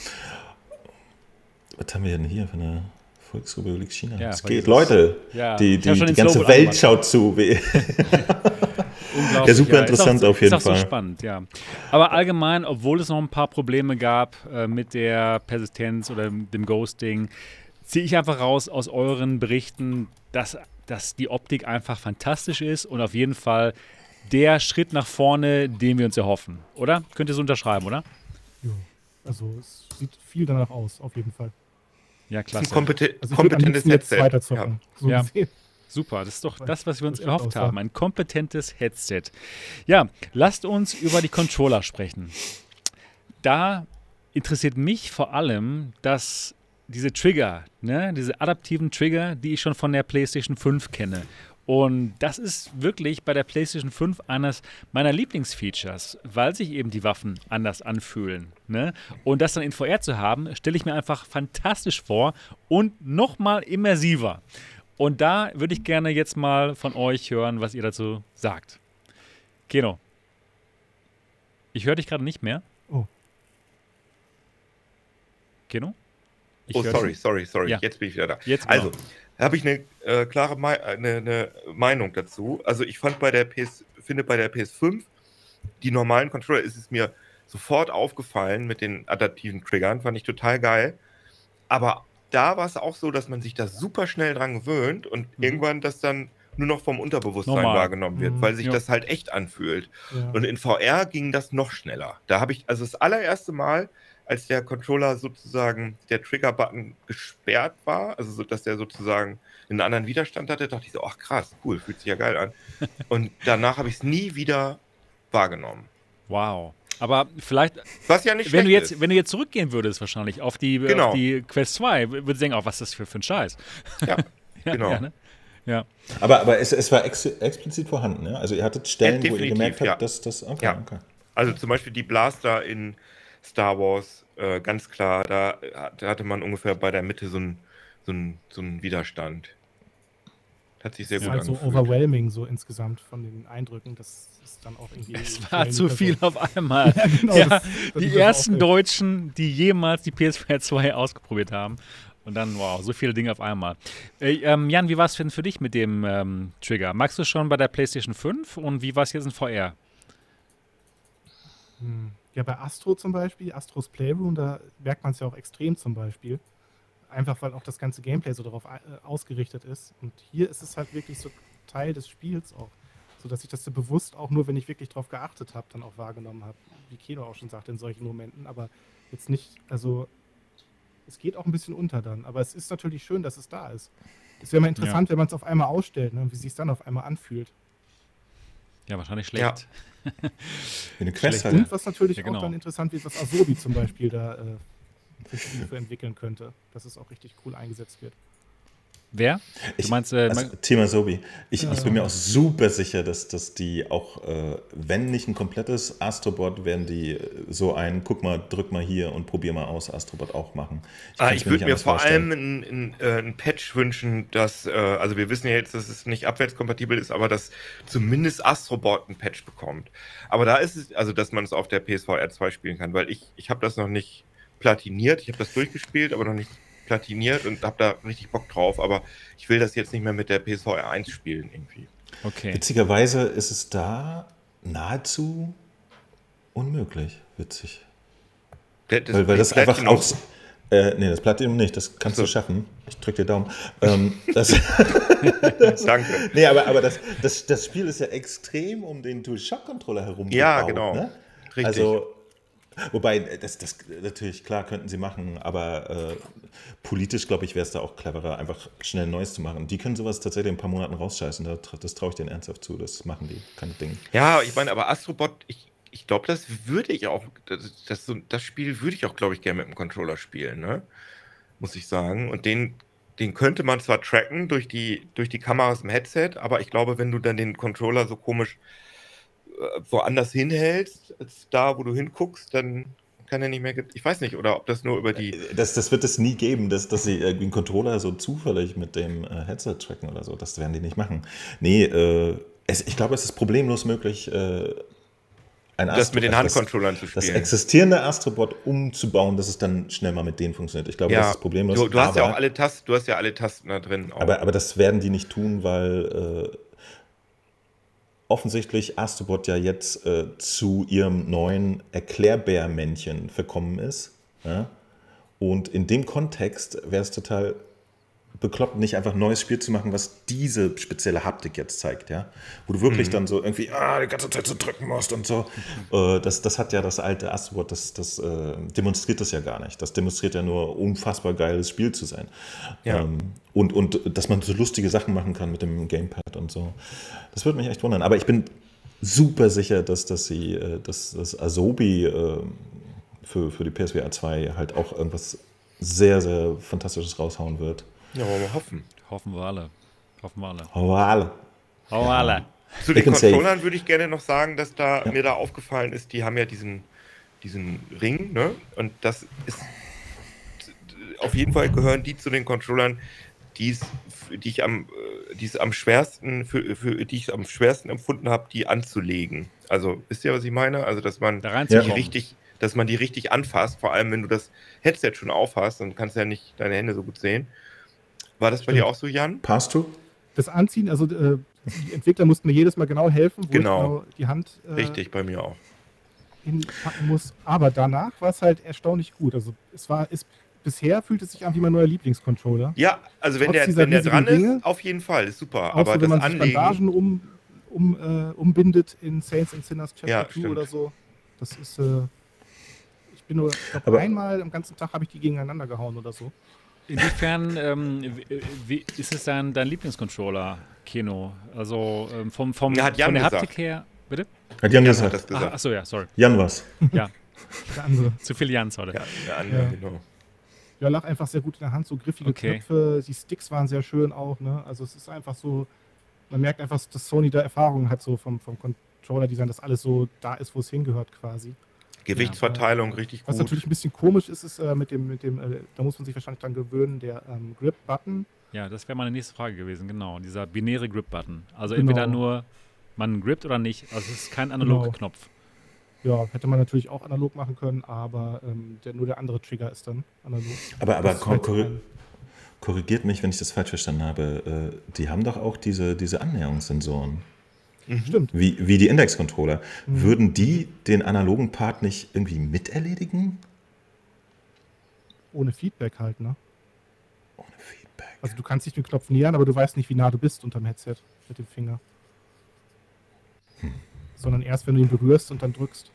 Was haben wir denn hier für eine Volksrepublik China? Ja, es geht, Leute. Ja, die ganze Welt schaut zu. Unglaublich. Ja, super interessant auf jeden Fall. Ist auch so Fall. spannend, ja. Aber allgemein, obwohl es noch ein paar Probleme gab mit der Persistenz oder dem Ghosting, ziehe ich einfach raus aus euren Berichten, dass die Optik einfach fantastisch ist und auf jeden Fall der Schritt nach vorne, den wir uns erhoffen, oder? Könnt ihr so unterschreiben, oder? Ja, also es sieht viel danach aus, auf jeden Fall. Ja, klasse. Kompetentes Headset. Weiterzocken. Ja. Super, das ist doch das, was wir uns erhofft haben. Ein kompetentes Headset. Ja, lasst uns über die Controller sprechen. Da interessiert mich vor allem, dass diese Trigger, diese adaptiven Trigger, die ich schon von der PlayStation 5 kenne. Und das ist wirklich bei der PlayStation 5 eines meiner Lieblingsfeatures, weil sich eben die Waffen anders anfühlen. Ne? Und das dann in VR zu haben, stelle ich mir einfach fantastisch vor und nochmal immersiver. Und da würde ich gerne jetzt mal von euch hören, was ihr dazu sagt. Keno. Ich höre dich gerade nicht mehr. Oh. Keno? Sorry. Ja. Jetzt bin ich wieder da. Jetzt also, habe ich eine klare eine Meinung dazu. Also ich finde bei der PS5, die normalen Controller, ist es mir sofort aufgefallen mit den adaptiven Triggern, fand ich total geil. Aber da war es auch so, dass man sich da super schnell dran gewöhnt und irgendwann das dann nur noch vom Unterbewusstsein wahrgenommen wird, weil sich das halt echt anfühlt. Ja. Und in VR ging das noch schneller. Da habe ich, also das allererste Mal, als der Controller sozusagen, der Trigger-Button gesperrt war, also so, dass der sozusagen einen anderen Widerstand hatte, dachte ich so, ach krass, cool, fühlt sich ja geil an. Und danach habe ich es nie wieder wahrgenommen. Wow. Aber vielleicht, was ja nicht wenn du jetzt zurückgehen würdest wahrscheinlich auf die Quest 2, würdest du denken, was ist das für ein Scheiß? Ja, genau. Ja, ne? Ja. Aber es war explizit vorhanden, ne? Also ihr hattet Stellen, wo ihr gemerkt habt, dass das... Okay. Also zum Beispiel die Blaster in Star Wars, ganz klar, da hatte man ungefähr bei der Mitte so einen Widerstand. Hat sich sehr gut angefühlt. So overwhelming so insgesamt von den Eindrücken, das ist dann auch irgendwie... Es war zu viel auf einmal. Ja, genau, ja, die ersten Deutschen, die jemals die PSVR 2 ausprobiert haben. Und dann, wow, so viele Dinge auf einmal. Jan, wie war es denn für dich mit dem Trigger? Magst du schon bei der PlayStation 5 und wie war es jetzt in VR? Ja, bei Astro zum Beispiel, Astros Playroom, da merkt man es ja auch extrem zum Beispiel. einfach weil auch das ganze Gameplay so darauf ausgerichtet ist. Und hier ist es halt wirklich so Teil des Spiels auch. So dass ich das so bewusst auch nur, wenn ich wirklich drauf geachtet habe, dann auch wahrgenommen habe. Wie Keno auch schon sagte, in solchen Momenten. Aber jetzt nicht, also es geht auch ein bisschen unter dann. Aber es ist natürlich schön, dass es da ist. Es wäre mal interessant, wenn man es auf einmal ausstellt, ne? Wie sich es dann auf einmal anfühlt. Ja, wahrscheinlich schlecht. Wie eine Quest halt. Und was natürlich auch dann interessant wird, was Asobi zum Beispiel da für entwickeln könnte. Dass es auch richtig cool eingesetzt wird. Wer? Du meinst Team Asobi. Ich bin mir auch super sicher, dass die auch, wenn nicht ein komplettes Astrobot, werden die so ein, guck mal, drück mal hier und probier mal aus, Astrobot auch machen. Ich würde mir vor allem ein Patch wünschen, dass, also wir wissen ja jetzt, dass es nicht abwärtskompatibel ist, aber dass zumindest Astrobot ein Patch bekommt. Aber da ist es, also dass man es auf der PSVR 2 spielen kann, weil ich habe das noch nicht platiniert, ich habe das durchgespielt, aber noch nicht platiniert und habe da richtig Bock drauf, aber ich will das jetzt nicht mehr mit der PSVR 1 spielen irgendwie. Okay. Witzigerweise ist es da nahezu unmöglich. Witzig. Weil das einfach auch... nee, das Platinum nicht, das kannst du schaffen. Ich drück dir Daumen. Danke. Nee, aber das Spiel ist ja extrem um den DualShock-Controller herum Ja, gebaut, genau. Ne? Richtig. Also, wobei, das natürlich, klar, könnten sie machen, aber politisch, glaube ich, wäre es da auch cleverer, einfach schnell Neues zu machen. Die können sowas tatsächlich in ein paar Monaten rausscheißen, das traue ich denen ernsthaft zu, das machen die, keine Dinge. Ja, ich meine, aber Astrobot, ich glaube, das würde ich auch, das Spiel würde ich auch, glaube ich, gerne mit dem Controller spielen, ne? Muss ich sagen. Und den könnte man zwar tracken durch die Kameras im Headset, aber ich glaube, wenn du dann den Controller so komisch woanders hinhältst, als da, wo du hinguckst, dann kann er nicht mehr, ich weiß nicht, oder ob das nur über die... Das wird es nie geben, dass sie irgendwie einen Controller so zufällig mit dem Headset tracken oder so, das werden die nicht machen. Nee, ich glaube, es ist problemlos möglich, das mit den Handcontrollern zu spielen. Das existierende Astrobot umzubauen, dass es dann schnell mal mit denen funktioniert. Ich glaube, das ist problemlos. Du hast ja auch alle Tasten da drin. Auch. Aber das werden die nicht tun, weil offensichtlich Astrobot ja jetzt zu ihrem neuen Erklärbär-Männchen verkommen ist. Ja? Und in dem Kontext wäre es total bekloppt, nicht einfach ein neues Spiel zu machen, was diese spezielle Haptik jetzt zeigt, ja, wo du wirklich dann so irgendwie die ganze Zeit so drücken musst und so. Das hat ja das alte Astrobot, das demonstriert das ja gar nicht. Das demonstriert ja nur unfassbar geiles Spiel zu sein. Ja. Und dass man so lustige Sachen machen kann mit dem Gamepad und so. Das würde mich echt wundern. Aber ich bin super sicher, dass Asobi für die PSVR 2 halt auch irgendwas sehr, sehr Fantastisches raushauen wird. Ja, wollen wir hoffen. Hoffen wir alle. Hau alle. Zu den Controllern würde ich gerne noch sagen, dass mir da aufgefallen ist, die haben ja diesen Ring, ne? Und das ist auf jeden Fall gehören die zu den Controllern, die ich am schwersten empfunden habe, die anzulegen. Also wisst ihr, was ich meine? Also dass man die richtig anfasst, vor allem wenn du das Headset schon aufhast, dann kannst du ja nicht deine Hände so gut sehen. War das bei dir auch so, Jan? Passt du? Das Anziehen, also die Entwickler mussten mir jedes Mal genau helfen, wo ich genau die Hand richtig, bei mir auch hinpacken muss. Aber danach war es halt erstaunlich gut. Also bisher fühlt es sich an wie mein neuer Lieblingscontroller. Ja, also wenn der dran ist, auf jeden Fall, ist super. Auch aber so, wenn man sich Bandagen umbindet in Saints and Sinners Chapter 2 oder so. Das ist, ich bin nur, einmal am ganzen Tag habe ich die gegeneinander gehauen oder so. Inwiefern ist es dein Lieblingscontroller, Keno? Also von der Haptik her, bitte? Hat Jan das gesagt. Achso, ja, sorry. Jan was? Ja. Der andere. Zu viel Jans heute. Ja, der andere, genau. Ja, lag einfach sehr gut in der Hand, so griffige Knöpfe, die Sticks waren sehr schön auch, ne? Also es ist einfach so, man merkt einfach, dass Sony da Erfahrungen hat, so vom Controller-Design, dass alles so da ist, wo es hingehört quasi. Gewichtsverteilung richtig gut. Was natürlich ein bisschen komisch ist, ist mit dem da muss man sich wahrscheinlich dran gewöhnen, der Grip-Button. Ja, das wäre meine nächste Frage gewesen, genau. Dieser binäre Grip-Button. Also entweder nur man grippt oder nicht. Also es ist kein analoger Knopf. Ja, hätte man natürlich auch analog machen können, aber nur der andere Trigger ist dann analog. Aber korrigiert mich, wenn ich das falsch verstanden habe. Die haben doch auch diese Annäherungssensoren. Stimmt. Wie die Index-Controller. Würden die den analogen Part nicht irgendwie miterledigen? Ohne Feedback halt, ne? Ohne Feedback. Also du kannst dich dem Knopf nähern, aber du weißt nicht, wie nah du bist unterm Headset mit dem Finger. Sondern erst, wenn du ihn berührst und dann drückst.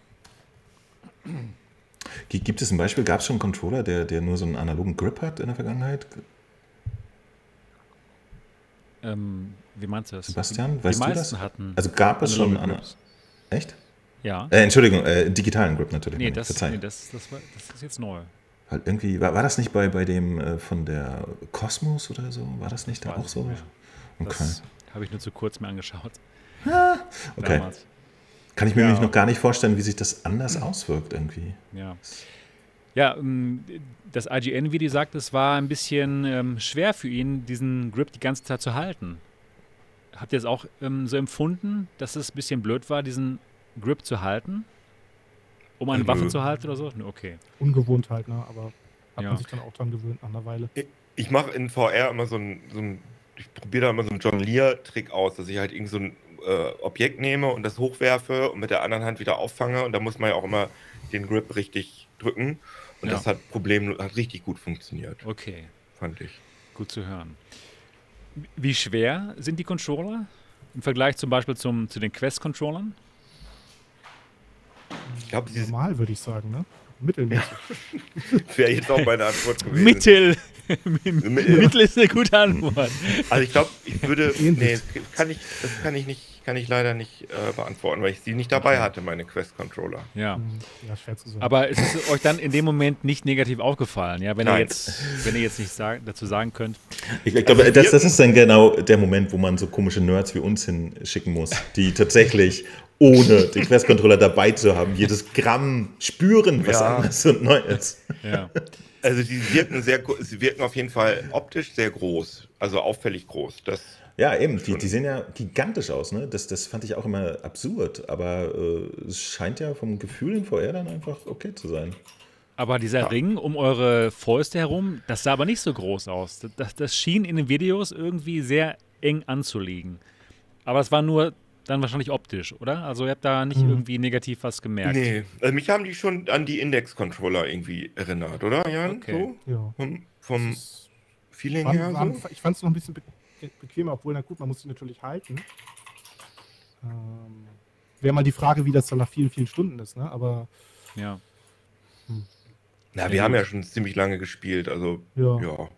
Gibt es ein Beispiel, gab es schon einen Controller, der nur so einen analogen Grip hat in der Vergangenheit? Wie meinst du das? Sebastian, Die weißt du meisten das? hatten Also gab es schon analoge einen... Grips. Echt? Ja. Entschuldigung, digitalen Grip natürlich. Nee, das Verzeihung. ist jetzt neu. Halt irgendwie, war das nicht bei dem von der Cosmos oder so? War das nicht da Weiß auch so? nicht mehr. Okay. Das habe ich nur zu kurz mir angeschaut. Okay. Damals. Kann ich mir Ja. nämlich noch gar nicht vorstellen, wie sich das anders auswirkt irgendwie. Ja. Ja, das IGN-Video sagt, es war ein bisschen schwer für ihn, diesen Grip die ganze Zeit zu halten. Habt ihr es auch so empfunden, dass es ein bisschen blöd war, diesen Grip zu halten? Um eine Waffe zu halten oder so? Okay. Ungewohnt halt, ne? Aber hat Ja. man sich dann auch dran gewöhnt nach einer Weile. Ich mache in VR immer ich probiere da immer so einen Jonglier-Trick aus, dass ich halt irgend so ein Objekt nehme und das hochwerfe und mit der anderen Hand wieder auffange und da muss man ja auch immer den Grip richtig drücken und Ja. das hat richtig gut funktioniert, Okay, fand ich. gut zu hören. Wie schwer sind die Controller im Vergleich zum Beispiel zu den Quest-Controllern? Ich glaube, dieses Normal, würde ich sagen, ne? Mittelmäßig. wäre jetzt auch meine Antwort gewesen. Mittel! Mittel ist eine gute Antwort. Also ich glaube, ich würde, Ähnlich. nee, das kann ich leider nicht beantworten, weil ich sie nicht dabei hatte, meine Quest-Controller. Ja. Ja, schwer zu sagen. Aber es ist euch dann in dem Moment nicht negativ aufgefallen, ja? Wenn ihr Nein. jetzt nicht dazu sagen könnt. Ich glaube, das ist dann genau der Moment, wo man so komische Nerds wie uns hinschicken muss, die tatsächlich ohne den Quest-Controller dabei zu haben, jedes Gramm spüren, was Ja. anders und neu ist. Ja. Also sie wirken auf jeden Fall optisch sehr groß, also auffällig groß. Das Ja, eben, die sehen ja gigantisch aus, ne? Das fand ich auch immer absurd, aber es scheint ja vom Gefühl in VR dann einfach okay zu sein. Aber dieser Ring um eure Fäuste herum, das sah aber nicht so groß aus. Das schien in den Videos irgendwie sehr eng anzuliegen. Aber es war nur dann wahrscheinlich optisch, oder? Also ihr habt da nicht irgendwie negativ was gemerkt. nee, also mich haben die schon an die Index-Controller irgendwie erinnert, oder, Jan? Okay. ja. So? Vom Feeling War, her war, so? ich fand es noch ein bisschen bequemer, obwohl, na gut, man muss sie natürlich halten. Wäre mal die Frage, wie das dann nach vielen, vielen Stunden ist, ne? Aber Ja. Na, wir haben ja schon ziemlich lange gespielt, also ja, ja.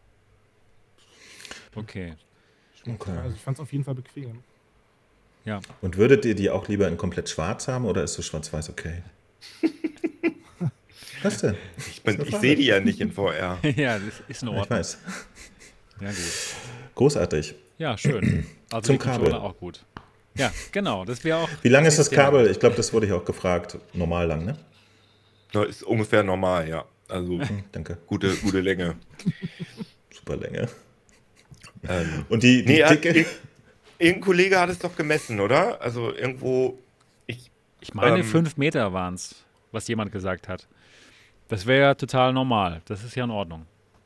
Okay. Okay. also ich fand es auf jeden Fall bequem. Ja. Und würdet ihr die auch lieber in komplett schwarz haben oder ist so schwarz-weiß okay? Was denn? Ich sehe die ja nicht in VR. Ja, das ist in Ich Ordnung. weiß. Ja, gut. Großartig. Ja, schön. Also Zum die Controller Kabel. auch gut. Ja, genau. Das wäre auch. Wie lang ist das Thema. Kabel? Ich glaube, das wurde ich auch gefragt. Normal lang, ne? Das ist ungefähr normal, ja. Also Danke. gute Länge. Super Länge. Ähm, Und die nee, Dicke? irgendein Kollege hat es doch gemessen, oder? Also irgendwo. Ich meine, 5 5 Meter waren es, was jemand gesagt hat. Das wäre ja total normal. Das ist ja in Ordnung.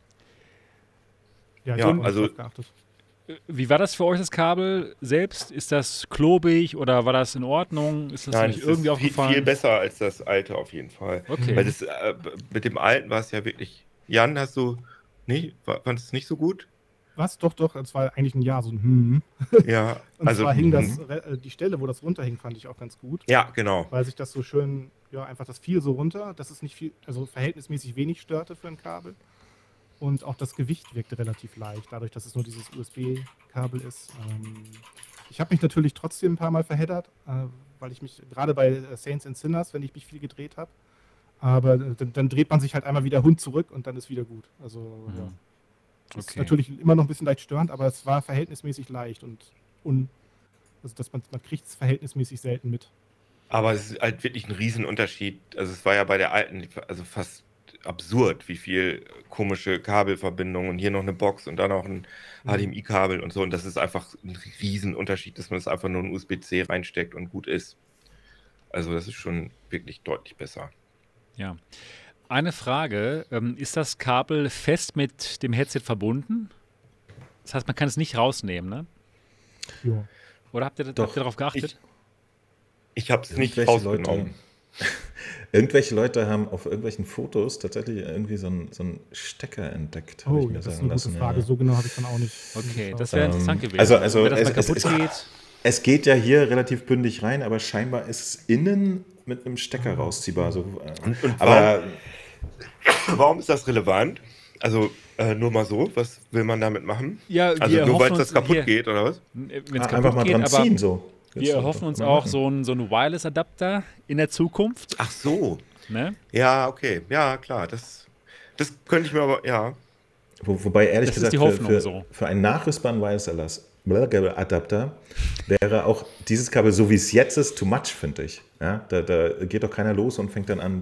Ja, Ja, ich hab also- drauf geachtet. Wie war das für euch, das Kabel selbst? Ist das klobig oder war das in Ordnung? Ist das Nein, nicht es irgendwie ist viel aufgefallen? besser als das alte auf jeden Fall. Okay. Weil das, mit dem alten war es ja wirklich. Jan, fandest du es nicht so gut? Was? Doch, es war eigentlich ein Jahr, so ein Ja, Und also. zwar hing die Stelle, wo das runterhing, fand ich auch ganz gut. Ja, genau. Weil sich das so schön, ja, einfach das fiel so runter, dass es nicht viel, also verhältnismäßig wenig störte für ein Kabel. Und auch das Gewicht wirkte relativ leicht, dadurch, dass es nur dieses USB-Kabel ist. Ich habe mich natürlich trotzdem ein paar Mal verheddert, weil ich mich, gerade bei Saints and Sinners, wenn ich mich viel gedreht habe, aber dann dreht man sich halt einmal wieder Hund zurück und dann ist wieder gut. Also, ja. Das ist Okay. natürlich immer noch ein bisschen leicht störend, aber es war verhältnismäßig leicht und also dass man kriegt es verhältnismäßig selten mit. Aber es ist halt wirklich ein Riesenunterschied. Also es war ja bei der alten, also fast absurd, wie viel komische Kabelverbindungen und hier noch eine Box und dann noch ein HDMI-Kabel und so. Und das ist einfach ein Riesenunterschied, dass man es einfach nur in USB-C reinsteckt und gut ist. Also das ist schon wirklich deutlich besser. Ja. Eine Frage, ist das Kabel fest mit dem Headset verbunden? Das heißt, man kann es nicht rausnehmen, ne? Ja. Oder habt ihr Doch. darauf geachtet? Ich habe es nicht Irgendwelche rausgenommen. Irgendwelche Leute haben auf irgendwelchen Fotos tatsächlich irgendwie so einen Stecker entdeckt, habe ich Oh, mir das ist sagen eine gute lassen. Frage. Ja. So genau habe ich dann auch nicht Okay, geschaut. das wäre interessant gewesen. also Wenn das mal es- kaputt geht. Es geht ja hier relativ bündig rein, aber scheinbar ist es innen mit einem Stecker rausziehbar. So, Und aber warum ist das relevant? Also nur mal so, was will man damit machen? Ja, Also wir nur weil hoffen es das uns kaputt hier- geht, oder was? Wenn es einfach kaputt mal geht, dran aber ziehen. So. wir erhoffen uns auch so einen Wireless-Adapter in der Zukunft. Ach so. Ne? Ja, okay. Ja, klar. Das könnte ich mir aber, ja. Wobei, ehrlich Das ist gesagt, die Hoffnung für, so. für einen nachrüstbaren Wireless-Adapter wäre auch dieses Kabel, so wie es jetzt ist, too much, finde ich. Ja, da geht doch keiner los und fängt dann an,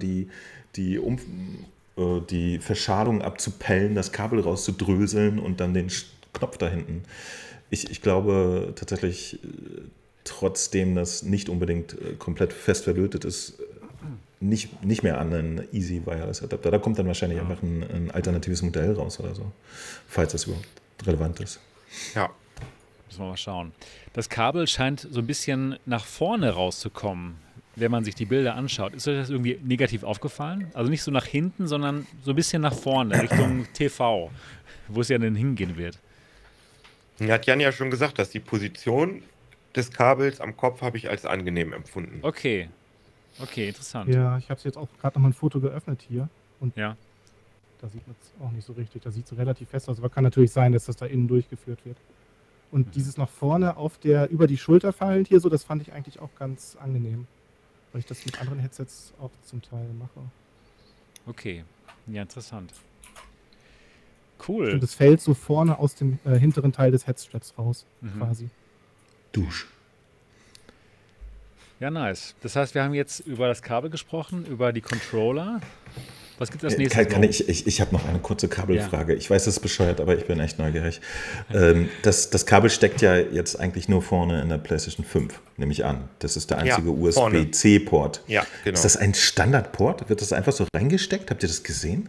die Verschalung abzupellen, das Kabel rauszudröseln und dann den Knopf da hinten. Ich glaube tatsächlich, trotzdem das nicht unbedingt komplett fest verlötet ist, nicht mehr an einen Easy Wireless Adapter. Da kommt dann wahrscheinlich einfach ein alternatives Modell raus oder so, falls das überhaupt relevant ist. Ja. Müssen wir mal schauen. Das Kabel scheint so ein bisschen nach vorne rauszukommen, wenn man sich die Bilder anschaut. Ist euch das irgendwie negativ aufgefallen? Also nicht so nach hinten, sondern so ein bisschen nach vorne, Richtung TV, wo es ja dann hingehen wird. Hat Jan ja schon gesagt, dass die Position des Kabels am Kopf habe ich als angenehm empfunden. Okay, interessant. Ja, ich habe jetzt auch gerade noch mal ein Foto geöffnet hier. Und Ja. da sieht man es auch nicht so richtig. Da sieht es relativ fest aus. Aber kann natürlich sein, dass das da innen durchgeführt wird. Und dieses nach vorne über die Schulter fallend hier so, das fand ich eigentlich auch ganz angenehm. Weil ich das mit anderen Headsets auch zum Teil mache. Okay, ja, interessant. Cool. Und es fällt so vorne aus dem hinteren Teil des Headsets raus, quasi. Dusch. Ja, nice. Das heißt, wir haben jetzt über das Kabel gesprochen, über die Controller. Was gibt es als nächstes? Ich habe noch eine kurze Kabelfrage. Ja. Ich weiß, das ist bescheuert, aber ich bin echt neugierig. Das Kabel steckt ja jetzt eigentlich nur vorne in der PlayStation 5, nehme ich an. Das ist der einzige USB-C-Port. Ja, genau. Ist das ein Standardport? Wird das einfach so reingesteckt? Habt ihr das gesehen?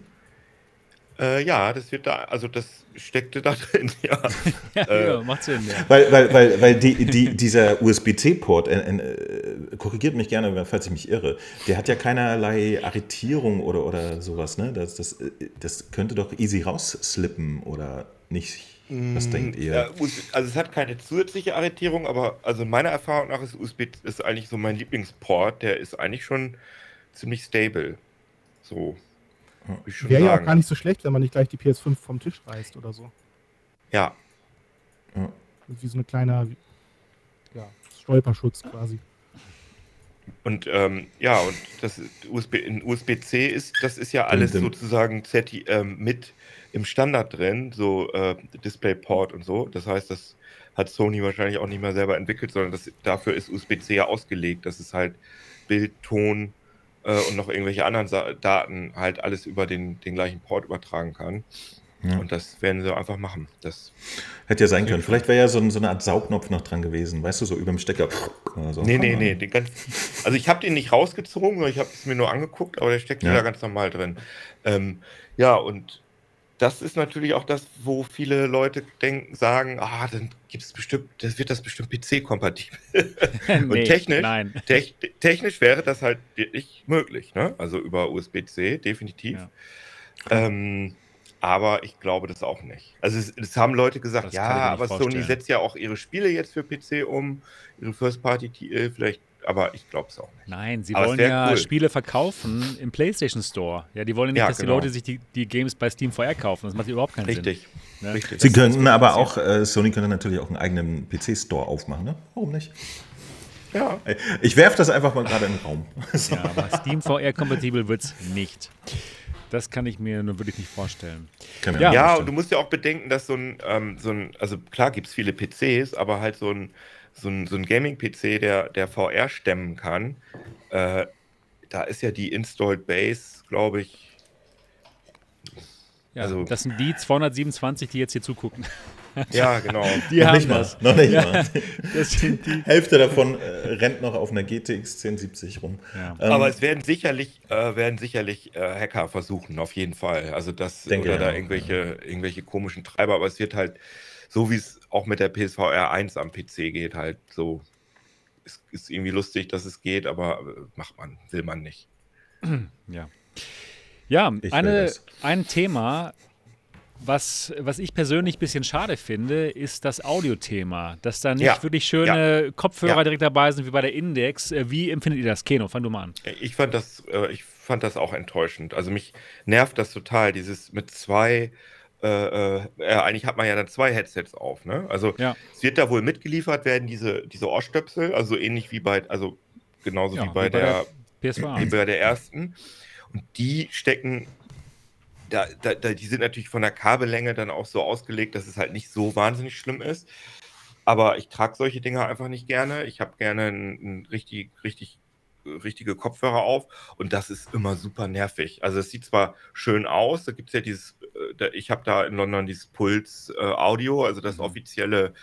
Ja, das wird da, also das steckte da drin, ja. Ja, macht Sinn, ja. Weil dieser USB-C-Port, korrigiert mich gerne, falls ich mich irre, der hat ja keinerlei Arretierung oder sowas, ne? Das könnte doch easy rausslippen oder nicht? Was denkt ihr? Ja, also es hat keine zusätzliche Arretierung, aber also meiner Erfahrung nach ist USB ist eigentlich so mein Lieblingsport, der ist eigentlich schon ziemlich stable. So. Wäre ja auch gar nicht so schlecht, wenn man nicht gleich die PS5 vom Tisch reißt oder so. Ja. Wie so ein kleiner Stolperschutz quasi. Und und das in USB-C ist, das ist ja alles sozusagen mit im Standard drin, so DisplayPort und so. Das heißt, das hat Sony wahrscheinlich auch nicht mehr selber entwickelt, sondern dafür ist USB-C ja ausgelegt, dass es halt Bild, Ton und noch irgendwelche anderen Daten halt alles über den gleichen Port übertragen kann. Ja. Und das werden sie einfach machen. Das hätte ja sein können. Vielleicht wäre ja so eine Art Saugnopf noch dran gewesen, weißt du, so über dem Stecker. Oder so. Nee. Also ich habe den nicht rausgezogen, sondern ich habe es mir nur angeguckt, aber der steckt da ganz normal drin. Und das ist natürlich auch das, wo viele Leute sagen, dann wird das bestimmt PC-kompatibel. Und technisch wäre das halt wirklich möglich, ne? Also über USB-C, definitiv. Ja. Aber ich glaube das auch nicht. Also es haben Leute gesagt, aber Sony setzt ja auch ihre Spiele jetzt für PC um, ihre First-Party-Titel vielleicht, aber ich glaube es auch nicht. Nein, sie wollen ja Spiele verkaufen im PlayStation Store. Ja, die wollen ja nicht, dass die Leute sich die Games bei Steam VR kaufen. Das macht überhaupt keinen Sinn. Ne? Richtig. Sie könnten aber auch, Sony könnte natürlich auch einen eigenen PC-Store aufmachen, ne? Warum nicht? Ja. Ich werfe das einfach mal gerade in den Raum. So. Ja, aber Steam VR-kompatibel wird es nicht. Das kann ich mir nur wirklich nicht vorstellen. Ja, und du musst ja auch bedenken, dass also klar gibt es viele PCs, aber halt so ein Gaming-PC, der VR stemmen kann, da ist ja die Installed Base, glaube ich. Ja, also, das sind die 227, die jetzt hier zugucken. Ja, genau. Die haben das. Noch nicht mal. Das sind die Hälfte davon rennt noch auf einer GTX 1070 rum. Ja. Aber es werden sicherlich Hacker versuchen, auf jeden Fall. Also das oder da irgendwelche komischen Treiber, aber es wird halt, so wie es auch mit der PSVR 1 am PC geht, halt so. Es ist irgendwie lustig, dass es geht, aber will man nicht. Ja. Ja, Ich will das. ein Thema, was ich persönlich ein bisschen schade finde, ist das Audiothema. Dass da nicht Ja, wirklich schöne Kopfhörer ja. direkt dabei sind, wie bei der Index. Wie empfindet ihr das? Keno, fang du mal an. Ich fand das auch enttäuschend. Also mich nervt das total, dieses mit zwei, eigentlich hat man ja dann zwei Headsets auf, ne? Also Ja. es wird da wohl mitgeliefert werden, diese Ohrstöpsel, also so ähnlich wie also genauso Ja, wie bei der PSVR. wie bei der ersten. Und die stecken, die sind natürlich von der Kabellänge dann auch so ausgelegt, dass es halt nicht so wahnsinnig schlimm ist. Aber ich trage solche Dinger einfach nicht gerne. Ich habe gerne ein richtige Kopfhörer auf und das ist immer super nervig. Also es sieht zwar schön aus, da gibt es ja ich habe da in London dieses Puls Audio, also das offizielle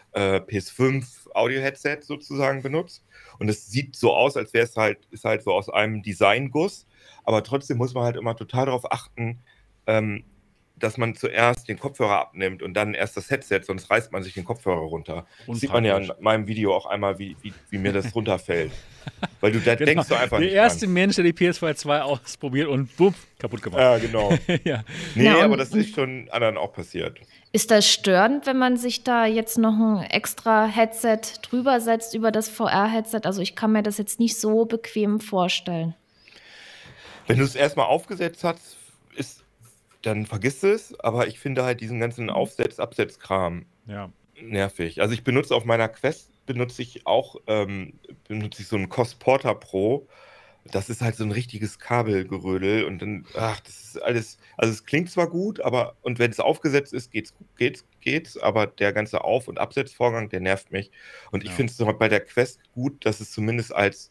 PS5 Audio-Headset sozusagen benutzt und es sieht so aus, als wäre ist halt so aus einem Designguss, aber trotzdem muss man halt immer total darauf achten, dass man zuerst den Kopfhörer abnimmt und dann erst das Headset, sonst reißt man sich den Kopfhörer runter. Das sieht man ja in meinem Video auch einmal, wie mir das runterfällt. Weil da denkst du einfach der nicht erste dran. Mensch, der die PS2 2 ausprobiert und bumm, kaputt gemacht. Ja, genau. Ja. Nee, Ja, und- aber das ist schon anderen auch passiert. Ist das störend, wenn man sich da jetzt noch ein extra Headset drüber setzt über das VR-Headset? Also ich kann mir das jetzt nicht so bequem vorstellen. Wenn du es erstmal aufgesetzt hast, dann vergiss es, aber ich finde halt diesen ganzen Absetz-Kram Ja. nervig. Also ich benutze auf meiner Quest, benutze ich so einen COS Porter Pro. Das ist halt so ein richtiges Kabelgerödel und dann, das ist alles, also es klingt zwar gut, und wenn es aufgesetzt ist, geht's, aber der ganze Auf- und Absetzvorgang, der nervt mich. Und ich Ja. finde es bei der Quest gut, dass es zumindest als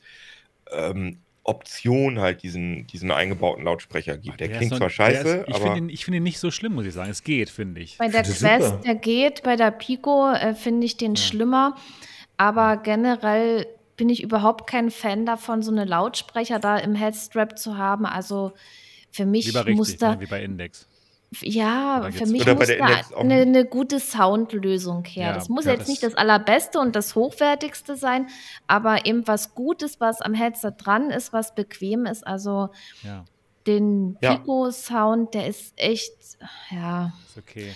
Option halt diesen eingebauten Lautsprecher gibt. Der klingt zwar scheiße, ich aber finde ihn nicht so schlimm, muss ich sagen. Es geht, finde ich. Bei der Das ist Quest, super. der geht, bei der Pico finde ich den schlimmer. Aber generell bin ich überhaupt kein Fan davon, so eine Lautsprecher da im Headstrap zu haben. Also für mich Lieber muss richtig, da, ne, wie bei Index. ja, Oder für geht's- mich Oder bei muss der da Index auch eine gute Soundlösung her. Ja, Das muss ja, jetzt nicht das Allerbeste und das Hochwertigste sein, aber eben was Gutes, was am Headset dran ist, was bequem ist. Also Ja, den Ja. Pico-Sound, der ist echt, ja, ist okay.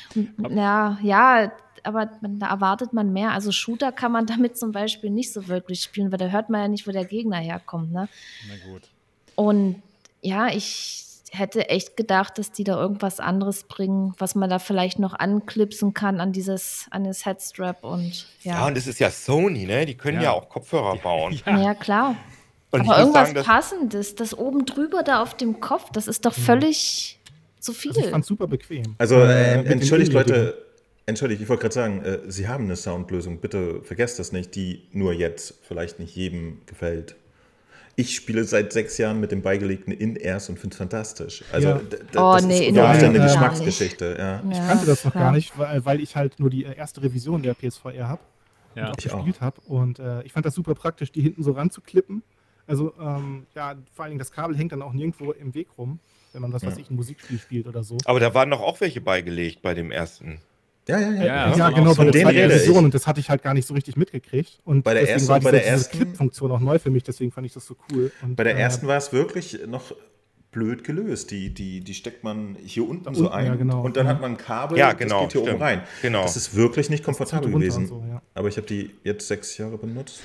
ja, aber da erwartet man mehr. Also Shooter kann man damit zum Beispiel nicht so wirklich spielen, weil da hört man ja nicht, wo der Gegner herkommt. Ne? Na gut. Und ja, ich hätte echt gedacht, dass die da irgendwas anderes bringen, was man da vielleicht noch anklipsen kann an das Headstrap und ja, ja. und es ist ja Sony, ne? Die können Ja. ja auch Kopfhörer bauen. Ja, klar. Und ich Aber muss irgendwas sagen, dass Passendes, das oben drüber da auf dem Kopf, das ist doch völlig zu viel. Also ich fand es super bequem. Also, Mit dem entschuldigt, Inlay-Ding. Leute. Entschuldigt, ich wollte gerade sagen, Sie haben eine Soundlösung. Bitte vergesst das nicht, die nur jetzt vielleicht nicht jedem gefällt. Ich spiele seit 6 Jahren mit dem beigelegten In-Airs und finde es fantastisch. Also, Ja. Oh, das nee, ist in unter Umständen eine gar Geschmacksgeschichte. Ja. Ich Ja, kannte das noch ja. gar nicht, weil ich halt nur die erste Revision der PSVR habe Ja. und auch Ich auch. gespielt habe. Und ich fand das super praktisch, die hinten so ranzuklippen. Also ja, vor allen Dingen das Kabel hängt dann auch nirgendwo im Weg rum, wenn man was weiß ich, ein Musikspiel spielt oder so. aber da waren doch auch welche beigelegt bei dem ersten. Ja. Ja, Ja, ja, genau, von bei der denen zweiten rede Revision ich. und das hatte ich halt gar nicht so richtig mitgekriegt. Und Bei der deswegen ersten war und bei diese, der diese ersten- Clip-Funktion auch neu für mich, deswegen fand ich das so cool. Und, Bei der ersten war es wirklich noch blöd gelöst. Die steckt man hier unten so unten, ein ja, genau. und dann hat man ein Kabel, Ja, genau, das geht hier stimmt. oben rein. Genau. Das ist wirklich nicht komfortabel zieht runter gewesen. und so, ja. Aber ich habe die jetzt 6 Jahre benutzt.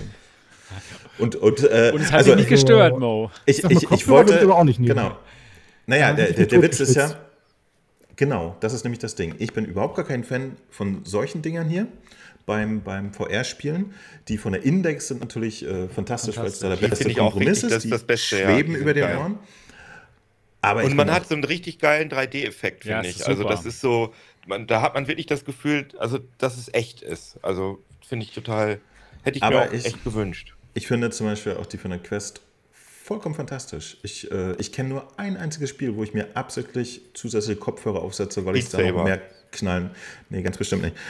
Und es hat also dich nicht gestört, Mo. ich Sag mal, Kopfhörer wollte, gibt's aber auch nicht nehmen. genau. Naja, Da der, hätte ich der, mich der Witz ist ja, totgeschwitzt. genau, das ist nämlich das Ding. Ich bin überhaupt gar kein Fan von solchen Dingern hier beim VR-Spielen. Die von der Index sind natürlich fantastisch, weil es da der Die beste finde ich auch Kompromiss richtig, ist. das ist das Beste, ja, schweben die sind über den geil. Ohren. Aber Und ich man bin hat auch- so einen richtig geilen 3D-Effekt, Ja, finde es ist ich. Also super. das ist so, da hat man wirklich das Gefühl, also dass es echt ist. Also finde ich total, hätte ich mir Aber auch ich- echt gewünscht. Ich finde zum Beispiel auch die von der Quest vollkommen fantastisch. Ich kenne nur ein einziges Spiel, wo ich mir absichtlich zusätzliche Kopfhörer aufsetze, weil ich Beat da noch Saber. mehr knallen. Nee, ganz bestimmt nicht.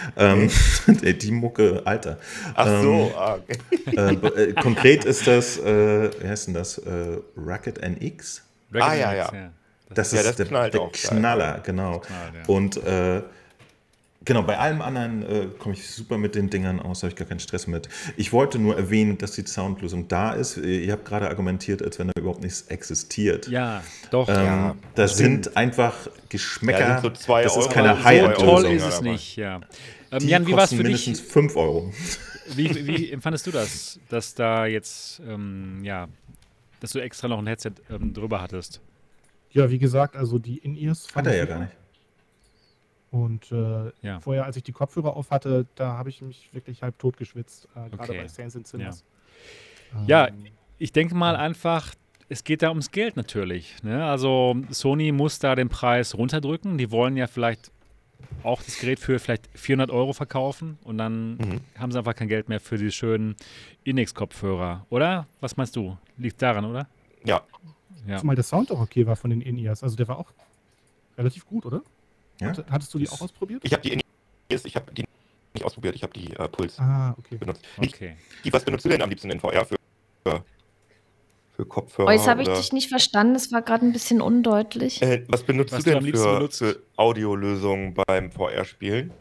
Die Mucke, Alter. Ach so, okay. Konkret ist das, wie heißt denn das? Rocket NX? Ah, ja, ja. Das Ja, ist das der knallt der auch geil. Knaller, genau. knallt, ja. Und Genau, bei allem anderen komme ich super mit den Dingern aus, da habe ich gar keinen Stress mit. Ich wollte nur erwähnen, dass die Soundlösung da ist. Ihr habt gerade argumentiert, als wenn da überhaupt nichts existiert. Ja, doch. Das sind einfach Geschmäcker, Ja, sind so 2 das ist Euro, keine aber High-End-Lösung. Toll Lösung, ist es aber- nicht, ja. Die Jan, wie war es kosten für mindestens dich? 5 Euro. Wie empfandest du das, dass da jetzt, dass du extra noch ein Headset drüber hattest? Ja, wie gesagt, also die In-Ears Hat fand er ich ja super. gar nicht. Und Ja. vorher, als ich die Kopfhörer auf hatte, da habe ich mich wirklich halb tot geschwitzt, gerade Okay. bei Saints and Sinners. Ja, ich denke mal einfach, es geht da ums Geld natürlich. Ne? Also Sony muss da den Preis runterdrücken. Die wollen ja vielleicht auch das Gerät für vielleicht 400 Euro verkaufen und dann haben sie einfach kein Geld mehr für die schönen Inex-Kopfhörer, oder? Was meinst du? Liegt daran, oder? Ja, Ja. Zumal der Sound auch okay war von den In-Ears. Also der war auch relativ gut, oder? Ja? Hattest du die auch ausprobiert? ich habe die In-Ears, ich habe die nicht ausprobiert, ich habe die Puls Ah, okay. benutzt. Okay. Was benutzt du denn am liebsten in VR für Kopfhörer? Oh, jetzt habe ich oder- dich nicht verstanden, das war gerade ein bisschen undeutlich. Was benutzt Was du du denn am liebsten benutzt? für Audiolösungen beim VR-Spielen?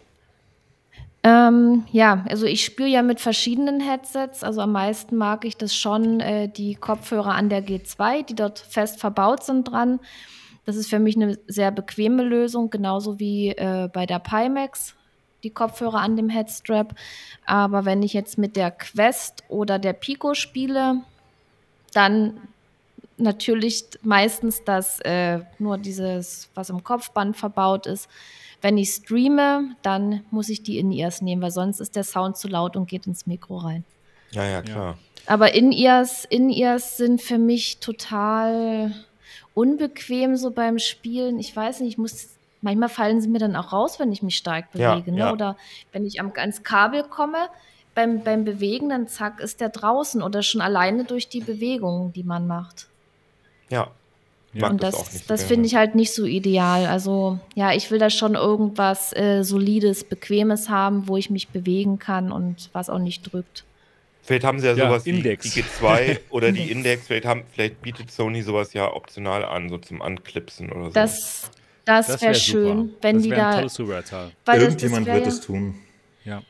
Ja, also ich spiele ja mit verschiedenen Headsets. Also am meisten mag ich das schon, die Kopfhörer an der G2, die dort fest verbaut sind dran. Das ist für mich eine sehr bequeme Lösung, genauso wie bei der Pimax, die Kopfhörer an dem Headstrap. Aber wenn ich jetzt mit der Quest oder der Pico spiele, dann natürlich meistens das nur dieses, was im Kopfband verbaut ist. Wenn ich streame, dann muss ich die In-Ears nehmen, weil sonst ist der Sound zu laut und geht ins Mikro rein. Ja, klar. Aber In-Ears sind für mich total unbequem so beim Spielen. Ich weiß nicht, manchmal fallen sie mir dann auch raus, wenn ich mich stark Ja, bewege. Ne? ja. Oder wenn ich ans Kabel komme, beim Bewegen, dann zack, ist der draußen oder schon alleine durch die Bewegungen, die man macht. Ja. Ja. Mag Und das auch nicht so das gerne. finde ich halt nicht so ideal. Also ja, ich will da schon irgendwas Solides, Bequemes haben, wo ich mich bewegen kann und was auch nicht drückt. Vielleicht haben sie ja Ja, sowas Index. wie die G2 oder die Index. Vielleicht bietet Sony sowas ja optional an, so zum Anklipsen oder so. Das Das wäre super. schön, wenn das die wäre ein da. tolles Zubehörteil. Weil Irgendjemand wär wird ja, es tun. Ja.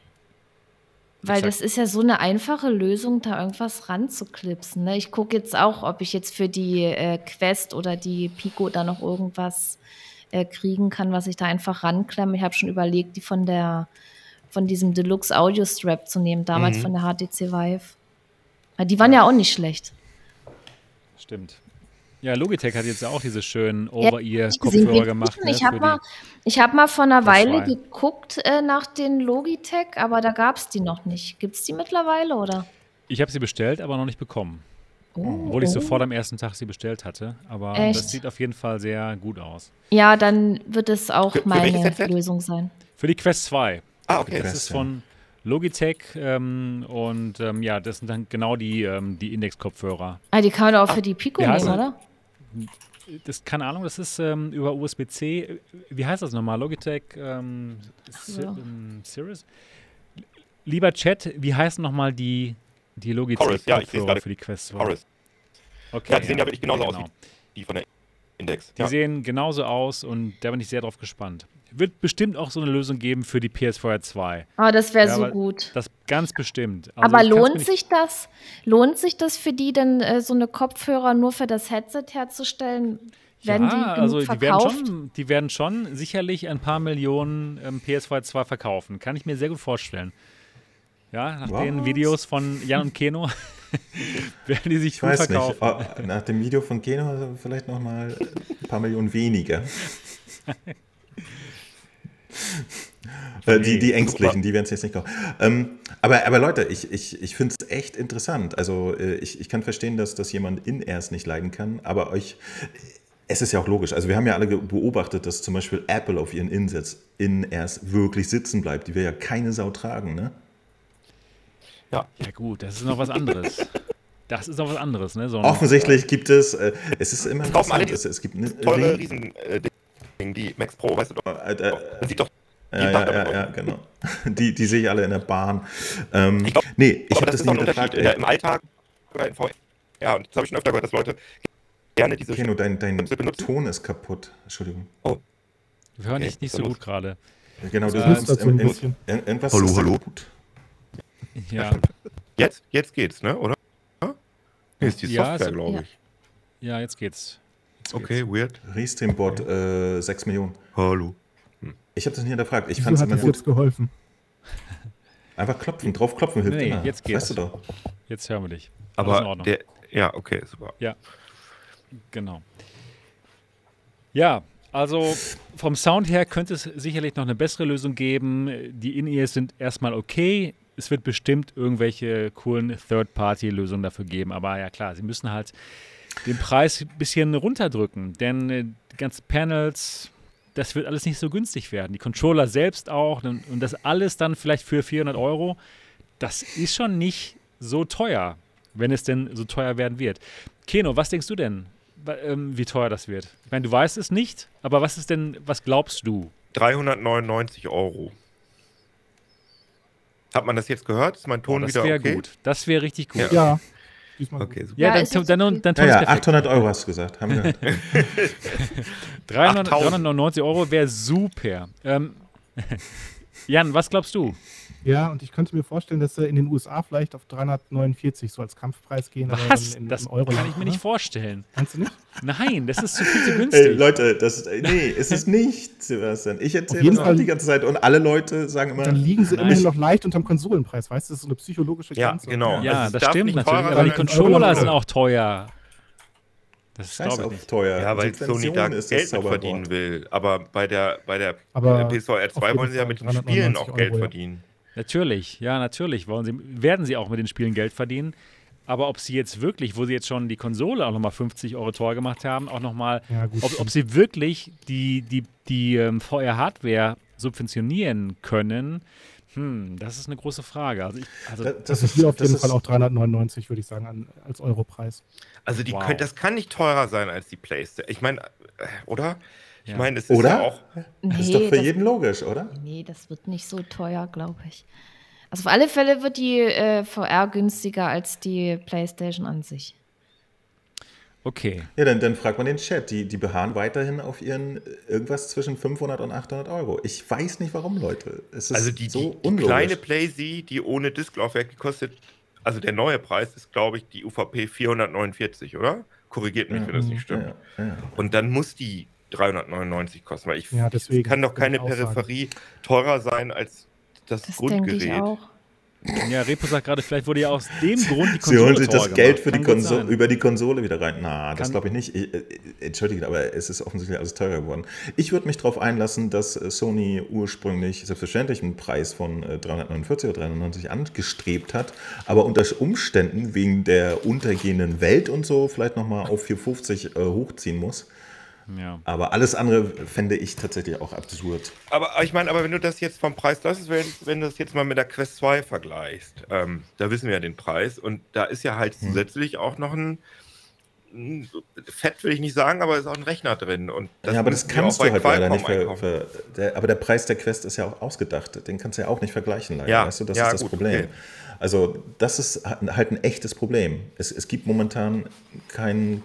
Weil Exakt. das ist ja so eine einfache Lösung, da irgendwas ranzuklipsen. Ne? Ich gucke jetzt auch, ob ich jetzt für die Quest oder die Pico da noch irgendwas kriegen kann, was ich da einfach ranklemme. Ich habe schon überlegt, die von diesem Deluxe Audio Strap zu nehmen, damals von der HTC Vive. Ja, die waren ja auch nicht schlecht. Stimmt. Ja, Logitech hat jetzt auch diese schönen gesehen, Over-Ear-Kopfhörer gibt's gemacht. schon. Ne, Ich hab mal vor einer Das Weile war- geguckt nach den Logitech, aber da gab es die noch nicht. Gibt es die mittlerweile, oder? Ich habe sie bestellt, aber noch nicht bekommen. Oh. Obwohl ich sofort am ersten Tag sie bestellt hatte. Aber Echt? das sieht auf jeden Fall sehr gut aus. Ja, dann wird es auch Für meine welches Headset? Lösung sein. Für die Quest 2. Ah, okay. Das ist von Logitech ja, das sind dann genau die Index-Kopfhörer. Ah, die kann man doch auch für die Pico Wie heißt nehmen, das? oder? Das keine Ahnung, das ist über USB-C. Wie heißt das nochmal? Logitech so. Cirrus? Lieber Chat, wie heißen nochmal die Chorus, ja, ich seh's Logitech-Kopfhörer gerade. für die Quest 2? Chorus. Okay, Ja, die sehen ja wirklich genauso aus genau. wie die von der Index. Die sehen genauso aus und da bin ich sehr drauf gespannt. Wird bestimmt auch so eine Lösung geben für die PS4 2. Ah, das wäre Ja, so aber gut. Das ganz bestimmt. Also Aber ich kann's mir lohnt nicht- sich das? Lohnt sich das für die denn, so eine Kopfhörer nur für das Headset herzustellen? Werden die genug also verkauft? die werden schon sicherlich ein paar Millionen PS4 2 verkaufen. Kann ich mir sehr gut vorstellen. Ja, nach den Was? Videos von Jan und Keno werden die sich Ich gut weiß verkaufen. nicht. Oh, nach dem Video von Keno vielleicht noch mal ein paar Millionen weniger. Die Ängstlichen, die werden es jetzt nicht kaufen. Aber Leute, ich finde es echt interessant. Also ich kann verstehen, dass jemand In-Airs nicht leiden kann, aber es ist ja auch logisch. Also wir haben ja alle beobachtet, dass zum Beispiel Apple auf ihren In-Airs wirklich sitzen bleibt. Die will ja keine Sau tragen, ne? Ja gut, das ist noch was anderes. Das ist noch was anderes, ne? So ein- Offensichtlich gibt es ist immer Kaufen alle interessant, es gibt eine Teure Riesen-Ding, die Max Pro, weißt du doch. Man sieht doch Ja, genau. Die sehe ich alle in der Bahn. Ich glaub, Nee, ich aber habe das das ist nie auch ein Unterschied hinterfragt. im Alltag oder in VR. Ja, und das habe ich schon öfter gehört, dass Leute gerne diese Keno, dein Stöpsel benutzen. Ton ist kaputt. Entschuldigung. Wir hören dich Okay, nicht so so los. gut gerade. Genau, du knistert sagst so ein bisschen. irgendwas. Hallo, ist hallo. Gut. Ja, Jetzt geht's, ne? Oder? Nee, ist die Ja, Software, so- glaube ja. ich. ja, jetzt geht's. Okay, weird. Restream-Bot 6 Millionen. Hallo. Ich habe das nie hinterfragt. Ich Wieso fand es hat immer das jetzt gut. geholfen? Einfach klopfen, drauf klopfen hilft Nee, immer. jetzt geht's. Weißt du doch. Jetzt hören wir dich. Alles in Aber Ordnung. ja, okay, super. Genau. Ja, also vom Sound her könnte es sicherlich noch eine bessere Lösung geben. Die In-Ears sind erstmal okay. Es wird bestimmt irgendwelche coolen Third-Party-Lösungen dafür geben. Aber ja klar, sie müssen halt den Preis ein bisschen runterdrücken. Denn die ganzen Panels, das wird alles nicht so günstig werden. Die Controller selbst auch. Und das alles dann vielleicht für 400 €. Das ist schon nicht so teuer, wenn es denn so teuer werden wird. Keno, was denkst du denn, wie teuer das wird? Ich meine, du weißt es nicht, aber was glaubst du? 399 €. Hat man das jetzt gehört? Ist mein Ton Das wieder wäre okay? gut. Das wäre richtig gut. Ja. Diesmal Okay, super. Ja, Ja, ist jetzt okay. dann Ja, tun wir ja, es perfekt. 800 € hast du gesagt. Haben wir gehört. 399 € wäre super. Jan, was glaubst du? Ja, und ich könnte mir vorstellen, dass sie in den USA vielleicht auf 349 so als Kampfpreis gehen. aber Was? dann Das im Euro kann ich mir nicht vorstellen. Kannst du nicht? Nein, das ist viel zu günstig. Ey, Leute, nee, ist es nicht, Sebastian. Ich Auf erzähle jeden das auch Fall. die ganze Zeit und alle Leute sagen immer, Dann liegen sie Nein. immerhin noch leicht unterm Konsolenpreis. Weißt du, das ist so eine psychologische Ja, Grenze. genau. Ja, Also es das darf stimmt nicht natürlich, teurer aber sein die als Controller Euro. sind auch teuer. Das scheiß glaube ich auf nicht. teuer. Ja, weil Sony da Subvention ist das Geld mit Zauberwort. verdienen will. Aber bei der Aber PSVR auf 2 jeden wollen sie ja Fall mit den Spielen auch 399 Geld €, ja. verdienen. Natürlich, ja, natürlich werden sie auch mit den Spielen Geld verdienen. Aber ob sie jetzt wirklich, wo sie jetzt schon die Konsole auch nochmal 50 € teuer gemacht haben, auch nochmal, Ja, gut, ob stimmt. sie wirklich die VR-Hardware subventionieren können, das ist eine große Frage. Also Das ist hier auf jeden ist- Fall auch 399, würde ich sagen, als Europreis. Also Wow. das kann nicht teurer sein als die PlayStation. Ich meine, oder? Ich Ja. meine, es ist Oder? ja auch. Das ist doch für jeden logisch, oder? Nee, das wird nicht so teuer, glaube ich. Also auf alle Fälle wird die VR günstiger als die PlayStation an sich. okay. Ja, dann fragt man den Chat. Die beharren weiterhin auf ihren irgendwas zwischen 500 und 800 €. Ich weiß nicht warum, Leute. Es ist Also die unlogisch. kleine PlayZ, die ohne Disklaufwerk kostet, also der neue Preis ist, glaube ich, die UVP 449, oder? Korrigiert mich, wenn das nicht stimmt. Ja. Und dann muss die 399 kosten, weil Ja, deswegen es kann doch würde keine ich auch sagen. Peripherie teurer sein als das Das denke ich Grundgerät. auch. Ja, Repo sagt gerade, vielleicht wurde ja aus dem Grund die Sie holen sich teuer das Geld gemacht. für die Kann gut Konsole, sein. über die Konsole wieder rein. Na, das Kann- glaube ich nicht. Entschuldige, aber es ist offensichtlich alles teurer geworden. Ich würde mich darauf einlassen, dass Sony ursprünglich selbstverständlich einen Preis von 349 oder 399 angestrebt hat, aber unter Umständen wegen der untergehenden Welt und so vielleicht nochmal auf 450 hochziehen muss. Ja. Aber alles andere fände ich tatsächlich auch absurd. Aber ich meine, wenn du das jetzt vom Preis, wenn du das jetzt mal mit der Quest 2 vergleichst, da wissen wir ja den Preis und da ist ja halt zusätzlich auch noch ein Fett will ich nicht sagen, aber ist auch ein Rechner drin. Und Ja, aber das müssen wir kannst auch du bei halt leider Qualcomm nicht einkaufen. aber der Preis der Quest ist ja auch ausgedacht. Den kannst du ja auch nicht vergleichen leider. Ja, Weißt du, das ja, ist das gut, Problem. okay. Also das ist halt ein echtes Problem. Es gibt momentan keinen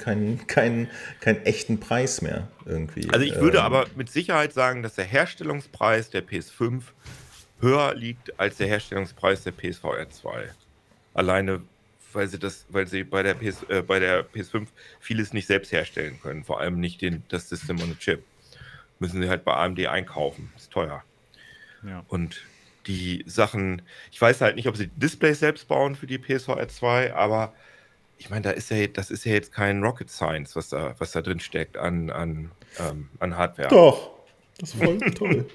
echten Preis mehr irgendwie. Also ich würde aber mit Sicherheit sagen, dass der Herstellungspreis der PS5 höher liegt als der Herstellungspreis der PSVR 2. Alleine, weil sie bei der PS5 vieles nicht selbst herstellen können. Vor allem nicht das System on a Chip. Müssen sie halt bei AMD einkaufen. Ist teuer. Ja. Und die Sachen, ich weiß halt nicht, ob sie Displays selbst bauen für die PSVR 2, aber ich meine, das ist ja jetzt kein Rocket Science, was da drin steckt an Hardware. Doch, das ist voll toll.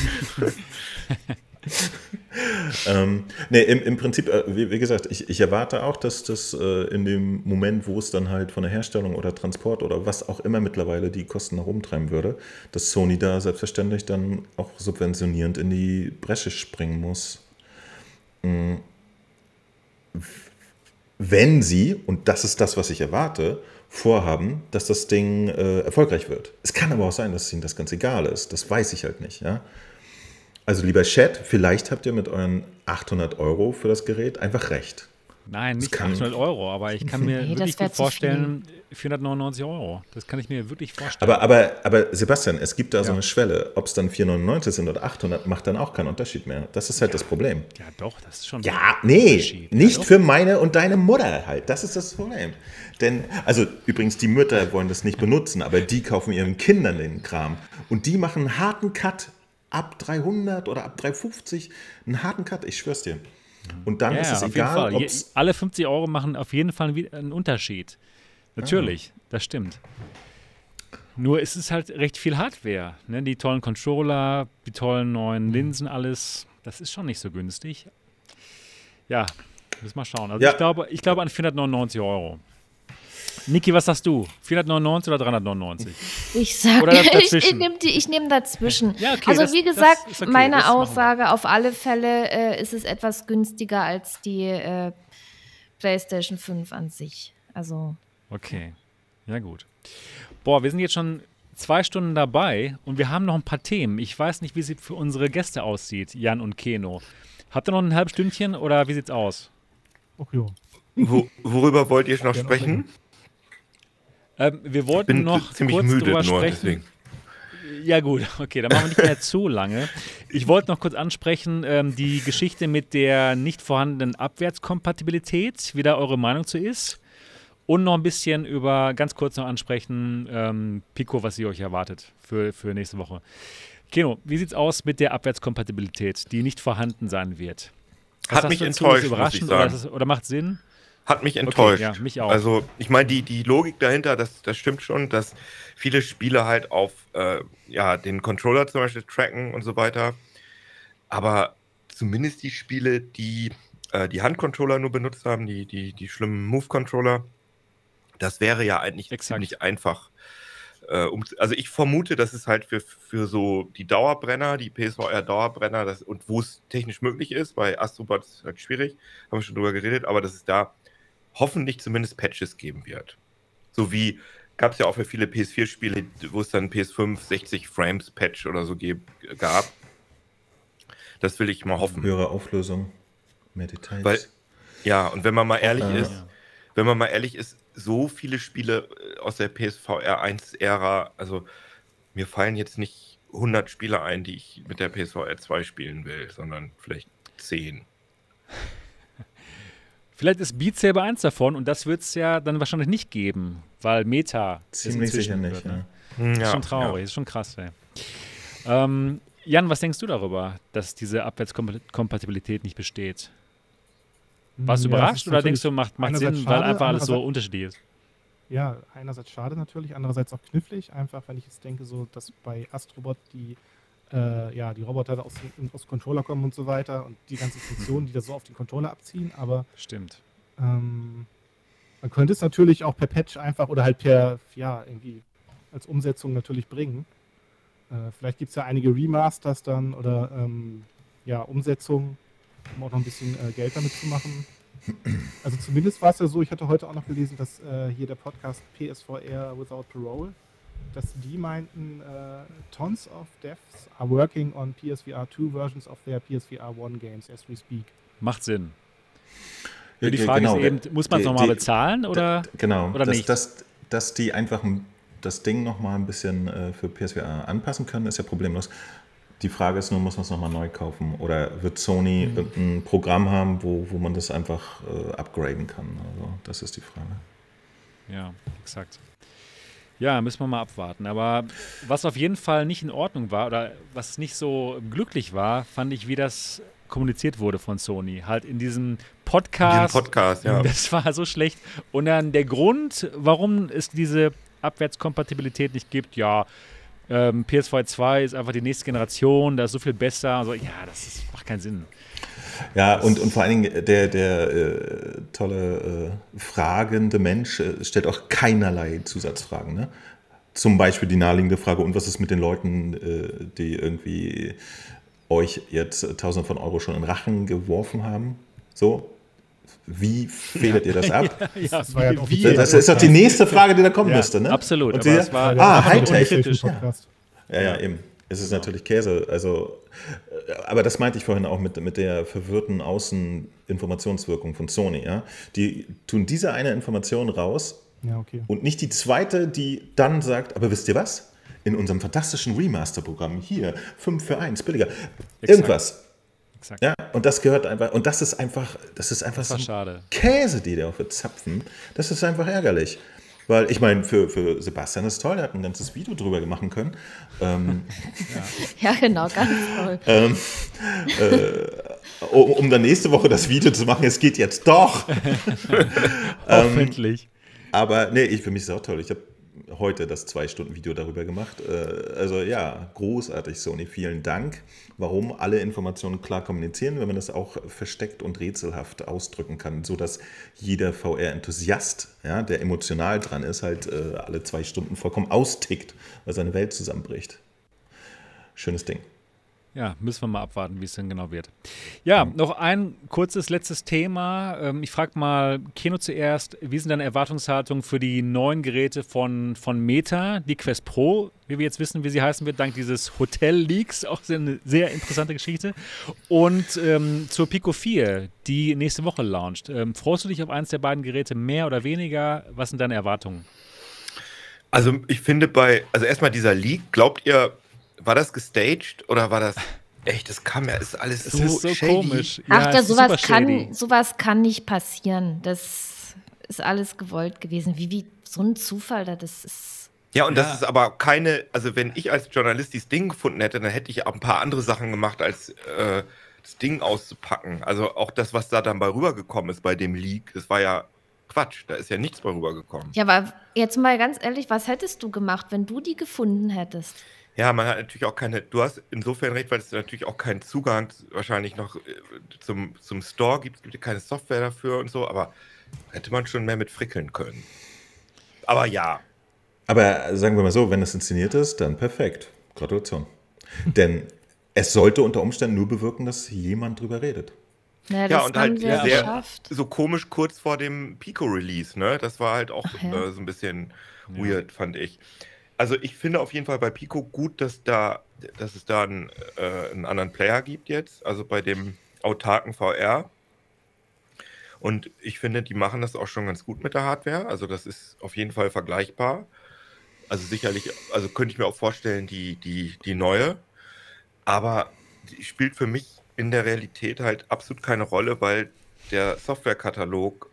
Nee, im Prinzip, wie gesagt, ich erwarte auch, dass das in dem Moment, wo es dann halt von der Herstellung oder Transport oder was auch immer mittlerweile die Kosten nach oben treiben würde, dass Sony da selbstverständlich dann auch subventionierend in die Bresche springen muss. Wenn sie, und das ist das, was ich erwarte, vorhaben, dass das Ding erfolgreich wird. Es kann aber auch sein, dass ihnen das ganz egal ist. Das weiß ich halt nicht, ja. Also lieber Chat, vielleicht habt ihr mit euren 800 € für das Gerät einfach recht. Nein, nicht kann- 800 €, aber ich kann mir Nee, das wirklich wär gut zu vorstellen, 499 €. Das kann ich mir wirklich vorstellen. Aber Sebastian, es gibt da so Ja. eine Schwelle. Ob es dann 499 sind oder 800, macht dann auch keinen Unterschied mehr. Das ist halt das Problem. Ja, doch, das ist schon Ja, ein nee, Unterschied. nicht Ja, doch. für meine und deine Mutter halt. Das ist das Problem. Denn, also übrigens, die Mütter wollen das nicht benutzen, aber die kaufen ihren Kindern den Kram. Und die machen einen harten Cut ab 300 oder ab 350. Einen harten Cut, ich schwör's dir. Und dann Ja, ist es auf jeden egal, Fall. ob es. Alle 50 € machen auf jeden Fall einen Unterschied. Natürlich, das stimmt. Nur ist es halt recht viel Hardware. Ne? Die tollen Controller, die tollen neuen Linsen, alles. Das ist schon nicht so günstig. Ja, müssen wir schauen. Also Ja. ich glaube an 499 €. Niki, was sagst du? 499 oder 399? Ich sage, Oder ich dazwischen. nehme dazwischen. Ja, okay, also das- wie das gesagt, ist okay, meine das machen wir. Aussage, auf alle Fälle ist es etwas günstiger als die PlayStation 5 an sich. Also Okay, ja gut. Boah, wir sind jetzt schon 2 Stunden dabei und wir haben noch ein paar Themen. Ich weiß nicht, wie es für unsere Gäste aussieht, Jan und Keno. Habt ihr noch ein halbes Stündchen oder wie sieht's aus? Ach jo. Worüber wollt ihr noch Ja, noch sprechen? Wir Ich wollten bin noch ziemlich kurz müde drüber nur, sprechen. deswegen. Ja gut, okay, dann machen wir nicht mehr zu lange. Ich wollte noch kurz ansprechen, die Geschichte mit der nicht vorhandenen Abwärtskompatibilität, wie da eure Meinung zu ist. Und noch ein bisschen ganz kurz noch ansprechen, Pico, was ihr euch erwartet für nächste Woche. Keno, wie sieht's aus mit der Abwärtskompatibilität, die nicht vorhanden sein wird? Was Hat sagst mich du dazu? Ist enttäuscht, es muss überraschend ich sagen. oder macht Sinn? Hat mich enttäuscht. ja, mich auch. Also, ich meine, die Logik dahinter, das stimmt schon, dass viele Spiele halt auf den Controller zum Beispiel tracken und so weiter. Aber zumindest die Spiele, die die Handcontroller nur benutzt haben, die schlimmen Move-Controller, das wäre ja eigentlich Exakt. ziemlich einfach. Also ich vermute, dass es halt für so die Dauerbrenner, die PSVR-Dauerbrenner, und wo es technisch möglich ist, bei Astrobot ist es halt schwierig, haben wir schon drüber geredet, aber dass es da hoffentlich zumindest Patches geben wird. So wie gab es ja auch für viele PS4-Spiele, wo es dann PS5 60 Frames Patch oder so gab. Das will ich mal hoffen. Höhere Auflösung, mehr Details. Weil, ja, und wenn man mal ehrlich Ja. ist, so viele Spiele aus der PSVR 1-Ära, also mir fallen jetzt nicht 100 Spiele ein, die ich mit der PSVR 2 spielen will, sondern vielleicht 10. Vielleicht ist Beat Saber 1 davon und das wird es ja dann wahrscheinlich nicht geben, weil Meta es Ziemlich sicher inzwischen nicht, wird, ne? ja. Das ist schon traurig, das ist schon krass. Ey. Jan, was denkst du darüber, dass diese Abwärtskompatibilität nicht besteht? Warst du Ja, überrascht das ist oder denkst natürlich du, macht einerseits Sinn, weil schade, einfach alles so andererseits- unterschiedlich ist? Ja, einerseits schade natürlich, andererseits auch knifflig. Einfach, wenn ich jetzt denke, so, dass bei Astrobot die Roboter aus dem Controller kommen und so weiter und die ganzen Funktionen, die da so auf den Controller abziehen. Aber Stimmt. man könnte es natürlich auch per Patch einfach oder halt irgendwie als Umsetzung natürlich bringen. Vielleicht gibt es ja einige Remasters dann oder Umsetzungen, um auch noch ein bisschen Geld damit zu machen. Also zumindest war es ja so, ich hatte heute auch noch gelesen, dass hier der Podcast PSVR Without Parole, dass die meinten, tons of devs are working on PSVR 2 versions of their PSVR 1 games as we speak. Macht Sinn. Ja, Die Frage genau, ist eben, muss man es nochmal bezahlen oder? Genau, oder nicht? dass die einfach das Ding nochmal ein bisschen für PSVR anpassen können, ist ja problemlos. Die Frage ist nur, muss man es nochmal neu kaufen oder wird Sony ein Programm haben, wo man das einfach upgraden kann? Also das ist die Frage. Ja, exakt. Ja, müssen wir mal abwarten. Aber was auf jeden Fall nicht in Ordnung war oder was nicht so glücklich war, fand ich, wie das kommuniziert wurde von Sony. Halt in diesem Podcast. Ja. Das war so schlecht. Und dann der Grund, warum es diese Abwärtskompatibilität nicht gibt, ja, PS4 2 ist einfach die nächste Generation, da ist so viel besser. Also, ja, macht keinen Sinn. Ja, und vor allen Dingen der tolle fragende Mensch stellt auch keinerlei Zusatzfragen. Ne? Zum Beispiel die naheliegende Frage, und was ist mit den Leuten, die irgendwie euch jetzt Tausende von Euro schon in Rachen geworfen haben? So, wie federt ihr das ab? Ja, Das war ja doch wie? Das ist doch die nächste Frage, die da kommen Ja, müsste. Ne? absolut. Und aber die, es war Ah, einfach nur Hightech. unkritisch. Podcast. Ja, eben. Es ist natürlich Käse, also, aber das meinte ich vorhin auch mit der verwirrten Außeninformationswirkung von Sony, ja. Die tun diese eine Information raus Ja, okay. und nicht die zweite, die dann sagt, aber wisst ihr was? In unserem fantastischen Remaster-Programm hier, 5 für 1, billiger, irgendwas. Exakt. Ja, und das gehört einfach, und das ist einfach Das war schade. Käse, die da verzapfen. Das ist einfach ärgerlich. Weil, ich meine, für Sebastian ist toll, er hat ein ganzes Video drüber machen können. Ja, genau, ganz toll. Um dann nächste Woche das Video zu machen, es geht jetzt doch. Hoffentlich. Aber nee, für mich ist es auch toll. Ich habe heute das 2-Stunden-Video darüber gemacht. Also ja, großartig, Sony. Vielen Dank. Warum alle Informationen klar kommunizieren, wenn man das auch versteckt und rätselhaft ausdrücken kann, sodass jeder VR-Enthusiast, ja, der emotional dran ist, halt alle 2 Stunden vollkommen austickt, weil seine Welt zusammenbricht. Schönes Ding. Ja, müssen wir mal abwarten, wie es denn genau wird. Ja, noch ein kurzes letztes Thema. Ich frage mal Keno zuerst, wie sind deine Erwartungshaltungen für die neuen Geräte von Meta, die Quest Pro, wie wir jetzt wissen, wie sie heißen wird, dank dieses Hotel-Leaks, auch eine sehr interessante Geschichte. Und zur Pico 4, die nächste Woche launcht. Freust du dich auf eines der beiden Geräte mehr oder weniger? Was sind deine Erwartungen? Also ich finde also erstmal dieser Leak, glaubt ihr, war das gestaged oder war das echt? Das kam ja, ist alles Es so, ist so shady. komisch. Ach, es ist super shady. sowas kann nicht passieren. Das ist alles gewollt gewesen. Wie so ein Zufall, das ist. Ja, und das ist aber also wenn ich als Journalist dieses Ding gefunden hätte, dann hätte ich auch ein paar andere Sachen gemacht, als das Ding auszupacken. Also auch das, was da dann bei rübergekommen ist bei dem Leak, das war ja Quatsch, da ist ja nichts bei rübergekommen. Ja, aber jetzt mal ganz ehrlich, was hättest du gemacht, wenn du die gefunden hättest? Ja, man hat natürlich auch du hast insofern recht, weil es natürlich auch keinen Zugang wahrscheinlich noch zum Store gibt. Es gibt ja keine Software dafür und so, aber hätte man schon mehr mit frickeln können. Aber ja. Aber sagen wir mal so, wenn es inszeniert ist, dann perfekt. Gratulation. Denn es sollte unter Umständen nur bewirken, dass jemand drüber redet. Naja, Ja, das und haben halt sie ja sehr geschafft. so komisch kurz vor dem Pico-Release, ne? Das war halt auch Ach ja. so ein bisschen weird, fand ich. Also ich finde auf jeden Fall bei Pico gut, dass es da einen anderen Player gibt jetzt, also bei dem autarken VR. Und ich finde, die machen das auch schon ganz gut mit der Hardware. Also das ist auf jeden Fall vergleichbar. Also sicherlich, also könnte ich mir auch vorstellen, die neue. Aber die spielt für mich in der Realität halt absolut keine Rolle, weil der Softwarekatalog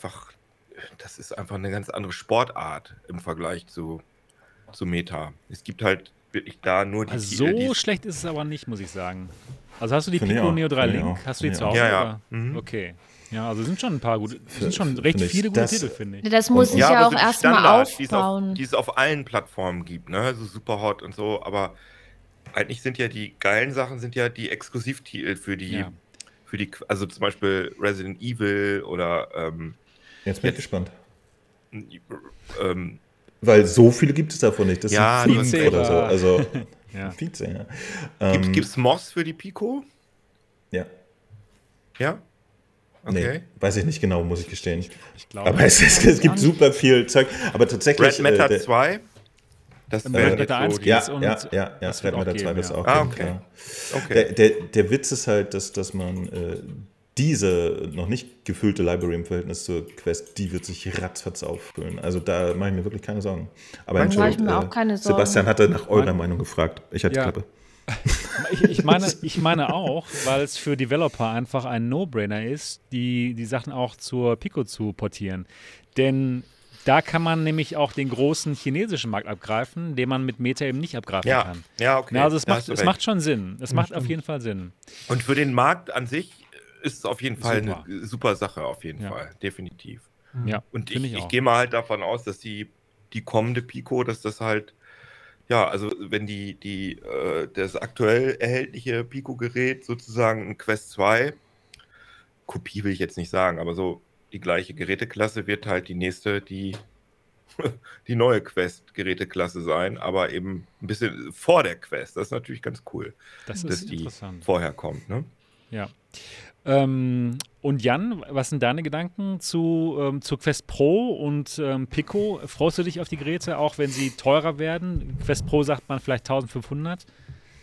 das ist einfach eine ganz andere Sportart im Vergleich zu Meta. Es gibt halt wirklich da nur die Also Titel, so schlecht ist es aber nicht, muss ich sagen. Also hast du die Finde ich Pico auch. Neo 3 Finde ich Link? auch. Hast du die Finde zu ich Hause? auch. Ja, ja. oder? Mhm. Okay. Ja, also sind schon ein paar gute, sind schon recht finde ich, viele gute das- Titel, finde ich. Das muss ich Ja, ja aber auch so die erstmal Standards, aufbauen. die es auf allen Plattformen gibt, ne? So Superhot und so, aber eigentlich sind ja die geilen Sachen die Exklusivtitel für die, Ja. also zum Beispiel Resident Evil oder Jetzt bin ich gespannt. ähm, Weil so viele gibt es davon nicht. Das Ja, sind nur 5 ein oder so. Zehner. Also, Ja. Vize, ja. gibt's Moss für die Pico? Ja. Ja? Okay. Nee, weiß ich nicht genau, muss ich gestehen. Ich glaube. Aber es gibt super viel Zeug. Aber tatsächlich. Red Matter 2? Das Red wären Matter jetzt 1 so Ja, gibt's und ja. das wird Red Matter auch 2 geben, wird es ja. auch Ah, geben. okay. Ja. Okay. Der Witz ist halt, dass man diese noch nicht gefüllte Library im Verhältnis zur Quest, die wird sich ratzfatz auffüllen. Also da mache ich mir wirklich keine Sorgen. Aber Da mache ich Entschuldigung, mir auch keine Sorgen. Sebastian hatte nach eurer Mein- Meinung gefragt. Ich hatte Ja. Klappe. Ich meine auch, weil es für Developer einfach ein No-Brainer ist, die Sachen auch zur Pico zu portieren. Denn da kann man nämlich auch den großen chinesischen Markt abgreifen, den man mit Meta eben nicht abgreifen Ja, kann. ja, okay. Ja, also es Da hast du macht recht. schon Sinn. Es macht auf stimmt. jeden Fall Sinn. Und für den Markt an sich ist es auf jeden Fall Super. eine super Sache, auf jeden Ja. Fall. Definitiv. Ja, Und finde ich auch. gehe mal halt davon aus, dass die kommende Pico, dass das halt, ja, also wenn das aktuell erhältliche Pico-Gerät sozusagen ein Quest 2, Kopie will ich jetzt nicht sagen, aber so die gleiche Geräteklasse wird halt die nächste, die neue Quest-Geräteklasse sein, aber eben ein bisschen vor der Quest. Das ist natürlich ganz cool, Das dass ist die interessant. vorher kommt, ne? Ja. Und Jan, was sind deine Gedanken zu Quest Pro und Pico? Freust du dich auf die Geräte, auch wenn sie teurer werden? Quest Pro sagt man vielleicht 1500.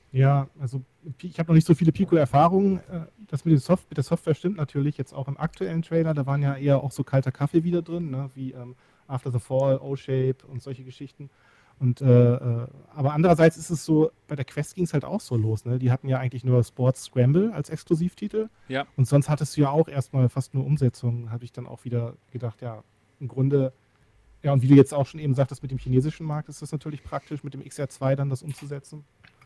Ja, also ich habe noch nicht so viele Pico-Erfahrungen. Das mit der Software stimmt natürlich jetzt auch im aktuellen Trailer. Da waren ja eher auch so kalter Kaffee wieder drin, ne? Wie After the Fall, O-Shape und solche Geschichten. Und, aber andererseits ist es so, bei der Quest ging es halt auch so los. Ne? Die hatten ja eigentlich nur Sports Scramble als Exklusivtitel. Ja. Und sonst hattest du ja auch erstmal fast nur Umsetzungen. Habe ich dann auch wieder gedacht, ja, im Grunde, ja, und wie du jetzt auch schon eben sagtest, mit dem chinesischen Markt ist das natürlich praktisch, mit dem XR2 dann das umzusetzen.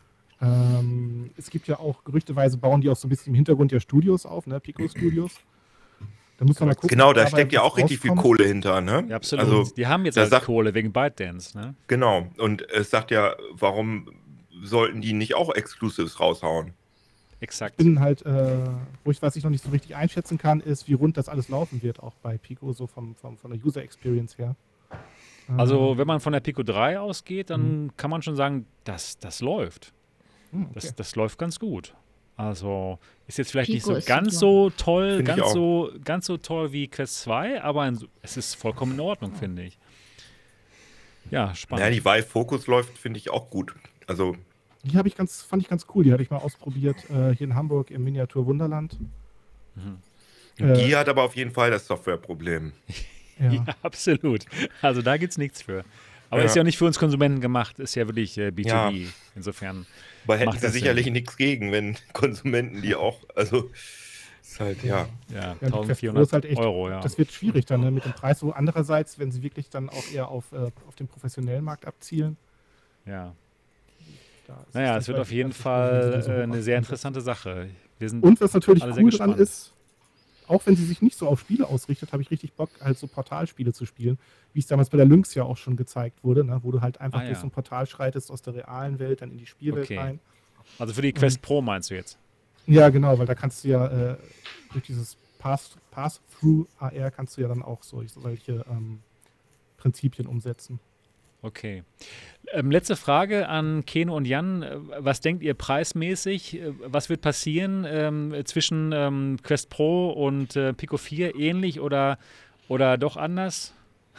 Es gibt ja auch, gerüchteweise bauen die auch so ein bisschen im Hintergrund ja Studios auf, ne? Pico Studios. Da muss man mal gucken. Genau, da ob steckt ja auch richtig viel Kohle hinter, ne? Ja, absolut. Also, die haben jetzt da halt sagt- Kohle wegen ByteDance, ne? Genau, und es sagt ja, warum sollten die nicht auch Exclusives raushauen? Exakt. Ich bin halt, was ich noch nicht so richtig einschätzen kann, ist, wie rund das alles laufen wird, auch bei Pico, so von der User Experience her. Also, wenn man von der Pico 3 ausgeht, dann kann man schon sagen, das läuft. Okay. Das läuft ganz gut. Also ist jetzt vielleicht Pico nicht ist so ganz super. so toll, Finde ich ganz so toll wie Quest 2, aber es ist vollkommen in Ordnung, finde ich. Ja, spannend. Ja, die Vive Focus läuft, finde ich, auch gut. Also, Die fand ich ganz cool. Die hatte ich mal ausprobiert hier in Hamburg im Miniatur Wunderland. die hat aber auf jeden Fall das Softwareproblem. Ja. Ja, absolut. Also da gibt es nichts für. Aber Ja. ist ja auch nicht für uns Konsumenten gemacht, ist ja wirklich B2B. Ja. Insofern. Aber hätten Macht sie das sicherlich Sinn. nichts gegen, wenn Konsumenten die auch, also, ist halt, ja. Ja, Ja, die Quest Pro 1400 ist halt echt, Euro, ja. Das wird schwierig dann, ne, mit dem Preis. So andererseits, wenn sie wirklich dann auch eher auf den professionellen Markt abzielen. Ja. Da ist Naja, dann es wird vielleicht auf jeden nicht so Fall hoch eine sehr angesetzt. interessante Sache. Wir sind Und was natürlich alle sehr cool dran gespannt. ist, auch wenn sie sich nicht so auf Spiele ausrichtet, habe ich richtig Bock, halt so Portalspiele zu spielen, wie es damals bei der Lynx ja auch schon gezeigt wurde, ne, wo du halt einfach Ah, durch ja. so ein Portal schreitest aus der realen Welt dann in die Spielwelt Okay. rein. Also für die Quest Pro meinst du jetzt? Ja, genau, weil da kannst du ja durch dieses Pass-Through AR kannst du ja dann auch solche Prinzipien umsetzen. Okay. Letzte Frage an Keno und Jan. Was denkt ihr preismäßig? Was wird passieren zwischen Quest Pro und Pico 4? Ähnlich oder doch anders?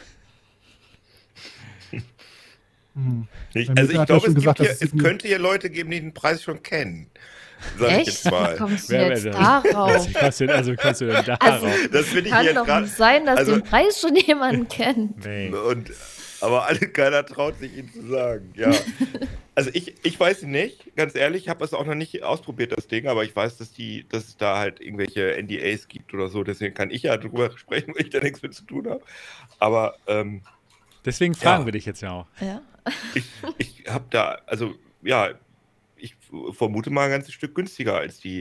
Ich, Meine also Mutter ich hat ja glaube, schon es, gesagt, gibt dass hier, es könnte hier Leute geben, die den Preis schon kennen. Sag ich Echt? jetzt Wie mal. kommst du Wer jetzt wäre darauf? Wie kommst du denn darauf? Also, Das finde ich Kann jetzt doch gerade. nicht sein, dass also- den Preis schon jemand kennt. Nee. Aber keiner traut sich, ihn zu sagen. Ja. Also ich weiß nicht, ganz ehrlich, ich habe es auch noch nicht ausprobiert, das Ding, aber ich weiß, dass es da halt irgendwelche NDAs gibt oder so, deswegen kann ich ja drüber sprechen, weil ich da nichts mit zu tun habe. Aber Deswegen fragen Ja. wir dich jetzt ja auch. Ja. ich habe da, also ja, ich vermute mal ein ganzes Stück günstiger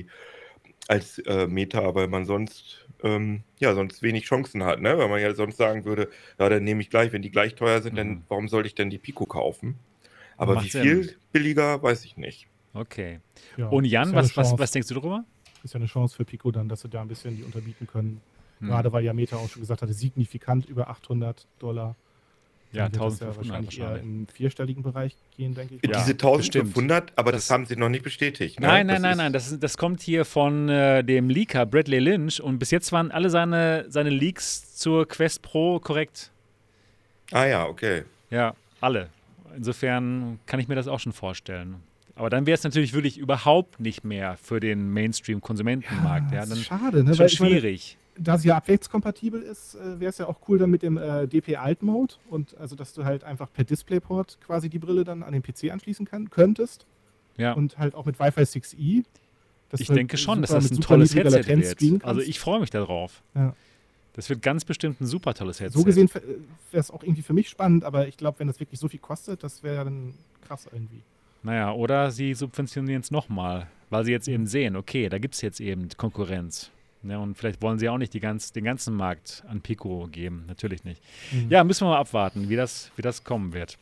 als Meta, weil man sonst sonst wenig Chancen hat, ne? Weil man ja sonst sagen würde, ja, dann nehme ich gleich, wenn die gleich teuer sind, dann warum sollte ich denn die Pico kaufen? Aber Macht wie Sinn. viel billiger, weiß ich nicht. Okay. Ja, Und ist Jan, ja eine was Chance. denkst du darüber? Ist ja eine Chance für Pico dann, dass sie da ein bisschen die unterbieten können. Hm. Gerade weil ja Meta auch schon gesagt hatte, signifikant über $800. Ja, Dann wird das 1500 wahrscheinlich eher wahrscheinlich. im vierstelligen Bereich gehen, denke ich. Ja, Diese bestimmt. 1500, aber Das- das haben sie noch nicht bestätigt. Ne? Nein, Das nein. Das kommt hier von dem Leaker Bradley Lynch und bis jetzt waren alle seine Leaks zur Quest Pro korrekt. Ah ja, okay. Ja, alle. Insofern kann ich mir das auch schon vorstellen. Aber dann wäre es natürlich wirklich überhaupt nicht mehr für den Mainstream-Konsumentenmarkt. Ja, das dann ist schade, ne? ist Weil schon ich meine, schwierig. da sie ja abwärtskompatibel ist, wäre es ja auch cool dann mit dem DP-Alt-Mode und also, dass du halt einfach per DisplayPort quasi die Brille dann an den PC anschließen könntest Ja. und halt auch mit Wi-Fi 6E. dass Ich du halt denke schon, dass super- das mit ein super tolles niedriger Headset Latenz streamen wird. kannst. Also ich freue mich darauf. Ja. Das wird ganz bestimmt ein super tolles Headset. So gesehen wäre es auch irgendwie für mich spannend, aber ich glaube, wenn das wirklich so viel kostet, das wäre dann krass irgendwie. Naja, oder sie subventionieren es nochmal, weil sie jetzt eben sehen, okay, da gibt es jetzt eben Konkurrenz. Ja, und vielleicht wollen sie auch nicht den ganzen Markt an Pico geben. Natürlich nicht. Ja, müssen wir mal abwarten, wie das kommen wird.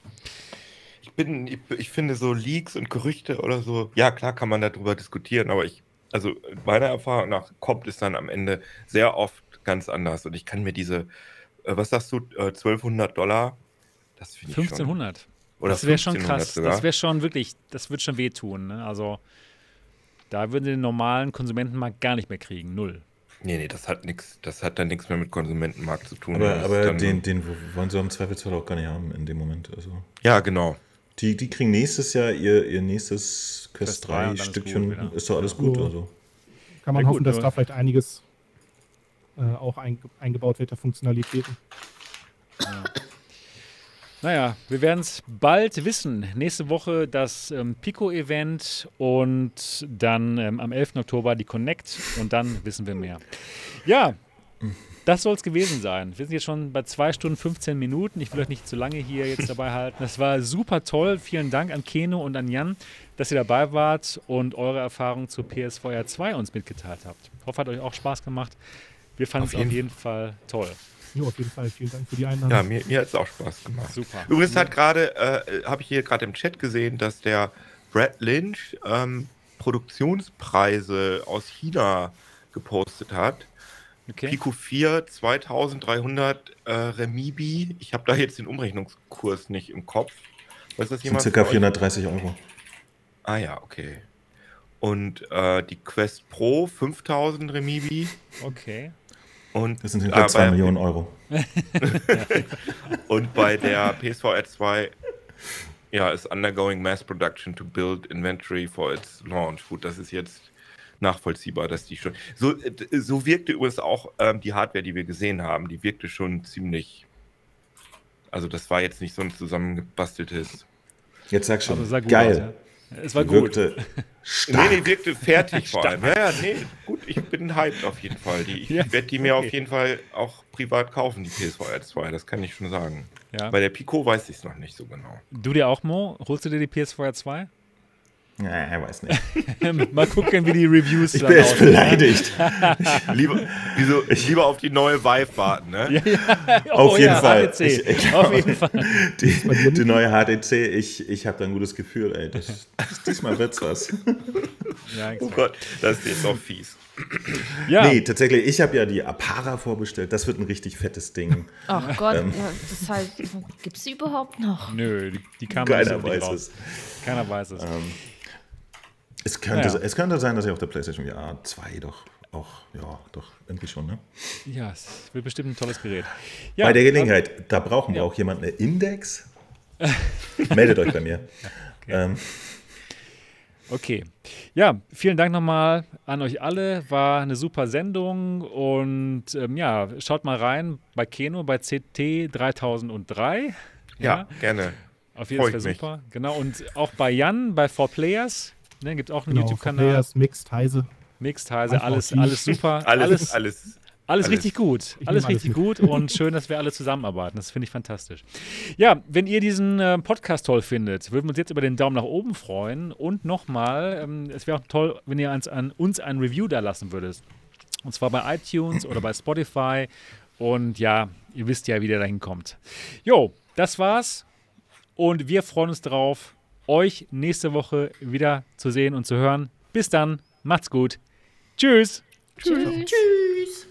Ich finde so Leaks und Gerüchte oder so, ja klar kann man darüber diskutieren, aber also meiner Erfahrung nach kommt es dann am Ende sehr oft ganz anders und ich kann mir diese, was sagst du, $1200, das finde ich schon, 1500. oder Das wäre schon 1500 krass. sogar. Das wäre schon wirklich, das wird schon wehtun. Ne? Also da würden sie den normalen Konsumentenmarkt gar nicht mehr kriegen. Null. Nee, das hat dann nichts mehr mit Konsumentenmarkt zu tun. Das ist Aber dann den wollen sie im Zweifelsfall auch gar nicht haben in dem Moment. Also. ja, genau. Die kriegen nächstes Jahr ihr nächstes Quest Quest 3 und 3 dann ist Stückchen. gut wieder. Ist doch alles Ja. gut. Also. Kann man Ja, gut, hoffen, dass nur- da vielleicht einiges auch eingebaut wird der Funktionalitäten. Naja, wir werden es bald wissen. Nächste Woche das Pico-Event und dann am 11. Oktober die Connect und dann wissen wir mehr. Ja, das soll es gewesen sein. Wir sind jetzt schon bei 2 Stunden 15 Minuten. Ich will euch nicht zu lange hier jetzt dabei halten. Das war super toll. Vielen Dank an Keno und an Jan, dass ihr dabei wart und eure Erfahrungen zu PSVR 2 uns mitgeteilt habt. Ich hoffe, hat euch auch Spaß gemacht. Wir fanden es auf jeden Fall toll. Jo, auf jeden Fall. Vielen Dank für die Einladung. Ja, mir hat es auch Spaß gemacht. Super. Übrigens habe ich hier gerade im Chat gesehen, dass der Brad Lynch Produktionspreise aus China gepostet hat. Okay. Pico 4 2300 Renminbi. Ich habe da jetzt den Umrechnungskurs nicht im Kopf. Weiß das Sind jemand? circa von euch? 430 Euro. Ah ja, okay. Und die Quest Pro 5000 Renminbi. Okay. Und, Das sind circa 2 bei- Millionen Euro. und bei der PSVR 2 ist undergoing mass production to build inventory for its launch. Gut, das ist jetzt nachvollziehbar, dass die schon. So wirkte übrigens auch die Hardware, die wir gesehen haben. Die wirkte schon ziemlich. Also, das war jetzt nicht so ein zusammengebasteltes. Jetzt sag schon. Also sah gut geil. aus, ja. Es war Die gut. wirkte stark. Nee, wirkte fertig vor allem. Ja, nee, gut, ich bin hyped auf jeden Fall. Ich Ja, werde die mir okay. auf jeden Fall auch privat kaufen, die PSVR 2, das kann ich schon sagen. Ja. Bei der Pico weiß ich es noch nicht so genau. Du dir auch, Mo? Holst du dir die PSVR 2? Ja, ich weiß nicht. Mal gucken, wie die Reviews Ich dann bin jetzt aussehen. beleidigt. Lieber auf die neue Vive warten, ne? Auf jeden Fall. HTC. Ich Auf jeden Fall. Die neue HTC, ich habe da ein gutes Gefühl, ey. Diesmal wird's was. Ja, Oh Gott, das ist jetzt auch fies. ja. Nee, tatsächlich, ich habe ja die Apara vorbestellt. Das wird ein richtig fettes Ding. Ach Gott, ja, das ist halt, gibt's die überhaupt noch? Nö, die kam Keiner nicht so weiß raus. es. Keiner weiß es. Es könnte, Ja. es könnte sein, dass ich auf der PlayStation VR 2 doch irgendwie schon, ne? Ja, es wird bestimmt ein tolles Gerät. Ja, Bei der Gelegenheit, da brauchen wir auch jemanden, einen Index. Meldet euch bei mir. Okay. Ja, vielen Dank nochmal an euch alle. War eine super Sendung und schaut mal rein bei Keno, bei CT 3003. Ja, gerne. Auf jeden Fall Freut mich. super. Genau. Und auch bei Jan, bei 4Players. Ne, gibt auch einen Genau, YouTube-Kanal. Players, Mixed, Heise. Mixed, Heise, Einfach alles die- super. Alles. Alles richtig gut. Ich Alles nehme alles richtig mit. gut und schön, dass wir alle zusammenarbeiten. Das finde ich fantastisch. Ja, wenn ihr diesen Podcast toll findet, würden wir uns jetzt über den Daumen nach oben freuen. Und nochmal, es wäre auch toll, wenn ihr an uns ein Review da lassen würdet. Und zwar bei iTunes oder bei Spotify. Und ja, ihr wisst ja, wie der dahin kommt. Jo, das war's. Und wir freuen uns darauf, euch nächste Woche wieder zu sehen und zu hören. Bis dann. Macht's gut. Tschüss. Tschüss. Tschüss.